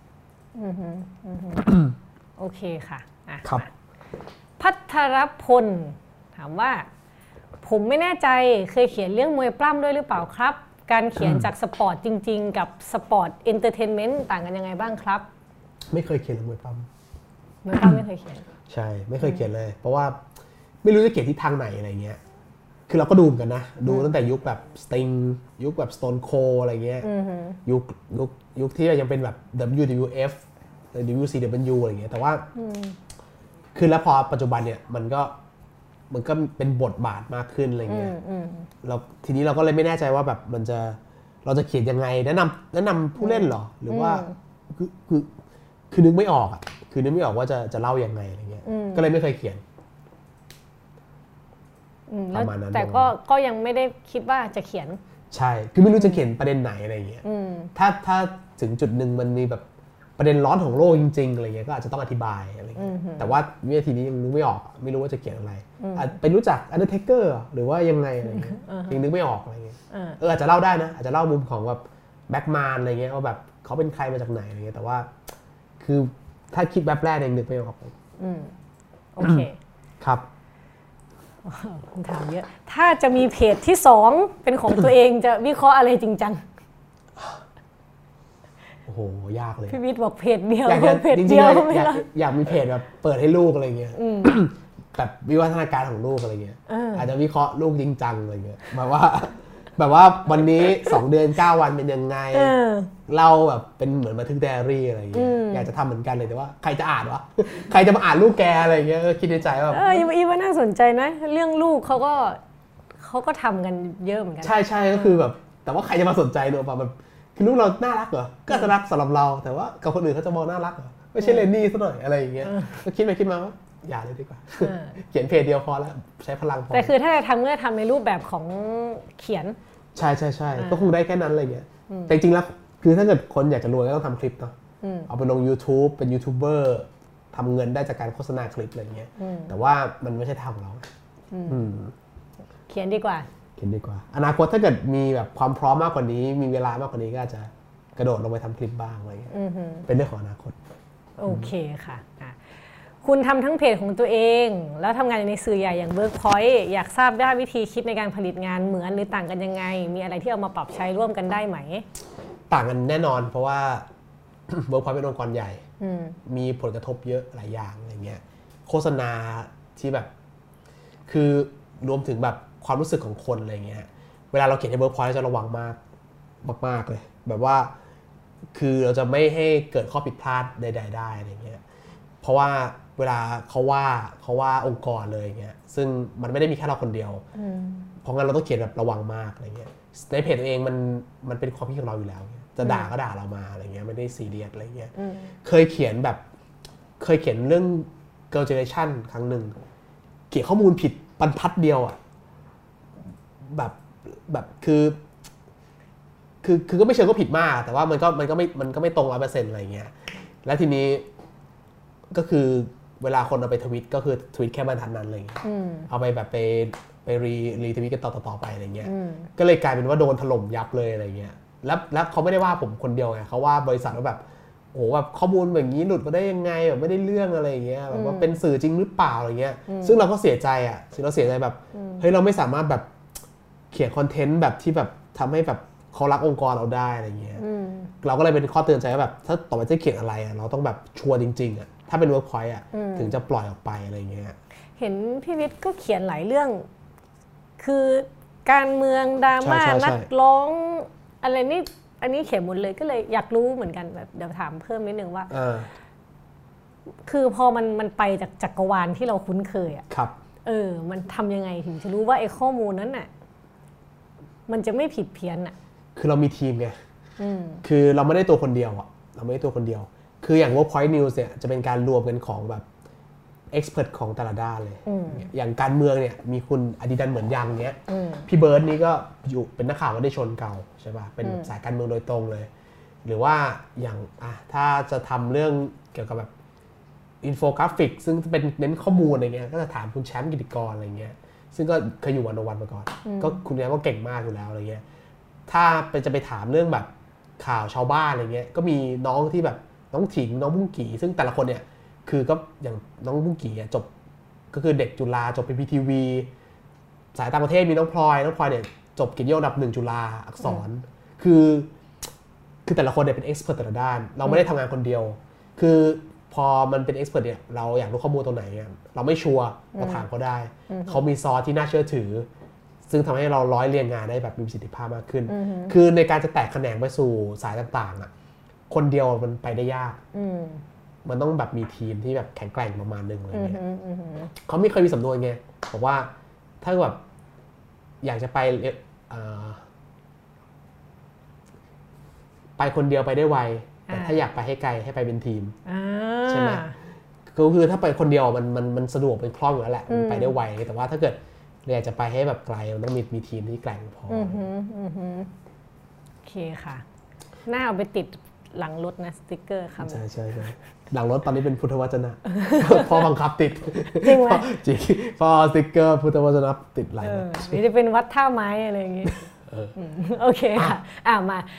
โอเคค่ะครับพัทรพลถามว่าผมไม่แน่ใจเคยเขียนเรื่องมวยปล้ำด้วยหรือเปล่าครับการเขียนจากสปอร์ตจริงๆกับสปอร์ตเอนเตอร์เทนเมนต์ต่างกันยังไงบ้างครับไม่เคยเขียนเรื่องมวยปล้ำมวยปล้ำไม่เคยเขียนใช่ไม่เคยเขียนเลยเพราะว่าไม่รู้จะเขียนที่ทางไหนอะไรเงี้ยคือเราก็ดูเหมือนกันนะดูตั้งแต่ยุคแบบสติงยุคแบบสโตนโคอะไรเงี้ยยุคยุคยุคที่ยังเป็นแบบ ดับเบิลยู ดับเบิลยู เอฟ หรือ ดับเบิลยู ซี ดับเบิลยู อะไรเงี้ยแต่ว่าคือแล้วพอปัจจุบันเนี่ยมันก็มันก็เป็นบทบาทมากขึ้นอะไรเงี้ยเราทีนี้เราก็เลยไม่แน่ใจว่าแบบมันจะเราจะเขียนยังไงแนะนำแนะนำผู้เล่นหรอหรือว่าคือคือคือนึกไม่ออกอ่ะคือนึกไม่ออกว่าจะจะเล่ายังไงอะไรเงี้ยก็เลยไม่เคยเขียนประมาณนั้นแต่ก็ก็ยังไม่ได้คิดว่าจะเขียนใช่คือไม่รู้จะเขียนประเด็นไหนอะไรเงี้ยถ้าถ้าถึงจุดหนึ่งมันมีแบบประเด็นร้อนของโลกจริงๆอะไรเงี้ยก็อาจจะต้องอธิบายอะไรเงี้ยแต่ว่าวินาทีนี้ยังนึกไม่ออกไม่รู้ว่าจะเขียนอะไรอาจเป็นรู้จัก Undertaker หรือว่ายังไงอะไรเงี้ยยังนึกไม่ออกอะไรเงี้ยเอออาจจะเล่าได้นะอาจจะเล่ามุมของแบบแบ็คแมนอะไรเงี้ยว่าแบบเขาเป็นใครมาจากไหนอะไรเงี้ยแต่ว่าคือถ้าคิดแบบแรกเองนึกไม่ออกอืมโอเคครับคำถามเยอะถ้าจะมีเพจที่สองเป็นของตัวเองจะวิเคราะห์อะไรจริงจังโอ้โหยากเลยพี่วิทย์บอกเพจเดียวเพจเดียวอยากอยากมีเพจแบบเปิดให้ลูกอะไรเงี้ยแบบวิวัฒนาการของลูกอะไรเงี้ยอาจจะวิเคราะห์ลูกจริงจังอะไรเงี้ยแบบว่าแบบว่าวันนี้สองเดือนเก้าวันเป็นยังไงเราแบบเป็นเหมือนบันทึกไดอารี่อะไรเงี้ยอยากจะทำเหมือนกันเลยแต่ว่าใครจะอ่านวะใครจะมาอ่านลูกแกอะไรเงี้ยคิดในใจว่าเอออีว่าน่าสนใจนะเรื่องลูกเขาก็เขาก็ทำกันเยอะเหมือนกันใช่ใช่ก็คือแบบแต่ว่าใครจะมาสนใจเนอะแบบคือลูกเราน่ารักเหรอก็จะรักสำหรับเราแต่ว่ากับคนอื่นเขาจะมองน่ารักเหรอไม่ใช่เลนนี่ซะหน่อยอะไรอย่างเงี้ยก็คิดไปคิดมาว่าอย่าเลยดีกว่าเขียนเพจเดียวพอแล้วใช้พลังพอแต่คือถ้าจะทำเมื่อทำในรูปแบบของเขียนใช่ใช่ใช่ก็คงได้แค่นั้นอะไรเงี้ยแต่จริงๆแล้วคือถ้าเกิดคนอยากจะรวยก็ต้องทำคลิปเนาะเอาไปลง YouTube เป็นยูทูบเบอร์ทำเงินได้จากการโฆษณาคลิปอะไรเงี้ยแต่ว่ามันไม่ใช่ทางของเราเขียนดีกว่าเขียนดีกว่าอนาคตถ้าเกิดมีแบบความพร้อมมากกว่านี้มีเวลามากกว่านี้ก็อาจจะกระโดดลงไปทำคลิปบ้างอะไรเงี้ยเป็นเรื่องของอนาคตโอเคค่ะคุณทำทั้งเพจของตัวเองแล้วทำงานในสื่อใหญ่อย่าง Workpoint อยากทราบว่าวิธีคิดในการผลิตงานเหมือนหรือต่างกันยังไงมีอะไรที่เอามาปรับใช้ร่วมกันได้ไหมต่างกันแน่นอนเพราะว่า Workpoint เป็นองค์กรใหญ่มีผลกระทบเยอะหลายอย่างอะไรเงี้ยโฆษณาที่แบบคือรวมถึงแบบความรู้สึกของคนอะไรเงี้ยเวลาเราเขียนใน Workpoint เราจะระวังมากมากๆเลยแบบว่าคือเราจะไม่ให้เกิดข้อผิดพลาดใดๆได้อะไรเงี้ยเพราะว่าเวลาเขาว่าเขาว่าองค์กรเลยเงี้ยซึ่งมันไม่ได้มีแค่เราคนเดียวเพราะงั้นเราต้องเขียนแบบระวังมากอะไรเงี้ยในเพจตัวเองมันมันเป็นความคิดของเราอยู่แล้วจะด่าก็ด่าเรามาอะไรเงี้ยไม่ได้ซีเรียสอะไรเงี้ยเคยเขียนแบบเคยเขียนเรื่อง Girl Generation ครั้งหนึ่งเขียนข้อมูลผิดบรรทัดเดียวอ่ะแบบแบบคือคือคือก็ไม่เชิงก็ผิดมากแต่ว่ามันก็มันก็ไม่มันก็ไม่ตรงร้อยเปอร์เซ็นต์อะไรเงี้ยแล้วทีนี้ก็คือเวลาคนเอาไปทวิตก็คือทวิตแค่บรรทัดนั้นเลยเอาไปแบบไปไปรีรีทวิตกันต่อต่อไปอะไรเงี้ยก็เลยกลายเป็นว่าโดนถล่มยับเลยอะไรเงี้ยแล้วแล้วเขาไม่ได้ว่าผมคนเดียวไงเขาว่าบริษัทว่าแบบโอ้แบบข้อมูลแบบนี้หลุดมาได้ยังไงแบบไม่ได้เรื่องอะไรเงี้ยแบบว่าเป็นสื่อจริงหรือเปล่าอะไรเงี้ยซึ่งเราก็เสียใจอ่ะซึ่งเราเสียใจแบบเฮ้ยเราไม่สามารถแบบเขียนคอนเทนต์แบบที่แบบทำให้แบบเขารักองค์กรเราได้อะไรเงี้ยเราก็เลยเป็นข้อเตือนใจว่าแบบถ้าต่อไปจะเขียนอะไรอ่ะเราต้องแบบชัวร์จริงๆอ่ะถ้าเป็น Workpoint อ่ะถึงจะปล่อยออกไปอะไรเงี้ยเห็นพี่วิทย์ก็เขียนหลายเรื่องคือการเมืองดราม่านักร้องอะไรนี่อันนี้เขียนหมดเลยก็เลยอยากรู้เหมือนกันแบบเดี๋ยวถามเพิ่มนิดนึงว่าคือพอมันมันไปจากจักรวาลที่เราคุ้นเคยอ่ะเออมันทำยังไงถึงจะรู้ว่าไอ้ข้อมูลนั้นน่ะมันจะไม่ผิดเพี้ยนอ่ะคือเรามีทีมไงคือเราไม่ได้ตัวคนเดียวอ่ะเราไม่ได้ตัวคนเดียวคืออย่าง Workpoint News เนี่ยจะเป็นการรวมกันของแบบเอ็กซ์เพรสของแต่ละด้านเลยอย่างการเมืองเนี่ยมีคุณอดิดันเหมือนยังเนี้ยพี่เบิร์ดนี่ก็อยู่เป็นนักข่าววได้ชนเก่าใช่ป่ะเป็นสายการเมืองโดยตรงเลยหรือว่าอย่างอ่ะถ้าจะทำเรื่องเกี่ยวกับแบบอินโฟกราฟิกซึ่งเป็นเน้นข้อมูลอะไรเงี้ยก็จะถามคุณแชมป์กิติกรอะไรเงี้ยซึ่งก็เคยอยู่วันวันมาก่อนก็คุณแชมป์ก็เก่งมากอยู่แล้วอะไรเงี้ยถ้าเป็นจะไปถามเรื่องแบบข่าวชาวบ้านอะไรเงี้ยก็มีน้องที่แบบน้องถิงน้องบุ้งกี่ซึ่งแต่ละคนเนี่ยคือก็อย่างน้องบุ้งกี่จบก็คือเด็กจุฬาจบเป็น พี ที วี สายต่างประเทศมีน้องพลอยน้องพลอยเนี่ยจบเกียรตินิยมอันดับหนึ่งจุฬาอักษรคือคือแต่ละคนเนี่ยเป็นเอ็กซ์เพรสแต่ละด้านเราไม่ได้ทำงานคนเดียวคือพอมันเป็นเอ็กซ์เพรสเนี่ยเราอยากรู้ข้อมูลตรงไหนเราไม่ชัวร์เราถามเขาได้เขามีซอสที่น่าเชื่อถือซึ่งทำให้เราร้อยเรียงงานได้แบบมีประสิทธิภาพมากขึ้นคือในการจะแตกแขนงไปสู่สายต่างๆอ่ะคนเดียวมันไปได้ยากมันต้องแบบมีทีมที่แบบแข็งแกร่งประมาณนึงอะไรเงี้ยเขาไม่เคยมีสำนวนไงบอกว่าถ้าแบบอยากจะไปไปคนเดียวไปได้ไวแต่ถ้าอยากไปให้ไกลให้ไปเป็นทีมใช่ไหมก็คือถ้าไปคนเดียวมันมันมันสะดวกเป็นคล่องอยู่แล้วแหละมันไปได้ไวแต่ว่าถ้าเกิดเราอยากจะไปให้แบบไกลมันต้องมีมีทีมที่แกร่งพอโอเคค่ะน่าเอาไปติดหลังรถนะสติ๊กเกอร์ครับใช่ใช่ใช่หลังรถตอนนี้เป็นพุทธวจนะพอบังคับติดจริงไหมจริงพอสติ๊กเกอร์พุทธวจนะติดหลังนี่จะเป็นวัดท่าไม้อะไรอย่างงี้โอเคค่ะอ่ะมา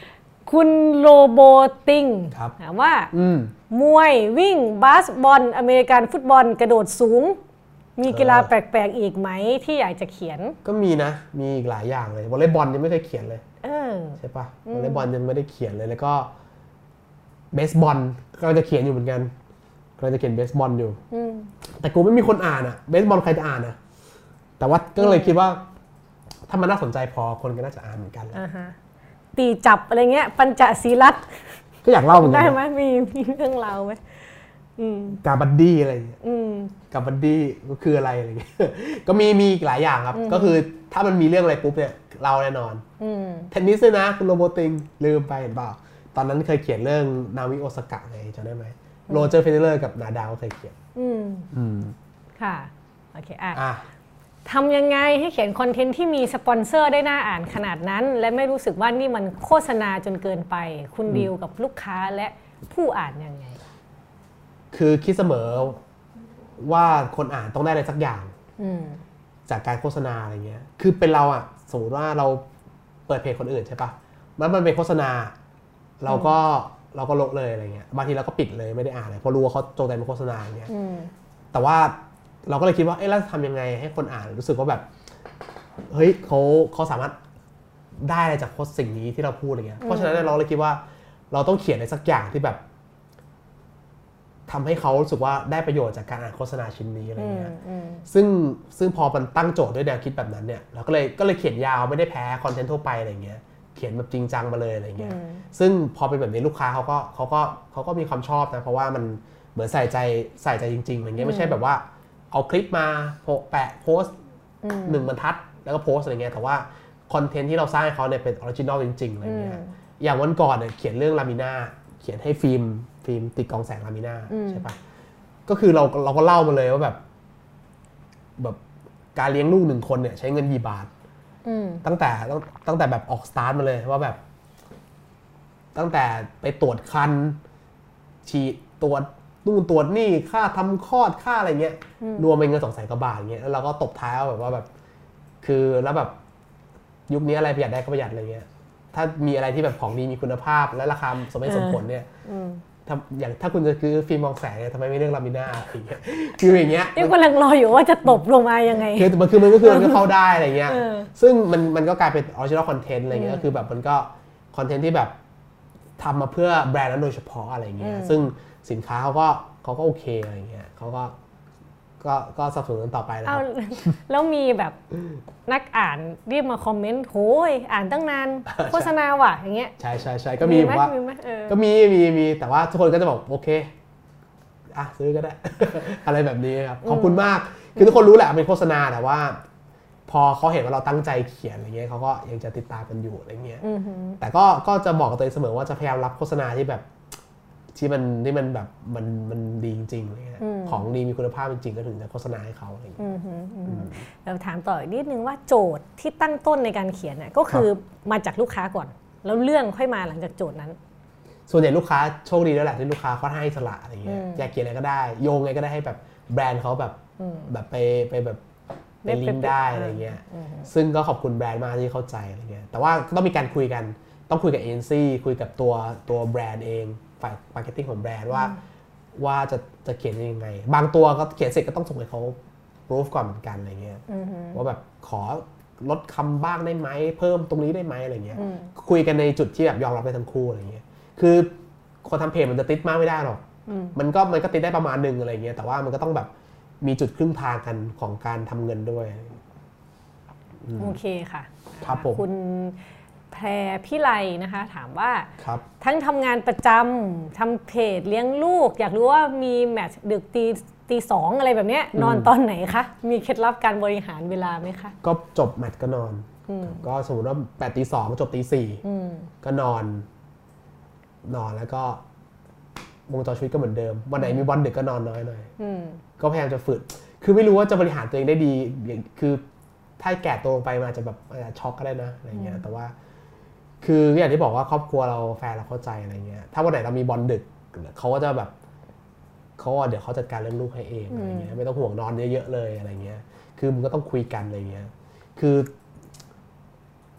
คุณโรโบติงถามว่า ม, มวยวิ่งบาสบอลอเมริกันฟุตบอลกระโดดสูงมีกีฬาแปลกๆอีกไหมที่อยากจะเขียนก็มีนะมีอีกหลายอย่างเลยวอลเลย์บอลยังไม่เคยเขียนเลยใช่ปะวอลเลย์บอลยังไม่ได้เขียนเลยแล้วก็เบสบอลก็จะเขียนอยู่เหมือนกันก็จะเขียนเบสบอลอยู่แต่กูไม่มีคนอ่านอ่ะเบสบอลใครจะอ่านอ่ะแต่ว่าก็เลยคิดว่าถ้ามันน่าสนใจพอคนก็น่าจะอ่านเหมือนกันตีจับอะไรเงี้ยปัญจศีลัตก็อยากเล่าเหมือนกันได้ไหมมีมีเรื่องราวไหมกาบัดดี้อะไรกาบัดดี้ก็คืออะไรอะไรเงี้ยก็มีมีหลายอย่างครับก็คือถ้ามันมีเรื่องอะไรปุ๊บเนี่ยเล่าแน่นอนเทนนิสด้วยนะคุณโรโบติงลืมไปเห็นเปล่าตอนนั้นเคยเขียนเรื่องนาวิโอซากะไงจำได้ไหมโรเจอร์เฟเดเลอร์กับนาดาลเคยเขียนค่ะโอเคอ่ะทำยังไงให้เขียนคอนเทนต์ที่มีสปอนเซอร์ได้น่าอ่านขนาดนั้นและไม่รู้สึกว่านี่มันโฆษณาจนเกินไปคุณดีลกับลูกค้าและผู้อ่านยังไงคือคิดเสมอว่าคนอ่านต้องได้อะไรสักอย่างจากการโฆษณาอะไรเงี้ยคือเป็นเราอ่ะสมมติว่าเราเปิดเพจคนอื่นใช่ปะแล้วมันเป็นโฆษณาเราก็เราก็ลบเลยอะไรเงี้ยบางทีเราก็ปิดเลยไม่ได้อ่านเลยเพราะรู้ว่าเขาโจมตีเป็นโฆษณาอย่างเงี้ยแต่ว่าเราก็เลยคิดว่าเอ๊ะแล้วทำยังไงให้คนอ่านรู้สึกว่าแบบเฮ้ยเขาเขาสามารถได้อะไรจากโฆษณาสิ่งนี้ที่เราพูดอะไรเงี้ยเพราะฉะนั้นเราเลยคิดว่าเราต้องเขียนอะไรสักอย่างที่แบบทำให้เขารู้สึกว่าได้ประโยชน์จากการอ่านโฆษณาชิ้นนี้อะไรเงี้ยซึ่งซึ่งพอมันตั้งโจทย์ด้วยแนวคิดแบบนั้นเนี่ยเราก็เลยก็เลยเขียนยาวไม่ได้แพ้คอนเทนต์ทั่วไปอะไรเงี้ยเขียนแบบจริงจังมาเลยอะไรเงี้ยซึ่งพอเป็นแบบนี้ลูกค้าเขาก็เขาก็เขาก็มีความชอบนะเพราะว่ามันเหมือนใส่ใจใส่ใจจริงๆอะไรเงี้ยไม่ใช่แบบว่าเอาคลิปมาแปะโพสต์หนึ่งบรรทัดแล้วก็โพสต์อะไรเงี้ยแต่ว่าคอนเทนต์ที่เราสร้างให้เขาเนี่ยเป็นออริจินอลจริงๆอะไรเงี้ยอย่างวันก่อนเนี่ยเขียนเรื่องลามิน่าเขียนให้ฟิล์มฟิล์มติดกองแสงลามิน่าใช่ปะก็คือเราเราก็เล่ามาเลยว่าแบบแบบการเลี้ยงลูกหนึ่งคนเนี่ยใช้เงินกี่บาทตั้งแต่ตั้งแต่แบบออกสตาร์ทมาเลยว่าแบบตั้งแต่ไปตรวจคันฉีดตรวจนู่นตรวจนี่ค่าทำคลอดค่าอะไรเงี้ยรวมเป็นเงินสองแสนกว่าบาทเงี้ยแล้วเราก็ตบท้ายแบบว่าแบบคือแล้วแบบยุคนี้อะไรประหยัดได้ก็ประหยัดอะไรเงี้ยถ้ามีอะไรที่แบบของดีมีคุณภาพและราคาสมเหตุสมผลเนี่ยถ้าอย่างถ้าคุณจะซื้อฟิล์มกองแสงเนี่ยทำไมไม่เลือกลามิน่าอย่างเงี้ยคืออย่างเงี้ยนี่กำลังรออยู่ว่าจะตบลงมายังไงคือมันคือมันก็คือมันก็เข้าได้อะไรเงี้ยซึ่งมันมันก็กลายเป็นออริจินอลคอนเทนต์อะไรเงี้ยก็คือแบบมันก็คอนเทนต์ที่แบบทำมาเพื่อแบรนด์นั้นโดยเฉพาะอะไรเงี้ยซึ่งสินค้าเขาก็เขาก็โอเคอะไรเงี้ยเขาก็ก็ก็สนับสนุนต่อไปนะครับแล้วมีแบบนักอ่านรีบมาคอมเมนต์โหยอ่านตั้งนานโฆษณาว่ะอย่างเงี้ยใช่ใช่ใช่ก็มีว่าก็มีมีมีแต่ว่าทุกคนก็จะบอกโอเคอ่ะซื้อก็ได้ อะไรแบบนี้ครับขอบคุณมากคือทุกคนรู้แหละเป็นโฆษณาแต่ว่าพอเขาเห็นว่าเราตั้งใจเขียนอะไรเงี้ยเขาก็ยังจะติดตามกันอยู่อะไรเงี้ยแต่ก็ก็จะบอกกับตัวเองเสมอว่าจะพยายามรับโฆษณาที่แบบที่มันที่มันแบบมันมันดีจริงๆเลยของดีมีคุณภาพจริงๆก็ถึงจะโฆษณาให้เขาอะไรอย่างเงี้ยเราถามต่ออีกนิดนึงว่าโจทย์ที่ตั้งต้นในการเขียนเนี่ยก็คือมาจากลูกค้าก่อนแล้วเรื่องค่อยมาหลังจากโจทย์นั้นส่วนใหญ่ลูกค้าโชคดีแล้วแหละที่ลูกค้าเขาให้อิสระอะไรเงี้ยอยากเขียนอะไรก็ได้โยงไงก็ได้ให้แบบแบรนด์เขาแบบแบบไปไปแบบไปลิงก์ได้อะไรเงี้ยซึ่งก็ขอบคุณแบรนด์มากที่เข้าใจอะไรเงี้ยแต่ว่าต้องมีการคุยกันต้องคุยกับเอเจนซี่คุยกับตัวตัวแบรนด์เองฝ่ายมาร์เก็ตติ้งของแบรนด์ว่าว่าจะจะเขียนยังไงบางตัวก็เขียนเสร็จก็ต้องส่งให้เขา proof ก่อนเหมือนกันอะไรเงี้ยว่าแบบขอลดคำบ้างได้ไหมเพิ่มตรงนี้ได้ไหมอะไรเงี้ยคุยกันในจุดที่แบบยอมรับได้ทั้งคู่อะไรเงี้ยคือคนทำเพจมันจะติดมากไม่ได้หรอกมันก็มันก็ติดได้ประมาณนึงอะไรเงี้ยแต่ว่ามันก็ต้องแบบมีจุดครึ่งทางกันของการทำเงินด้วยโอเคค่ะครับผมคุณแพรพี่ไลนะคะถามว่าทั้งทำงานประจำทำเพจเลี้ยงลูกอยากรู้ว่ามีแมตช์ดึกตีตีสองอะไรแบบนี้นอนตอนไหนคะมีเคล็ดลับการบริหารเวลาไหมคะก็จบแมตช์ก็นอนก็สมมติว่าแปดตีสองจบตีสี่ก็นอนนอนแล้วก็วงจรชีวิตก็เหมือนเดิมวันไหนมีบอลดึกก็นอนน้อยหน่อยก็พยายามจะฝึกคือไม่รู้ว่าจะบริหารตัวเองได้ดีคือถ้าแก่ตัวลงไปมันจะแบบช็อกก็ได้นะอะไรเงี้ยแต่ว่าคืออย่างที่บอกว่าครอบครัวเราแฟนเราเข้าใจอะไรเงี้ยถ้าวันไหนเรามีบอลดึกเขาก็จะแบบเขาเดี๋ยวเขาจัดการเรื่องลูกให้เองอะไรเงี้ยไม่ต้องห่วงนอนเยอะๆเลยอะไรเงี้ยคือมันก็ต้องคุยกันอะไรเงี้ยคือ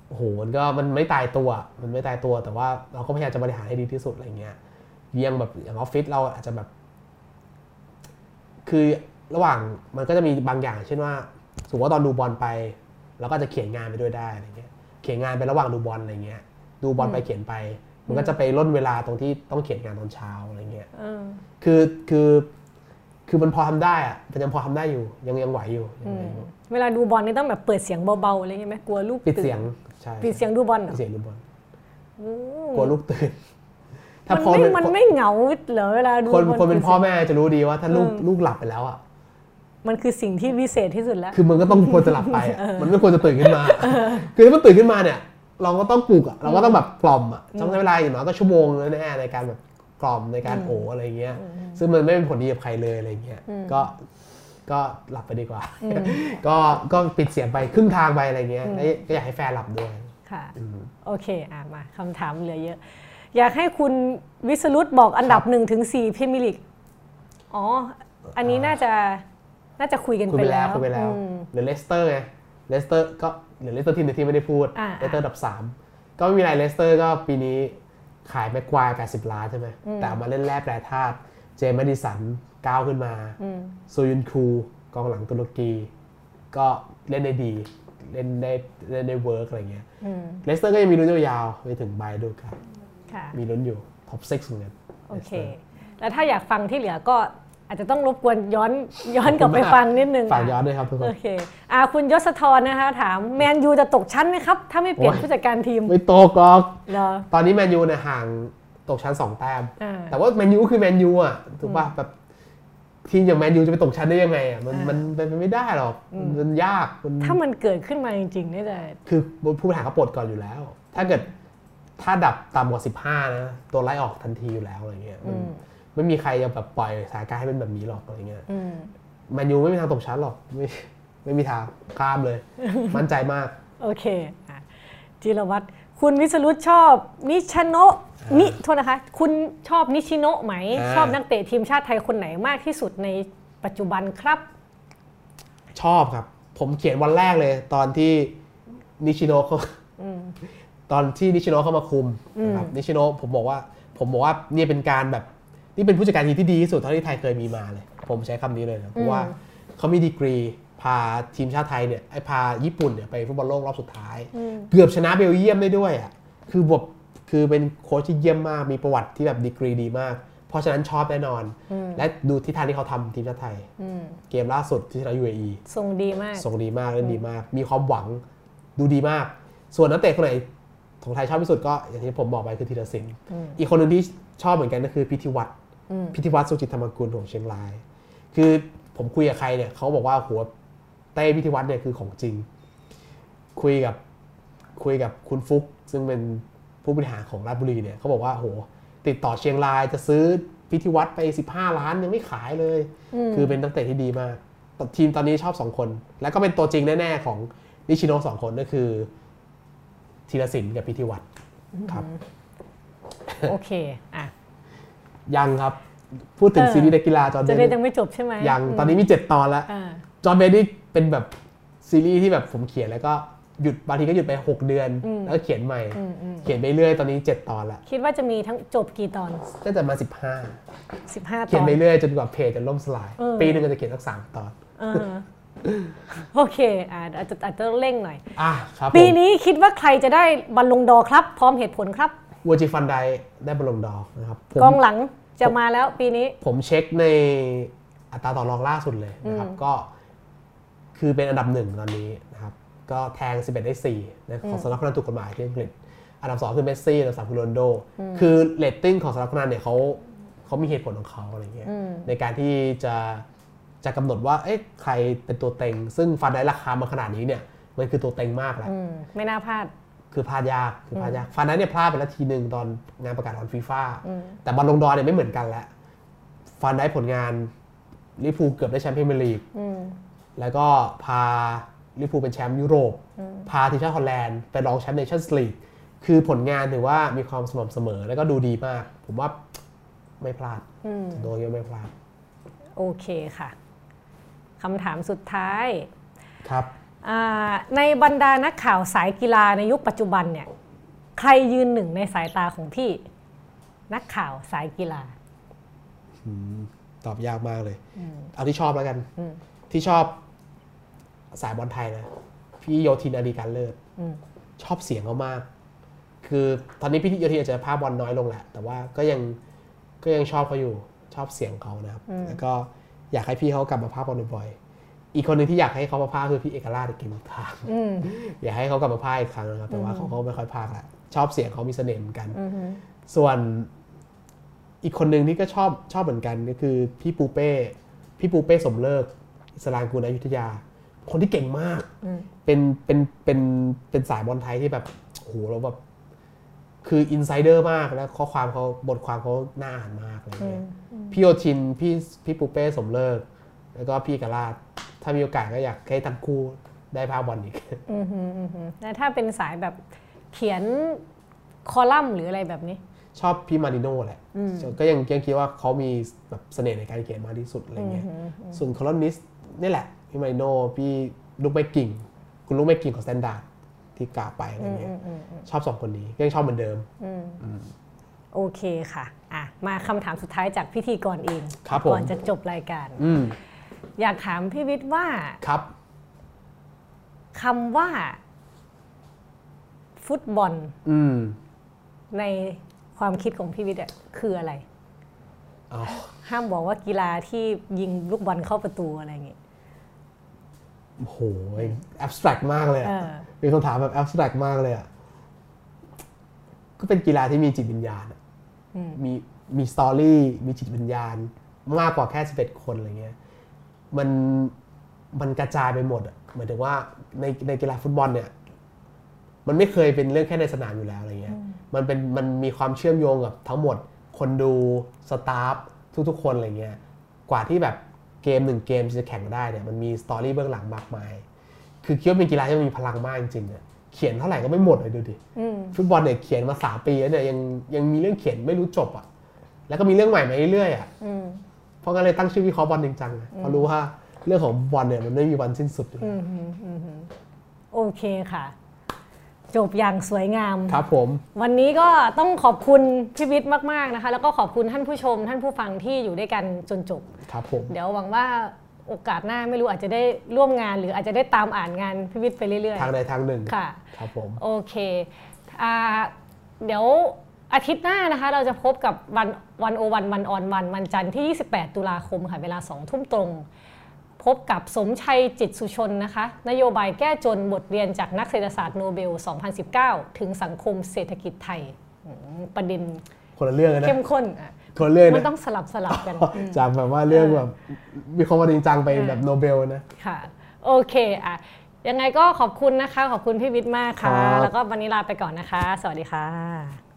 โอ้โหมันก็มันไม่ตายตัวมันไม่ตายตัวแต่ว่าเราก็พยายามจะบริหารให้ดีที่สุดอะไรเงี้ยยังแบบอย่างออฟฟิศเราอาจจะแบบคือระหว่างมันก็จะมีบางอย่างเช่นว่าสมมติว่าตอนดูบอลไปเราก็จะเขียนงานไปด้วยได้อะไรเงี้ยเขียนงานไประหว่างดูบอลอะไรเงี้ยดูบอลไปเขียนไปมันก็จะไปล่นเวลาตรงที่ต้องเขียนงานตอนเช้าอะไรเงี้ยคือคือคือมันพอทำได้อะแต่ยังพอทำได้อยู่ยังยังไหวอยู่เวลาดูบอลนี่ต้องแบบเปิดเสียงเบาๆอะไรเงี้ยไหมกลัวลูกปิดเสียงใช่ปิดเสียงดูบอลปิดเสียงดูบอลกลัวลูกตื่นถ้าพอมันไม่เหงาเหรอเวลาดูคนคนเป็นพ่อแม่จะรู้ดีว่าถ้าลูกลูกหลับไปแล้วอ่ะมันคือสิ่งที่วิเศษที่สุดแล้วคือมันก็ต้องควรจะหลับไปมันไม่ควรจะตื่นขึ้นมาคือถ้ามันตื่นขึ้นมาเนี่ยเราก็ต้องปลุกอ่ะเราก็ต้องแบบกล่อมอ่ะต้องใช้เวลาอย่างน้อยก็ชั่วโมงแน่ในการแบบกล่อมในการโออะไรเงี้ยซึ่งมันไม่เป็นผลดีกับใครเลยอะไรเงี้ยก็ก็หลับไปดีกว่าก็ก็ปิดเสียงไปครึ่งทางไปอะไรเงี้ยก็อยากให้แฟนหลับด้วยค่ะโอเคอ่ะมาคำถามเหลือเยอะอยากให้คุณวิสรุตบอกอันดับหนึ่งถึงสี่พรีเมียร์ลีกอ๋ออันนี้น่าจะน่าจะคุยกันไปแล้วคุยไปแล้วหรือเลสเตอร์ไงเลสเตอร์ก็หรือเลสเตอร์ทีมในที่ไม่ได้พูดเลสเตอร์อันดับสามก็ไม่มีอะไรเลสเตอร์ก็ปีนี้ขายแม็กควายแปดสิบล้านใช่ไหมแต่มาเล่นแร่แปรธาตุเจมส์แมดิสันก้าวขึ้นมาโซยุนคูกองหลังตุรกีก็เล่นได้ดีเล่นได้เล่นได้เวิร์กอะไรเงี้ยเลสเตอร์ก็ยังมีลุ้นยาวๆไปถึงไบดูครับมีลุ้นอยู่ท็อปซิกซ์เหมือนกันโอเคแล้วถ้าอยากฟังที่เหลือก็อาจจะต้องรบกวนย้อนย้อนกลับไปฟังนิดนึงฝากย้อนด้วยครับทุกคนโอเคอ่าคุณยศธรนะคะถามแมนยูจะตกชั้นไหมครับถ้าไม่เปลี่ยนผู้จัดการทีมไม่ตกหรอกตอนนี้แมนยูเนี่ยห่างตกชั้นสองแต้มแต่ว่าแมนยูคือแมนยูอ่ะถูกป่ะแบบทีมอย่างแมนยูจะไปตกชั้นได้ยังไงอ่ะมันมันเป็นไม่ได้หรอกมันยากถ้ามันเกิดขึ้นมาจริงๆนี่จะคือผู้บริหารเขาปลดก่อนอยู่แล้วถ้าเกิดถ้าดับต่ำกว่าสิบห้านะตัวไล่ออกทันทีอยู่แล้วอะไรเงี้ยไม่มีใครจะแบบปล่อยสถานการณ์ให้เป็นแบบนี้หรอกอะไรเงี้ยแมนยูไม่มีทางตกชั้นหรอกไม่ไม่มีทางข้ามเลยมั่นใจมากโอเคจิรวัตรคุณวิสรุตชอบนิชโนะนิโทษนะคะคุณชอบนิชิโนะไหมชอบนักเตะทีมชาติไทยคนไหนมากที่สุดในปัจจุบันครับชอบครับผมเขียนวันแรกเลยตอนที่นิชิโนะเขาตอนที่นิชิโนะเข้ามาคุมนะครับนิชิโนะผมบอกว่าผมบอกว่านี่เป็นการแบบนี่เป็นผู้จัดการทีมที่ดีที่สุดเท่าที่ไทยเคยมีมาเลยผมใช้คำนี้เลยนะเพราะว่าเขามีดีกรีพาทีมชาติไทยเนี่ยไอพาญี่ปุ่นเนี่ยไปฟุตบอลโลกรอบสุดท้ายเกือบชนะเบลเยียมได้ด้วยอ่ะคือแบบคือเป็นโค้ชที่เยี่ยมมากมีประวัติที่แบบดีกรีดีมากเพราะฉะนั้นชอบแน่นอนและดูทิศทางที่เขาทำทีมชาติไทยเกมล่าสุดที่ชนะ ยู เอ อีส่งดีมากส่งดีมากเล่นดีมากมีความหวังดูดีมากส่วนนักเตะคนไหนของไทยชอบที่สุดก็อย่างที่ผมบอกไปคือธีรศิลป์อีกคนหนึ่งที่ชอบเหมือนกันก็คือพิธีวัฒน์พิธีวัฒน์สุจิตธรรมกุลของเชียงรายคือผมคุยกับใครเนี่ยเขาบอกว่าหัวเต้พิธีวัฒน์เนี่ยคือของจริงคุยกับคุยกับคุณฟุกซึ่งเป็นผู้บริหารของราชบุรีเนี่ยเขาบอกว่าโหติดต่อเชียงรายจะซื้อพิธีวัฒน์ไปสิบห้าล้านยังไม่ขายเลยคือเป็นนักเตะที่ดีมากทีมตอนนี้ชอบสองคนแล้วก็เป็นตัวจริงแน่ๆของนิชิโนะสองคนก็คือธีรศิลป์กับพิธีวัฒน์ครับโอเคอ่ะยังครับพูดถึงซีรีส์นักกีฬาจอห์นเบนยังไม่จบใช่ไหมยังตอนนี้มีเจ็ดตอนแล้วจอห์นเบนนี่เป็นแบบซีรีส์ที่แบบผมเขียนแล้วก็หยุดบางทีก็หยุดไปหกเดือนแล้วก็เขียนใหม่เขียนไปเรื่อยตอนนี้เจ็ดตอนแล้วคิดว่าจะมีทั้งจบกี่ตอนก็จะมาสิบห้าสิบห้าตอนเขียนไปเรื่อยจนกว่าเพจจะล่มสลายปีนึงก็จะเขียนสักสามตอนโอเคอ่าอาจจะอาจจะเร่งหน่อยอ่ะครับปีนี้คิดว่าใครจะได้บอลลงดอครับพร้อมเหตุผลครับวัวจิฟันไดได้บอลลงดอนะครับกองหลังจะมาแล้วปีนี้ผมเช็คในอัตราต่อรองล่าสุดเลยนะครับก็คือเป็นอันดับหนึ่งตอนนี้นะครับก็แทงสิบเอ็ดได้สี่นะของสำนักพนันถูกกฎหมายที่อังกฤษอันดับสองคือเมสซี่อันดับสามคือโรนัลโดคือเรตติ้งของสำนักพนันเนี่ยเขาเขามีเหตุผลของเขาอะไรเงี้ยในการที่จะจะกำหนดว่าเอ๊ะใครเป็นตัวเต็งซึ่งฟันได้ราคามาขนาดนี้เนี่ยมันคือตัวเต็งมากแล้วไม่น่าพลาดคือพลาดยากคือพลาดยากฟันได้เนี่ยพลาดไปแล้วทีนึงตอนงานประกาศวันฟีฟ่าแต่บอลลงดอเนี่ยไม่เหมือนกันแล้วฟันได้ผลงานลิเวอร์พูลเกือบได้แชมป์พรีเมียร์ลีกแล้วก็พาลิเวอร์พูลเป็นแชมป์ยุโรปพาทีมชาติฮอลแลนด์ไปรองแชมป์เนชั่นส์ลีกคือผลงานถือว่ามีความสม่ำเสมอแล้วก็ดูดีมากผมว่าไม่พลาดโดยไม่พลาดโอเคค่ะคำถามสุดท้ายครับในบรรดานักข่าวสายกีฬาในยุคปัจจุบันเนี่ยใครยืนหนึ่งในสายตาของพี่นักข่าวสายกีฬาตอบยากมากเลยเอาที่ชอบแล้วกันที่ชอบสายบอลไทยนะพี่โยธินอดีการเลิศชอบเสียงเขามากคือตอนนี้พี่โยธินอาจจะภาพบอลน้อยลงแหละแต่ว่าก็ยังก็ยังชอบเขาอยู่ชอบเสียงเขานะครับแล้วก็อยากให้พี่เขากลับมาภาพบอลบ่อยๆอีกคนหนึ่งที่อยากให้เขามาภาคคือพี่เอกราชเกมทางอยากให้เขากลับมาภาคอีกครั้งนะครับแต่ว่าเขาก็ไม่ค่อยภาคแล้วชอบเสียงเขามีเสน่ห์เหมือนกันส่วนอีกคนหนึ่งที่ก็ชอบชอบเหมือนกันก็คือพี่ปูเป้พี่ปูเป้สมเลิกอิสรางกูลอยุธยาคนที่เก่งมากเป็นเป็นเป็นเป็นสายบอลไทยที่แบบโหเราแบบคืออินไซเดอร์มากแล้วข้อความเขาบทความเขาน่าอ่านมากอะไรเงี้ยพี่โยชินพี่พี่ปูเป้สมเลิกแล้วก็พี่กราชถ้ามีโอกาสก็อยากให้ทั้งคู่ได้ภาพบอลอีกแล้วถ้าเป็นสายแบบเขียนคอลัมน์หรืออะไรแบบนี้ชอบพี่มาริโน่แหละก็ยังยังคิดว่าเขามีแบบเสน่ห์ในการเขียนมากที่สุดอะไรเงี้ยส่วนคอลัมนิสต์นี่แหละพี่มาริโน่พี่ลูกแม่กิ่งคุณลูกแม่กิ่งของสแตนดาร์ดที่กล่าวไปอะไรเงี้ยชอบสองคนนี้ก็ยังชอบเหมือนเดิมโอเคค่ะอ่ะมาคำถามสุดท้ายจากพิธีกรเองก่อนจะจบรายการอยากถามพี่วิทย์ว่าครับคำว่าฟุตบอลในความคิดของพี่วิทย์คืออะไรห้ามบอกว่ากีฬาที่ยิงลูกบอลเข้าประตูอะไรอย่างเงี้ยโอ้โหแอบสแตรกมากเลยเป็นคำถามแบบแอบสแตรกมากเลยอ่ะก็เป็นกีฬาที่มีจิตวิญญาณมีมีสตอรี่มีจิตวิญญาณมากกว่าแค่สิบเอ็ดคนอะไรเงี้ยมันมันกระจายไปหมดอ่ะหมายถึงว่าในในกีฬาฟุตบอลเนี่ยมันไม่เคยเป็นเรื่องแค่ในสนามอยู่แล้วอะไรเงี้ยมันเป็นมันมีความเชื่อมโยงกับทั้งหมดคนดูสตาฟทุกๆคนอะไรเงี้ยกว่าที่แบบเกมหนึ่งเกมจะแข่งได้เนี่ยมันมีสตอรี่เบื้องหลังมากมายคือคิดว่าเป็นกีฬาที่มันมีพลังมากจริงๆเนี่ยเขียนเท่าไหร่ก็ไม่หมดเลยดูดิฟุตบอลเนี่ยเขียนมาสามปีแล้วเนี่ยยังยังมีเรื่องเขียนไม่รู้จบอ่ะแล้วก็มีเรื่องใหม่มาเรื่อยๆอ่ะเพราะงั้นเลยตั้งชื่อวิเคราะห์บอลจริงจังเพราะรู้ว่าเรื่องของบอลเนี่ยมันไม่มีวันสิ้นสุดอยู่โอเคค่ะจบอย่างสวยงามครับผมวันนี้ก็ต้องขอบคุณพี่วิทย์มากๆนะคะแล้วก็ขอบคุณท่านผู้ชมท่านผู้ฟังที่อยู่ด้วยกันจนจบครับผมเดี๋ยวหวังว่าโอกาสหน้าไม่รู้อาจจะได้ร่วมงานหรืออาจจะได้ตามอ่านงานพี่วิทย์ไปเรื่อยๆทางใดทางหนึ่งค่ะครับผมโอเคอ่าเดี๋ยวอาทิตย์หน้านะคะเราจะพบกับวันวันโอวันวันออนวันวันจันทร์ที่ยี่สิบแปดตุลาคมค่ะเวลาสองทุ่มตรงพบกับสมชัยจิตสุชนนะคะนโยบายแก้จนบทเรียนจากนักเศรษฐศาสตร์โนเบลสองพันสิบเก้าถึงสังคมเศรษฐกิจไทยประเด็นคนละเรื่องนะเข้มข้นคนละเรื่องมันต้องสลับสลับกันจากแบบว่าเรื่องแบบมีความจริงจังไปแบบโนเบลนะค่ะโอเคอ่ะยังไงก็ขอบคุณนะคะขอบคุณพี่วิทย์มากค่ะแล้วก็วันนี้ลาไปก่อนนะคะสวัสดีค่ะ